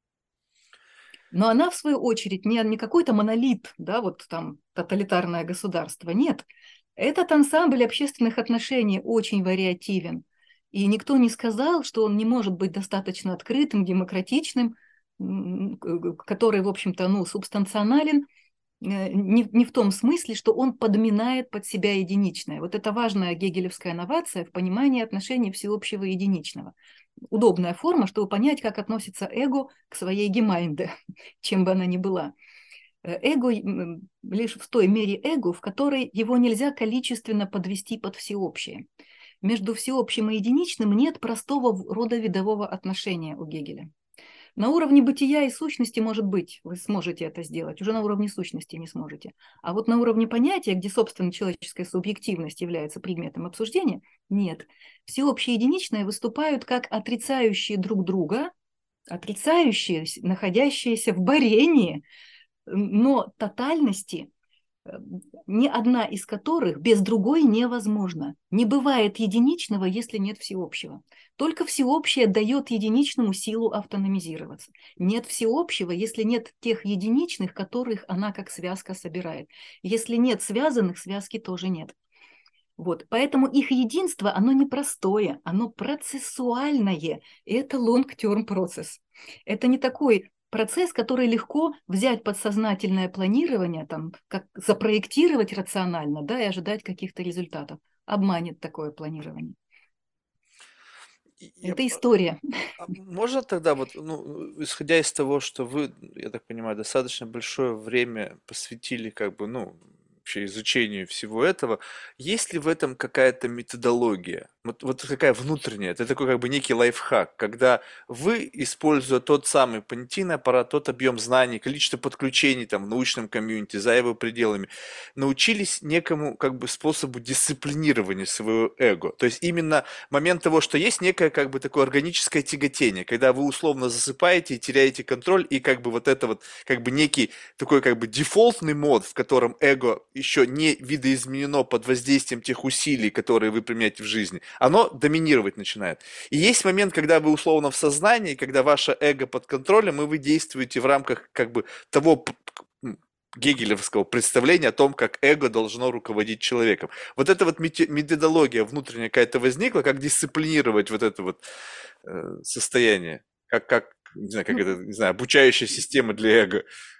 Но она, в свою очередь, не какой-то монолит, да, вот там тоталитарное государство, нет. Этот ансамбль общественных отношений очень вариативен. И никто не сказал, что он не может быть достаточно открытым, демократичным, который, в общем-то, ну, субстанционален, не в том смысле, что он подминает под себя единичное. Вот это важная гегелевская новация в понимании отношений всеобщего и единичного. Удобная форма, чтобы понять, как относится эго к своей гемайнде, чем бы она ни была. Эго лишь в той мере эго, в которой его нельзя количественно подвести под всеобщее. Между всеобщим и единичным нет простого рода видового отношения у Гегеля. На уровне бытия и сущности, может быть, вы сможете это сделать, уже на уровне сущности не сможете. А вот на уровне понятия, где, собственно, человеческая субъективность является предметом обсуждения, нет. Всеобщие и единичные выступают как отрицающие друг друга, отрицающие, находящиеся в борении, но тотальности, ни одна из которых без другой невозможна. Не бывает единичного, если нет всеобщего. Только всеобщее дает единичному силу автономизироваться. Нет всеобщего, если нет тех единичных, которых она как связка собирает. Если нет связанных, связки тоже нет. Вот. Поэтому их единство, оно непростое, оно процессуальное, и это long-term процесс. Это не такой процесс, который легко взять подсознательное планирование, там, как запроектировать рационально, да, и ожидать каких-то результатов. Обманет такое планирование. Я Это история. можно тогда вот, ну, исходя из того, что вы, я так понимаю, достаточно большое время посвятили как бы, ну, вообще изучению всего этого, есть ли в этом какая-то методология? Вот какая внутренняя? Это такой как бы некий лайфхак, когда вы, используя тот самый понятийный аппарат, тот объем знаний, количество подключений там в научном комьюнити, за его пределами, научились некому как бы способу дисциплинирования своего эго. То есть именно момент того, что есть некое как бы такое органическое тяготение, когда вы условно засыпаете и теряете контроль, и как бы вот это вот как бы некий такой как бы дефолтный мод, в котором эго еще не видоизменено под воздействием тех усилий, которые вы применяете в жизни, оно доминировать начинает. И есть момент, когда вы условно в сознании, когда ваше эго под контролем, и вы действуете в рамках как бы того гегелевского представления о том, как эго должно руководить человеком. Вот эта вот методология внутренняя какая-то возникла, как дисциплинировать вот это вот состояние, не знаю, как Ну, это, не знаю, обучающая система для эго.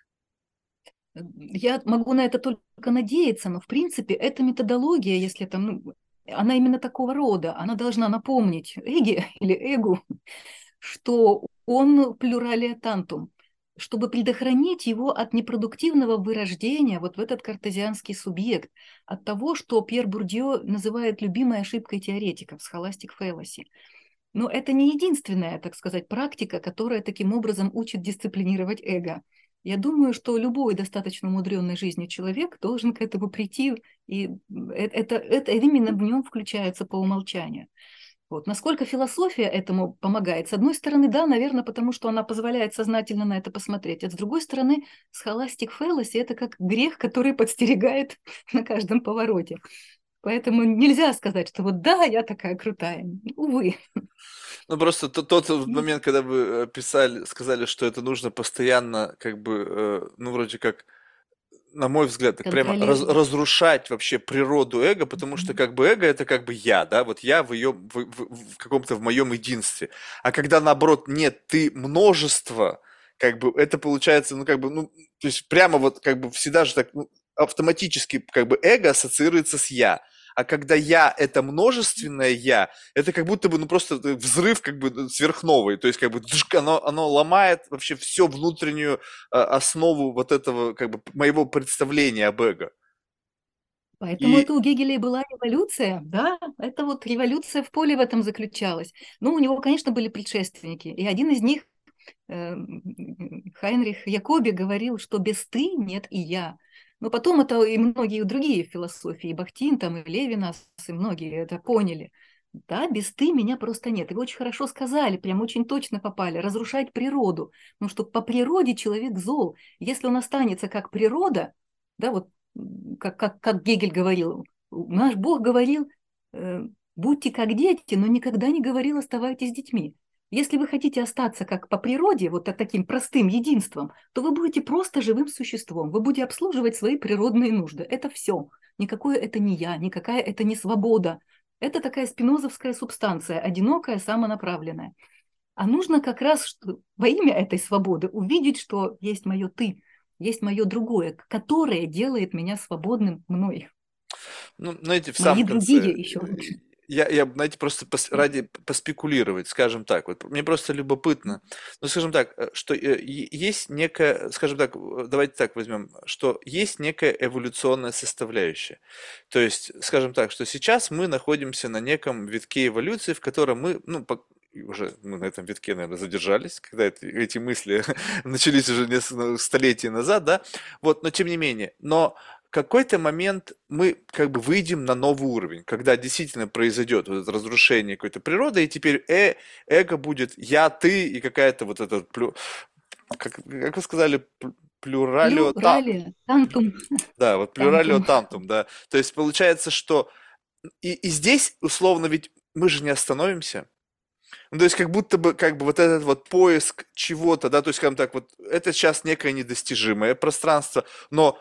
я могу на это только надеяться, но в принципе эта методология, если там, ну, она именно такого рода, она должна напомнить эге или эгу, что он плюралия тантум, чтобы предохранить его от непродуктивного вырождения вот в этот картезианский субъект, от того, что Пьер Бурдье называет любимой ошибкой теоретиков, схоластик фэллоси. Но это не единственная, так сказать, практика, которая таким образом учит дисциплинировать эго. Я думаю, что любой достаточно умудренный жизнью человек должен к этому прийти, и это именно в нем включается по умолчанию. Вот. Насколько философия этому помогает? С одной стороны, да, наверное, потому что она позволяет сознательно на это посмотреть. А с другой стороны, схоластик фэллоси – это как грех, который подстерегает на каждом повороте. Поэтому нельзя сказать, что вот да, я такая крутая. Увы. Ну, просто тот вот момент, когда вы писали, сказали, что это нужно постоянно, как бы, ну, вроде как, на мой взгляд, так прямо Контролировать. разрушать вообще природу эго, потому что как бы эго это как бы я, да, вот я в ее в каком-то в моем единстве. А когда наоборот нет, ты множество, как бы это получается, ну как бы, ну, то есть прямо вот как бы всегда же так ну, автоматически как бы эго ассоциируется с я. А когда я это множественное я, это как будто бы ну просто взрыв как бы сверхновый, то есть как бы оно ломает вообще все внутреннюю основу вот этого, как бы, моего представления об эго. Поэтому И это у Гегеля и была революция, да, это вот революция в поле в этом заключалась. Ну, у него, конечно, были предшественники, и один из них, Хайнрих Якоби, говорил, что без «ты» нет и «я». Но потом это и многие другие философии, и Бахтин, там, и Левинас, и многие это поняли. Да, без «ты» меня просто нет. И вы очень хорошо сказали, прям очень точно попали, разрушать природу. Ну, что по природе человек зол. Если он останется как природа, да, вот как Гегель говорил, наш Бог говорил, будьте как дети, но никогда не говорил, оставайтесь детьми. Если вы хотите остаться как по природе, вот таким простым единством, то вы будете просто живым существом, вы будете обслуживать свои природные нужды. Это все. Никакое это не я, никакая это не свобода. Это такая спинозовская субстанция, одинокая, самонаправленная. А нужно как раз что, во имя этой свободы увидеть, что есть мое «ты», есть мое другое, которое делает меня свободным мной. ну, знаете, в Мои самом другие конце, еще лучше. я, знаете, просто ради поспекулировать, скажем так, вот мне просто любопытно, ну, скажем так, что есть некая, скажем так, давайте так возьмем, что есть некая эволюционная составляющая. То есть, скажем так, что сейчас мы находимся на неком витке эволюции, в котором мы, ну, и уже мы на этом витке, наверное, задержались, когда эти мысли начались уже несколько столетий назад, да, вот, но тем не менее, но какой-то момент мы как бы выйдем на новый уровень, когда действительно произойдет вот это разрушение какой-то природы, и теперь эго будет я, ты и какая-то вот эта, как вы сказали, плюралио Плюралия, тантум, да, вот плюралио тантум. тантум, да. То есть получается, что и здесь условно ведь мы же не остановимся. Ну, то есть как будто бы как бы вот этот вот поиск чего-то, да, то есть, скажем так, вот это сейчас некое недостижимое пространство, но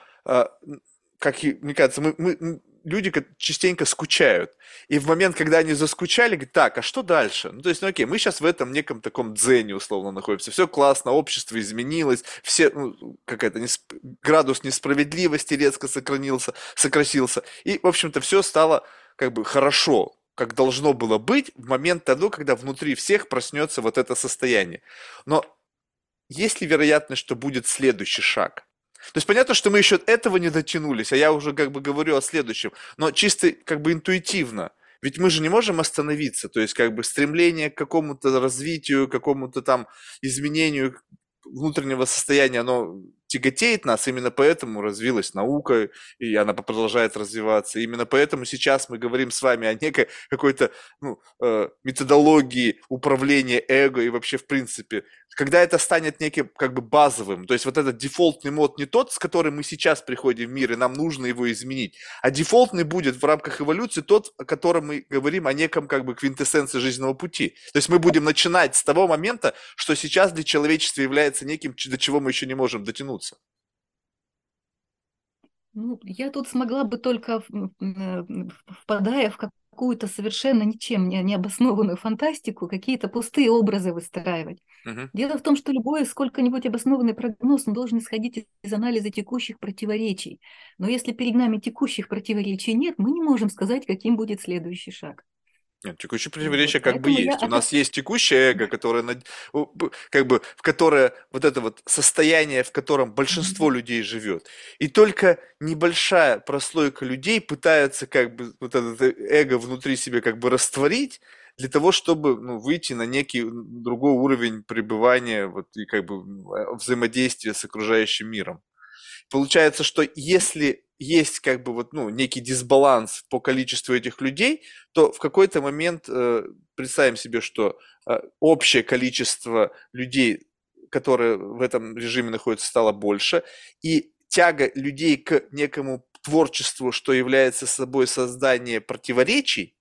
как и, мне кажется, люди частенько скучают. И в момент, когда они заскучали, говорят, так, а что дальше? Ну, то есть, ну окей, мы сейчас в этом неком таком дзене условно находимся. Все классно, общество изменилось, все, ну, какая-то градус несправедливости резко сократился. И, в общем-то, все стало как бы хорошо, как должно было быть в момент того, когда внутри всех проснется вот это состояние. Но есть ли вероятность, что будет следующий шаг? То есть понятно, что мы еще от этого не дотянулись, а я уже как бы говорю о следующем, но чисто как бы интуитивно. Ведь мы же не можем остановиться, то есть как бы стремление к какому-то развитию, к какому-то там изменению внутреннего состояния, оно тяготеет нас, именно поэтому развилась наука, и она продолжает развиваться. Именно поэтому сейчас мы говорим с вами о некой какой-то ну, методологии управления эго и вообще в принципе Когда это станет неким как бы базовым, то есть вот этот дефолтный мод не тот, с которым мы сейчас приходим в мир, и нам нужно его изменить, а дефолтный будет в рамках эволюции тот, о котором мы говорим, о неком как бы квинтэссенции жизненного пути. То есть мы будем начинать с того момента, что сейчас для человечества является неким, до чего мы еще не можем дотянуться. Ну, я тут смогла бы только, впадая в какую-то совершенно ничем не обоснованную фантастику, какие-то пустые образы выстраивать. Мгм. Дело в том, что любой сколько-нибудь обоснованный прогноз, он должен исходить из анализа текущих противоречий. Но если перед нами текущих противоречий нет, мы не можем сказать, каким будет следующий шаг. Нет, текущее Вот. противоречие как бы Поэтому я есть. У нас есть текущее эго, которое, как бы, в которое вот это вот состояние, в котором большинство людей живет. И только небольшая прослойка людей пытается как бы вот это эго внутри себя как бы растворить для того, чтобы ну, выйти на некий другой уровень пребывания вот, и как бы взаимодействия с окружающим миром. Получается, что если есть как бы вот, ну, некий дисбаланс по количеству этих людей, то в какой-то момент представим себе, что общее количество людей, которые в этом режиме находятся, стало больше, и тяга людей к некому творчеству, что является собой создание противоречий,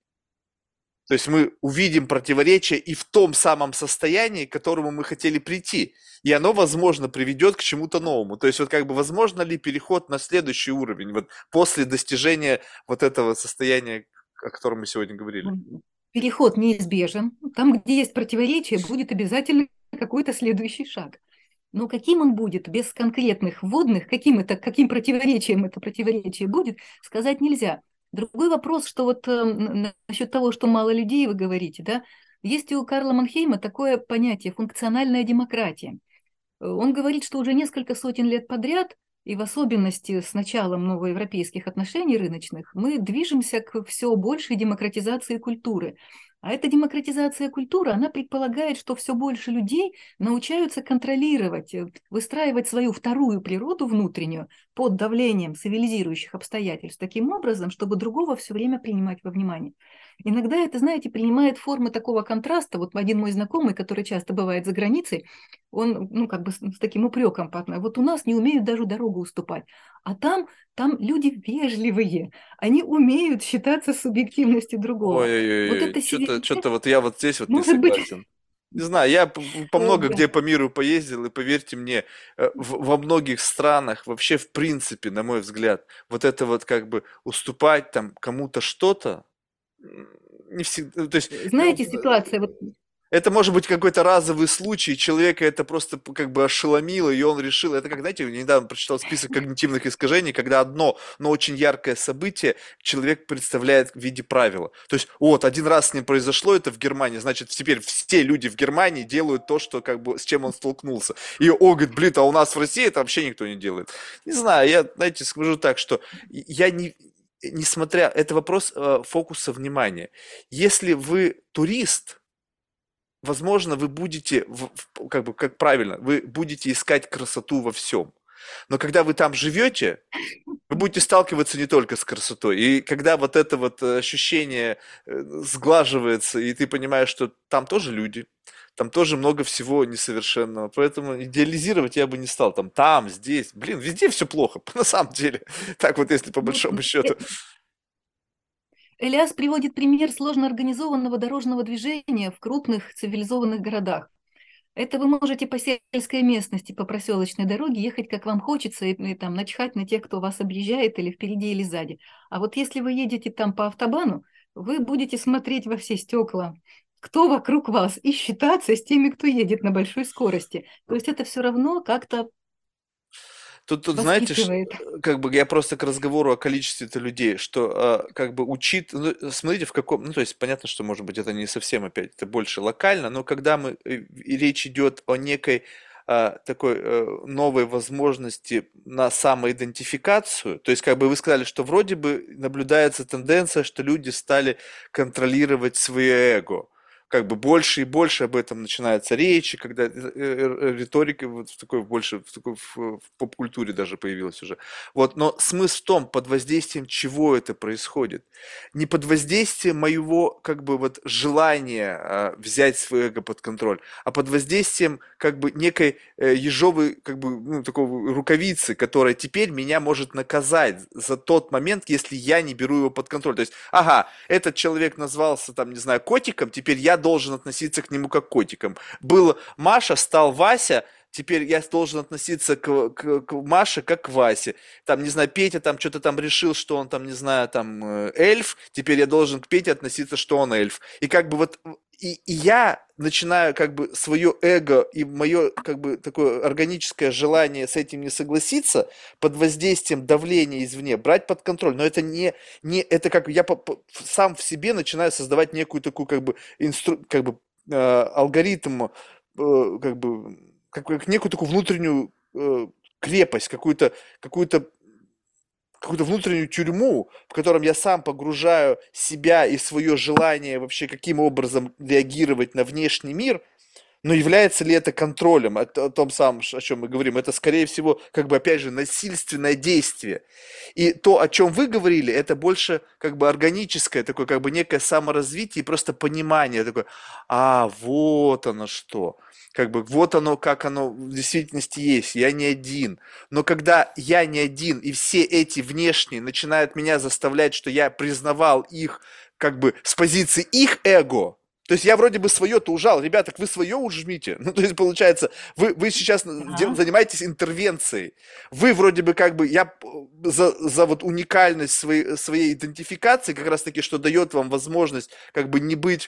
то есть мы увидим противоречие и в том самом состоянии, к которому мы хотели прийти. И оно, возможно, приведет к чему-то новому. То есть вот как бы возможно ли переход на следующий уровень, вот после достижения вот этого состояния, о котором мы сегодня говорили? переход неизбежен. Там, где есть противоречие, будет обязательно какой-то следующий шаг. Но каким он будет, без конкретных вводных, каким противоречием это противоречие будет, сказать нельзя. Другой вопрос, что вот насчет того, что мало людей вы говорите, да, есть у Карла Манхейма такое понятие функциональная демократия. Он говорит, что уже несколько сотен лет подряд, и в особенности с началом новоевропейских отношений рыночных, мы движемся к все большей демократизации культуры. А эта демократизация культуры, она предполагает, что все больше людей научаются контролировать, выстраивать свою вторую природу внутреннюю под давлением цивилизирующих обстоятельств таким образом, чтобы другого все время принимать во внимание. Иногда это, знаете, принимает формы такого контраста. Вот один мой знакомый, который часто бывает за границей, он, ну, как бы с таким упреком по отношению. Вот у нас не умеют даже дорогу уступать, а там люди вежливые, они умеют считаться субъективностью другого. Вот Ой-ой-ой, это что-то сиверитет, вот я вот здесь вот не может быть, согласен. Не знаю, я по много да. где по миру поездил, и поверьте мне, во многих странах вообще в принципе, на мой взгляд, вот это вот как бы уступать там кому-то что-то, не всегда, то есть, ну, Знаете, ситуация, вот это может быть какой-то разовый случай, человека это просто как бы ошеломило, и он решил, это как, знаете, я недавно прочитал список когнитивных искажений, когда одно, но очень яркое событие человек представляет в виде правила. То есть, вот, один раз с ним произошло это в Германии, значит, теперь все люди в Германии делают то, что как бы, с чем он столкнулся. И он говорит, блин, а у нас в России это вообще никто не делает. Не знаю, я, знаете, скажу так, что я не, несмотря, это вопрос фокуса внимания. Если вы турист, возможно, вы будете, как бы, как правильно, вы будете искать красоту во всем. Но когда вы там живете, вы будете сталкиваться не только с красотой. И когда вот это вот ощущение сглаживается, и ты понимаешь, что там тоже люди, там тоже много всего несовершенного. Поэтому идеализировать я бы не стал. Там, здесь, блин, везде все плохо, на самом деле. Так вот, если по ну, большому счету. Элиас приводит пример сложно организованного дорожного движения в крупных цивилизованных городах. Это вы можете по сельской местности, по проселочной дороге ехать, как вам хочется, и там начхать на тех, кто вас объезжает или впереди, или сзади. А вот если вы едете там по автобану, вы будете смотреть во все стекла, кто вокруг вас, и считаться с теми, кто едет на большой скорости. То есть это все равно как-то Тут, знаете, воспитывает. как бы я просто к разговору о количестве-то людей, что как бы ну, смотрите, в каком, ну, то есть понятно, что, может быть, это не совсем опять, это больше локально, но когда и речь идет о некой такой новой возможности на самоидентификацию, то есть как бы вы сказали, что вроде бы наблюдается тенденция, что люди стали контролировать свое эго. как бы больше и больше об этом начинается речи, когда риторика вот в такой больше в такой в поп-культуре даже появилась уже. Вот, но смысл в том, под воздействием чего это происходит. Не под воздействием моего как бы вот желания взять свое эго под контроль, а под воздействием как бы некой ежовой как бы ну, такого рукавицы, которая теперь меня может наказать за тот момент, если я не беру его под контроль. То есть, ага, этот человек назвался там, не знаю, котиком, теперь я должен относиться к нему как к котикам. Был Маша, стал Вася, теперь я должен относиться к Маше как к Васе. Там, не знаю, Петя там что-то там решил, что он там, не знаю, там эльф, теперь я должен к Пете относиться, что он эльф. И как бы вот и я начинаю как бы свое эго и мое как бы такое органическое желание с этим не согласиться под воздействием давления извне, брать под контроль. Но это не это как я сам в себе начинаю создавать некую такую как бы как бы алгоритм как бы как некую такую внутреннюю крепость, какую-то внутреннюю тюрьму, в котором я сам погружаю себя и свое желание вообще каким образом реагировать на внешний мир, но является ли это контролем о том самом, о чем мы говорим? Это, скорее всего, как бы, опять же, насильственное действие. И то, о чем вы говорили, это больше как бы органическое, такое как бы некое саморазвитие и просто понимание такое, вот оно что. Как бы вот оно, как оно в действительности есть, я не один. Но когда я не один, и все эти внешние начинают меня заставлять, что я признавал их как бы с позиции их эго, то есть я вроде бы свое-то ужал. Ребята, так вы свое ужмите. Ну, то есть, получается, вы сейчас Да. занимаетесь интервенцией. Вы вроде бы как бы, я за вот уникальность своей идентификации, как раз таки, что дает вам возможность как бы не быть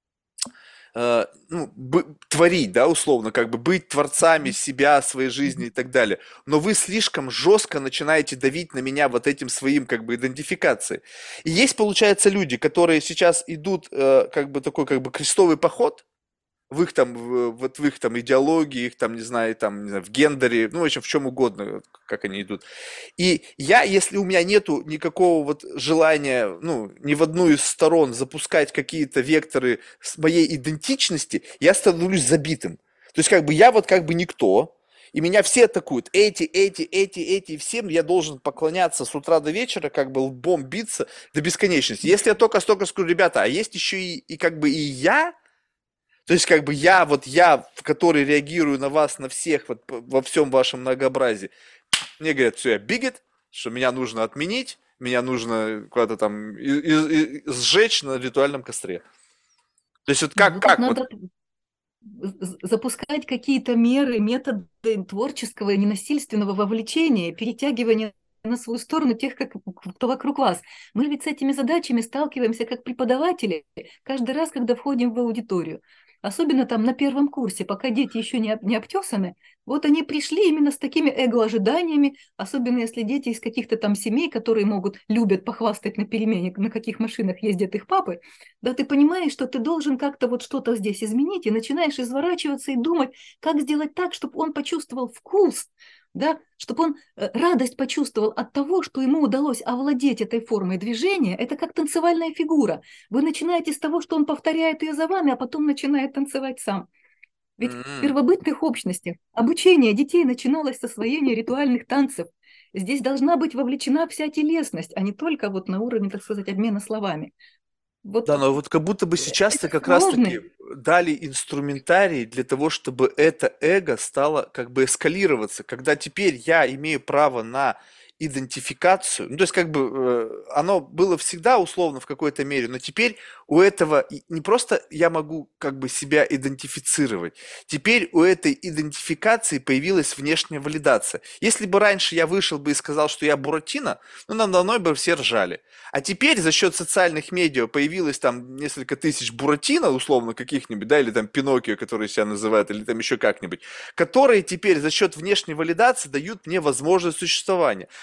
ну, творить, да, условно, как бы быть творцами себя, своей жизни и так далее. Но вы слишком жестко начинаете давить на меня вот этим своим, как бы, идентификацией. И есть, получается, люди, которые сейчас идут, как бы, такой, как бы, крестовый поход, в их там, вот в их там идеологии, их там, не знаю, там, не знаю, в гендере, ну, в общем, в чем угодно, как они идут. И я, если у меня нету никакого вот желания, ну, ни в одну из сторон запускать какие-то векторы с моей идентичности, я становлюсь забитым. То есть, как бы, я вот как бы никто, и меня все атакуют. Эти, всем я должен поклоняться с утра до вечера, как бы лбом биться до бесконечности. Если я только столько скажу, ребята, а есть еще и как бы и я, то есть, как бы я, который реагирую на вас, на всех, вот во всем вашем многообразии. Мне говорят, все, я бигет, что меня нужно отменить, меня нужно куда-то там сжечь на ритуальном костре. То есть, вот Ну, тут как вот. надо запускать какие-то меры, методы творческого и ненасильственного вовлечения, перетягивания на свою сторону тех, кто вокруг вас. Мы ведь с этими задачами сталкиваемся как преподаватели каждый раз, когда входим в аудиторию. Особенно там на первом курсе, пока дети еще не обтесаны, вот они пришли именно с такими эго-ожиданиями, особенно если дети из каких-то там семей, которые любят похвастать на перемене, на каких машинах ездят их папы, да ты понимаешь, что ты должен как-то вот что-то здесь изменить, и начинаешь изворачиваться и думать, как сделать так, чтобы он почувствовал вкус, да, чтобы он радость почувствовал от того, что ему удалось овладеть этой формой движения. Это как танцевальная фигура. Вы начинаете с того, что он повторяет ее за вами, а потом начинает танцевать сам. Ведь в М. первобытных общностях обучение детей начиналось с освоения ритуальных танцев. Здесь должна быть вовлечена вся телесность, а не только вот на уровне, так сказать, обмена словами. Да, Вот но вот как будто бы сейчас-то это как раз-таки сложный. дали инструментарий для того, чтобы это эго стало как бы эскалироваться, когда теперь я имею право на идентификацию, ну, то есть как бы оно было всегда условно в какой-то мере, но теперь у этого не просто я могу как бы себя идентифицировать, теперь у этой идентификации появилась внешняя валидация. Если бы раньше я вышел бы и сказал, что я Буратино, ну, надо мной бы все ржали. А теперь за счет социальных медиа появилось там несколько тысяч Буратино, условно, каких-нибудь, да, или там Пиноккио, которые себя называют, или там еще как-нибудь, которые теперь за счет внешней валидации дают мне возможность существования.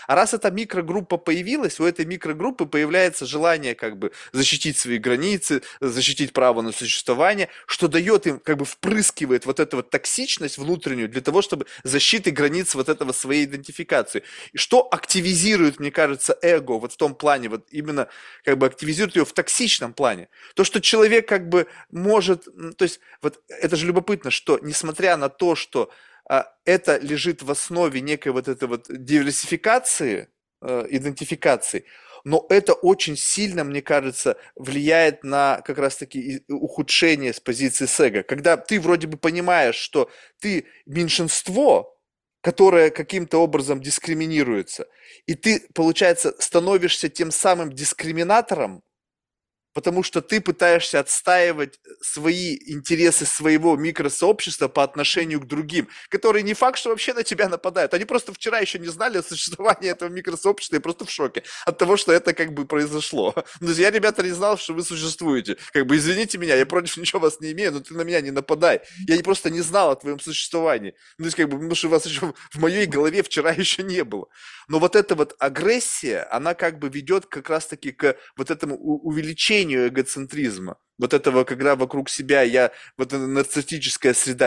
А раз эта микрогруппа появилась, у этой микрогруппы появляется желание как бы защитить свои границы, защитить право на существование, что дает им, как бы впрыскивает вот эту вот токсичность внутреннюю для того, чтобы защиты границ вот этого своей идентификации. И что активизирует, мне кажется, эго вот в том плане, вот именно как бы активизирует ее в токсичном плане. То, что человек как бы может, то есть вот это же любопытно, что несмотря на то, что это лежит в основе некой вот этой вот диверсификации, идентификации, но это очень сильно, мне кажется, влияет на как раз-таки ухудшение с позиции сэга. Когда ты вроде бы понимаешь, что ты меньшинство, которое каким-то образом дискриминируется, и ты, получается, становишься тем самым дискриминатором, потому что ты пытаешься отстаивать свои интересы своего микросообщества по отношению к другим, которые не факт, что вообще на тебя нападают. Они просто вчера еще не знали о существовании этого микросообщества и просто в шоке от того, что это как бы произошло. То есть я, ребята, не знал, что вы существуете. Как бы извините меня, я против ничего вас не имею, но ты на меня не нападай. Я просто не знал о твоем существовании. То есть как бы, потому что вас еще в моей голове вчера еще не было. Но вот эта вот агрессия, она как бы ведет как раз-таки к вот этому увеличению эгоцентризма. Вот этого, когда вокруг себя я, вот эта нарциссическая среда,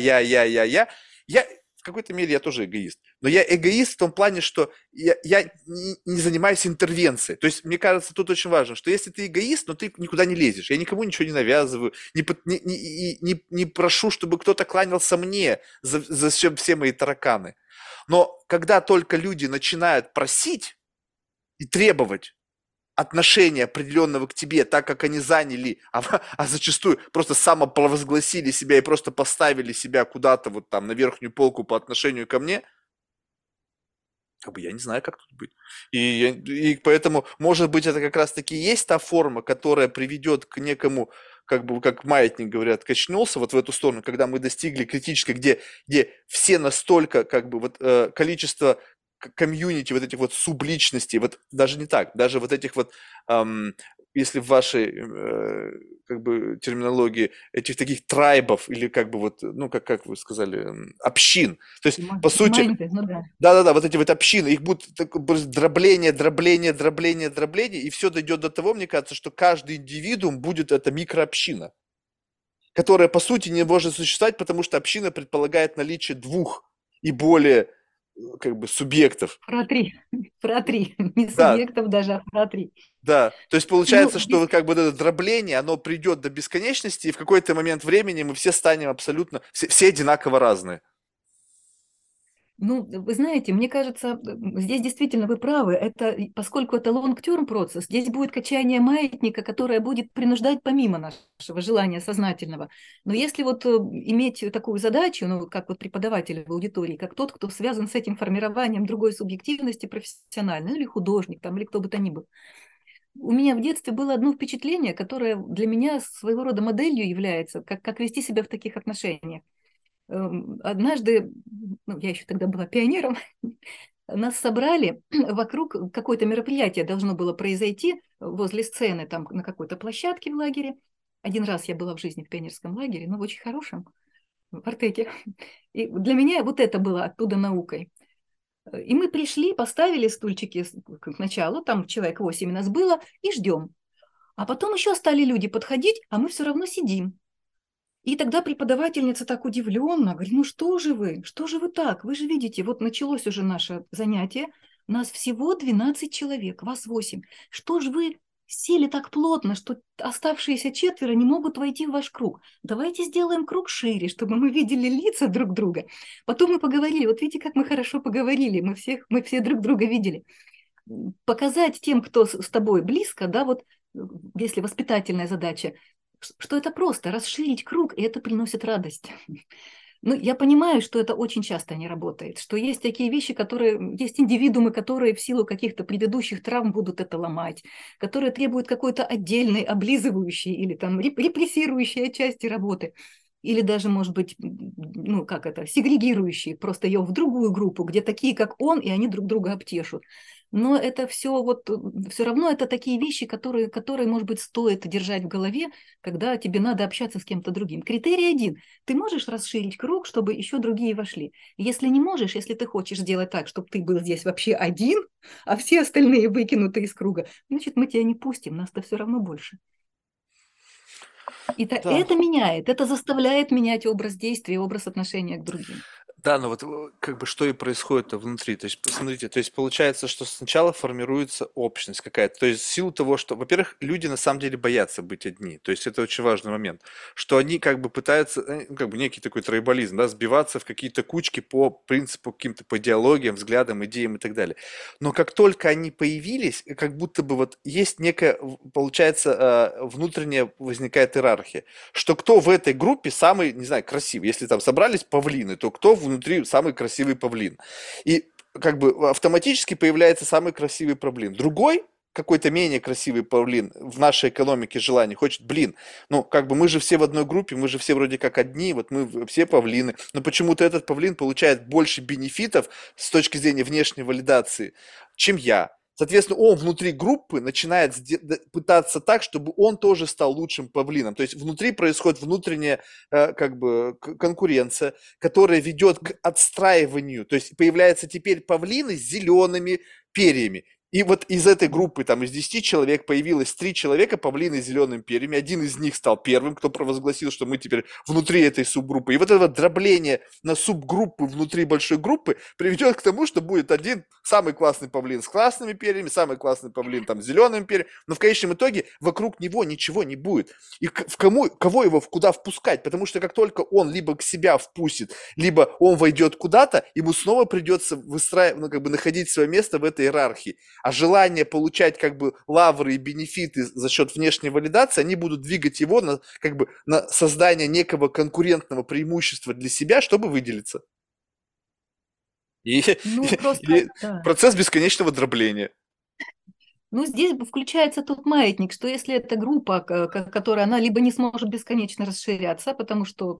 я в какой-то мере я тоже эгоист. Но я эгоист в том плане, что я не занимаюсь интервенцией. То есть, мне кажется, тут очень важно, что если ты эгоист, но ты никуда не лезешь. Я никому ничего не навязываю, не прошу, чтобы кто-то кланялся мне за все мои тараканы. Но когда только люди начинают просить и требовать отношения определенного к тебе, так как они заняли, а зачастую просто самопровозгласили себя и просто поставили себя куда-то вот там на верхнюю полку по отношению ко мне, как бы я не знаю, как тут быть. И поэтому, может быть, это как раз-таки есть та форма, которая приведет к некому, как бы, как маятник, говорят, качнулся вот в эту сторону, когда мы достигли критической, где все настолько, как бы, вот количество комьюнити, вот этих вот субличностей, вот даже не так, даже вот этих вот, если в вашей, как бы, терминологии, этих таких трайбов, или как бы вот, ну, как вы сказали, общин. То есть, по сути, Майнты, ну да. да-да-да, вот эти вот общины, их будет дробление, дробление, дробление, дробление, и все дойдет до того, мне кажется, что каждый индивидуум будет это микрообщина, которая, по сути, не может существовать, потому что община предполагает наличие двух и более, как бы, субъектов. Фратри, фратри, не Да, субъектов даже, а фратри. да. То есть Ну, получается, что здесь, вот как бы вот это дробление, оно придет до бесконечности, и в какой-то момент времени мы все станем абсолютно, все одинаково разные. ну, вы знаете, мне кажется, здесь действительно вы правы. Это, поскольку это long-term процесс, здесь будет качание маятника, которое будет принуждать помимо нашего желания сознательного. Но если вот иметь такую задачу, ну, как вот преподаватель в аудитории, как тот, кто связан с этим формированием другой субъективности профессиональной, ну, или художник, там, или кто бы то ни был. У меня в детстве было одно впечатление, которое для меня своего рода моделью является, как вести себя в таких отношениях. Однажды, ну, я еще тогда была пионером, нас собрали вокруг, какое-то мероприятие должно было произойти возле сцены, там на какой-то площадке в лагере. Один раз я была в жизни в пионерском лагере, но в очень хорошем, в Артеке. И для меня вот это было оттуда наукой. И мы пришли, поставили стульчики к началу, там человек 8 нас было, и ждем. А потом еще стали люди подходить, а мы все равно сидим. И тогда преподавательница так удивленно говорит, ну что же вы так? Вы же видите, вот началось уже наше занятие, нас всего 12 человек, вас 8. Что же вы сели так плотно, что оставшиеся 4 не могут войти в ваш круг? Давайте сделаем круг шире, чтобы мы видели лица друг друга. Потом мы поговорили, вот видите, как мы хорошо поговорили, мы все друг друга видели. Показать тем, кто с тобой близко, да, вот если воспитательная задача, что это просто расширить круг, и это приносит радость. Ну, я понимаю, что это очень часто не работает, что есть такие вещи, есть индивидуумы, которые в силу каких-то предыдущих травм будут это ломать, которые требуют какой-то отдельной облизывающей или там репрессирующей части работы, или даже, может быть, ну, как это, сегрегирующие, просто ее в другую группу, где такие, как он, и они друг друга обтешут. Но это все вот, все равно это такие вещи, которые, может быть, стоит держать в голове, когда тебе надо общаться с кем-то другим. Критерий один. Ты можешь расширить круг, чтобы еще другие вошли. Если не можешь, если ты хочешь сделать так, чтобы ты был здесь вообще один, а все остальные выкинуты из круга, значит, мы тебя не пустим, нас-то все равно больше. И Да. это меняет, это заставляет менять образ действия, образ отношения к другим. Да, но вот как бы что и происходит внутри. То есть, посмотрите, то есть получается, что сначала формируется общность какая-то. То есть в силу того, что, во-первых, люди на самом деле боятся быть одни. То есть это очень важный момент. Что они как бы пытаются, ну, как бы некий такой тройболизм, да, сбиваться в какие-то кучки по принципу, каким-то по идеологиям, взглядам, идеям и так далее. Но как только они появились, как будто бы вот есть некая, получается, внутренняя возникает иерархия, что кто в этой группе самый, не знаю, красивый. Если там собрались павлины, то кто внутри самый красивый павлин. И как бы автоматически появляется самый красивый павлин. Другой, какой-то менее красивый павлин в нашей экономике желаний хочет, блин, ну как бы мы же все в одной группе, мы же все вроде как одни, вот мы все павлины, но почему-то этот павлин получает больше бенефитов с точки зрения внешней валидации, чем я. Соответственно, он внутри группы начинает пытаться так, чтобы он тоже стал лучшим павлином. То есть внутри происходит внутренняя как бы конкуренция, которая ведет к отстраиванию. То есть появляются теперь павлины с зелеными перьями. И вот из этой группы, там, из 10 человек появилось 3 человека, павлины с зелеными перьями. Один из них стал первым, кто провозгласил, что мы теперь внутри этой субгруппы. И вот это вот дробление на субгруппы внутри большой группы приведет к тому, что будет один самый классный павлин с красными перьями, самый классный павлин там с зелеными перьями. Но в конечном итоге вокруг него ничего не будет. И кого его куда впускать? Потому что как только он либо к себя впустит, либо он войдет куда-то, ему снова придется выстраивать, ну, как бы находить свое место в этой иерархии. А желание получать как бы лавры и бенефиты за счет внешней валидации, они будут двигать его на, как бы, на создание некого конкурентного преимущества для себя, чтобы выделиться. И, Ну, просто, и да. процесс бесконечного дробления. Ну, здесь включается тот маятник, что если эта группа, которая, она либо не сможет бесконечно расширяться, потому что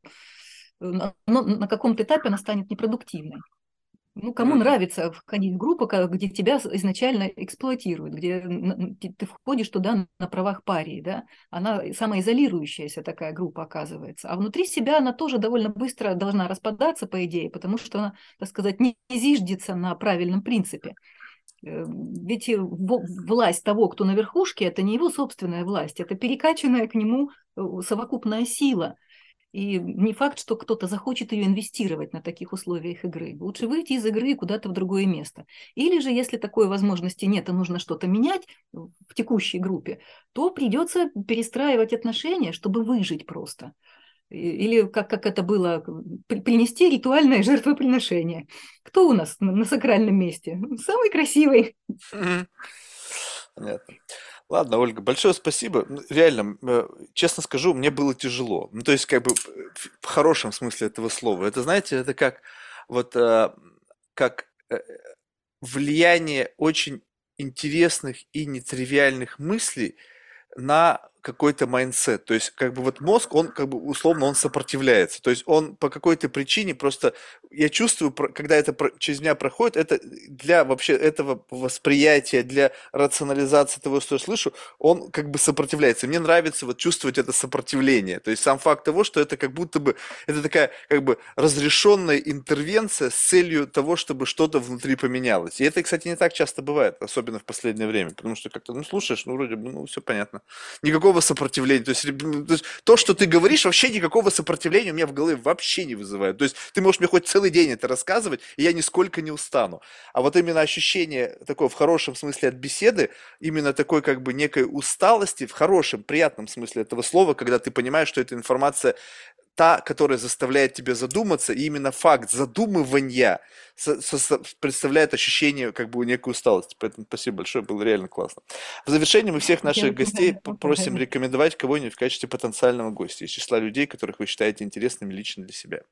на каком-то этапе она станет непродуктивной. Ну, кому Мгм. нравится входить в группу, где тебя изначально эксплуатируют, где ты входишь туда на правах парии, да, она самоизолирующаяся такая группа оказывается. А внутри себя она тоже довольно быстро должна распадаться, по идее, потому что она, так сказать, не зиждется на правильном принципе. Ведь власть того, кто на верхушке, это не его собственная власть, это перекачанная к нему совокупная сила. И не факт, что кто-то захочет ее инвестировать на таких условиях игры. Лучше выйти из игры куда-то в другое место. Или же, если такой возможности нет, и нужно что-то менять в текущей группе, то придется перестраивать отношения, чтобы выжить просто. Или как это было, принести ритуальное жертвоприношение. Кто у нас на сакральном месте? Самый красивый. Мгм. Понятно. Ладно, Ольга, большое спасибо. Ну, реально, честно скажу, мне было тяжело. Ну, то есть, как бы, в хорошем смысле этого слова. Это, знаете, это как вот как влияние очень интересных и нетривиальных мыслей на какой-то майндсет. То есть, как бы вот мозг, он как бы условно, он сопротивляется. То есть он по какой-то причине просто, я чувствую, когда это через меня проходит, это для вообще этого восприятия, для рационализации того, что я слышу, он как бы сопротивляется. Мне нравится вот чувствовать это сопротивление. То есть сам факт того, что это как будто бы, это такая как бы разрешенная интервенция с целью того, чтобы что-то внутри поменялось. И это, кстати, не так часто бывает, особенно в последнее время, потому что как-то, ну, слушаешь, ну, вроде бы, ну, все понятно. Никакого сопротивления. То есть то, что ты говоришь, вообще никакого сопротивления у меня в голове вообще не вызывает. То есть ты можешь мне хоть целый день это рассказывать, и я нисколько не устану. А вот именно ощущение такое в хорошем смысле от беседы, именно такой как бы некой усталости, в хорошем, приятном смысле этого слова, когда ты понимаешь, что эта информация та, которая заставляет тебя задуматься, и именно факт задумывания представляет ощущение как бы некой усталости. Поэтому спасибо большое, было реально классно. В завершение мы всех Я наших очень гостей рада. просим рекомендовать кого-нибудь в качестве потенциального гостя из числа людей, которых вы считаете интересными лично для себя.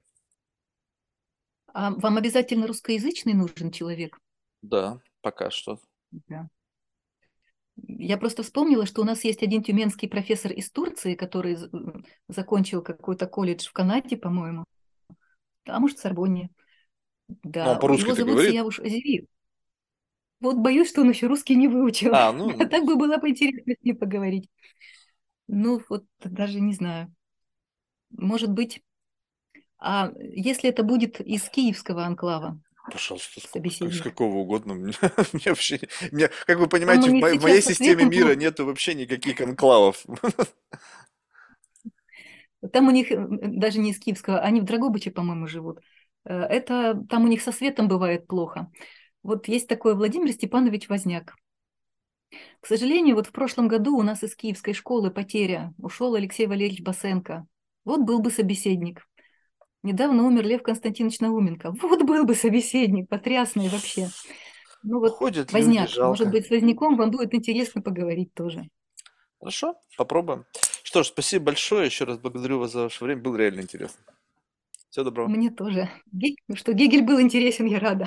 А вам обязательно русскоязычный нужен человек? Да, пока что. Да. Я просто вспомнила, что у нас есть один тюменский профессор из Турции, который закончил какой-то колледж в Канаде, по-моему, а может, в Сорбонне. Ну, он Да, его по-русски-то зовут говорит. Сияуш Азери. Вот боюсь, что он еще русский не выучил. А, А ну, так бы было бы интересно с ним поговорить. Ну, вот даже не знаю. Может быть, а если это будет из киевского анклава пожалуйста, из собеседник? какого угодно. Мне вообще, как вы Там у понимаете, них в моей сейчас со системе светом мира плохо. нету вообще никаких анклавов. Там у них даже не из киевского, они в Драгобыче, по-моему, живут. Это там у них со светом бывает плохо. Вот есть такой Владимир Степанович Возняк. К сожалению, вот в прошлом году у нас из киевской школы потеря. Ушел Алексей Валерьевич Басенко. Вот был бы собеседник. Недавно умер Лев Константинович Науменко. Вот был бы собеседник, потрясный вообще. Ну вот Ходят люди, Возняк. Может жалко. быть, с Возняком вам будет интересно поговорить тоже. Хорошо, попробуем. Что ж, спасибо большое. Еще раз благодарю вас за ваше время. Было реально интересно. Всего доброго. Мне тоже. Что Гегель был интересен, я рада.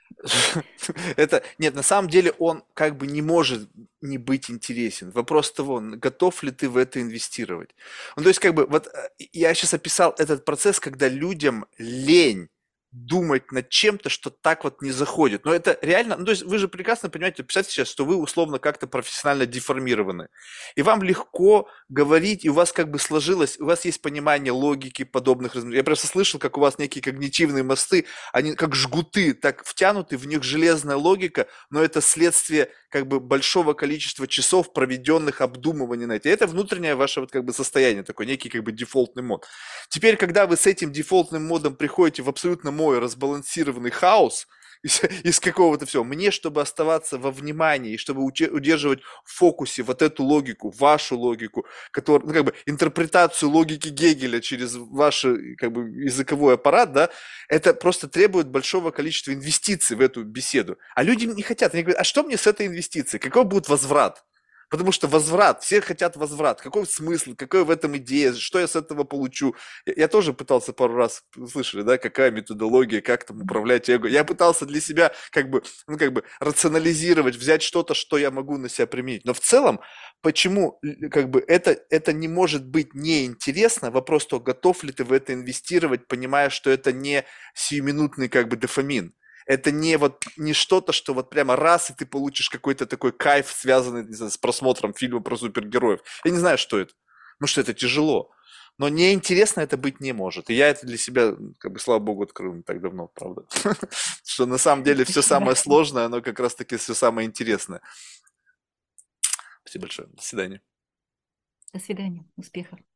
Это, нет, на самом деле он как бы не может не быть интересен. Вопрос того, готов ли ты в это инвестировать. Ну, то есть, как бы, вот я сейчас описал этот процесс, когда людям лень думать над чем-то, что так вот не заходит. Но это реально, ну, то есть вы же прекрасно понимаете, представьте сейчас, что вы условно как-то профессионально деформированы. И вам легко говорить, и у вас как бы сложилось, у вас есть понимание логики подобных размышлений. Я просто слышал, как у вас некие когнитивные мосты, они как жгуты, так втянуты, в них железная логика, но это следствие как бы большого количества часов, проведенных обдумываний на это. И это внутреннее ваше вот как бы состояние, такой некий как бы дефолтный мод. Теперь, когда вы с этим дефолтным модом приходите в абсолютно мой разбалансированный хаос, из какого-то всего. Мне, чтобы оставаться во внимании, чтобы удерживать в фокусе вот эту логику, вашу логику, которую, ну, как бы интерпретацию логики Гегеля через ваш как бы языковой аппарат, да, это просто требует большого количества инвестиций в эту беседу. А люди не хотят. Они говорят, а что мне с этой инвестицией? Какой будет возврат? Потому что возврат, все хотят возврат. Какой смысл, какая в этом идея, что я с этого получу? Я тоже пытался пару раз, слышали, да, какая методология, как там управлять эго. Я пытался для себя как бы, ну, как бы рационализировать, взять что-то, что я могу на себя применить. Но в целом, почему как бы это не может быть неинтересно, вопрос то, готов ли ты в это инвестировать, понимая, что это не сиюминутный как бы дофамин. Это не вот не что-то, что вот прямо раз, и ты получишь какой-то такой кайф, связанный, не знаю, с просмотром фильма про супергероев. Я не знаю, что это. Потому что это тяжело. Но неинтересно это быть не может. И я это для себя, как бы, слава богу, открыл не так давно, правда. Что на самом деле все самое Да. сложное, оно как раз-таки все самое интересное. Спасибо большое. До свидания. До свидания. Успехов.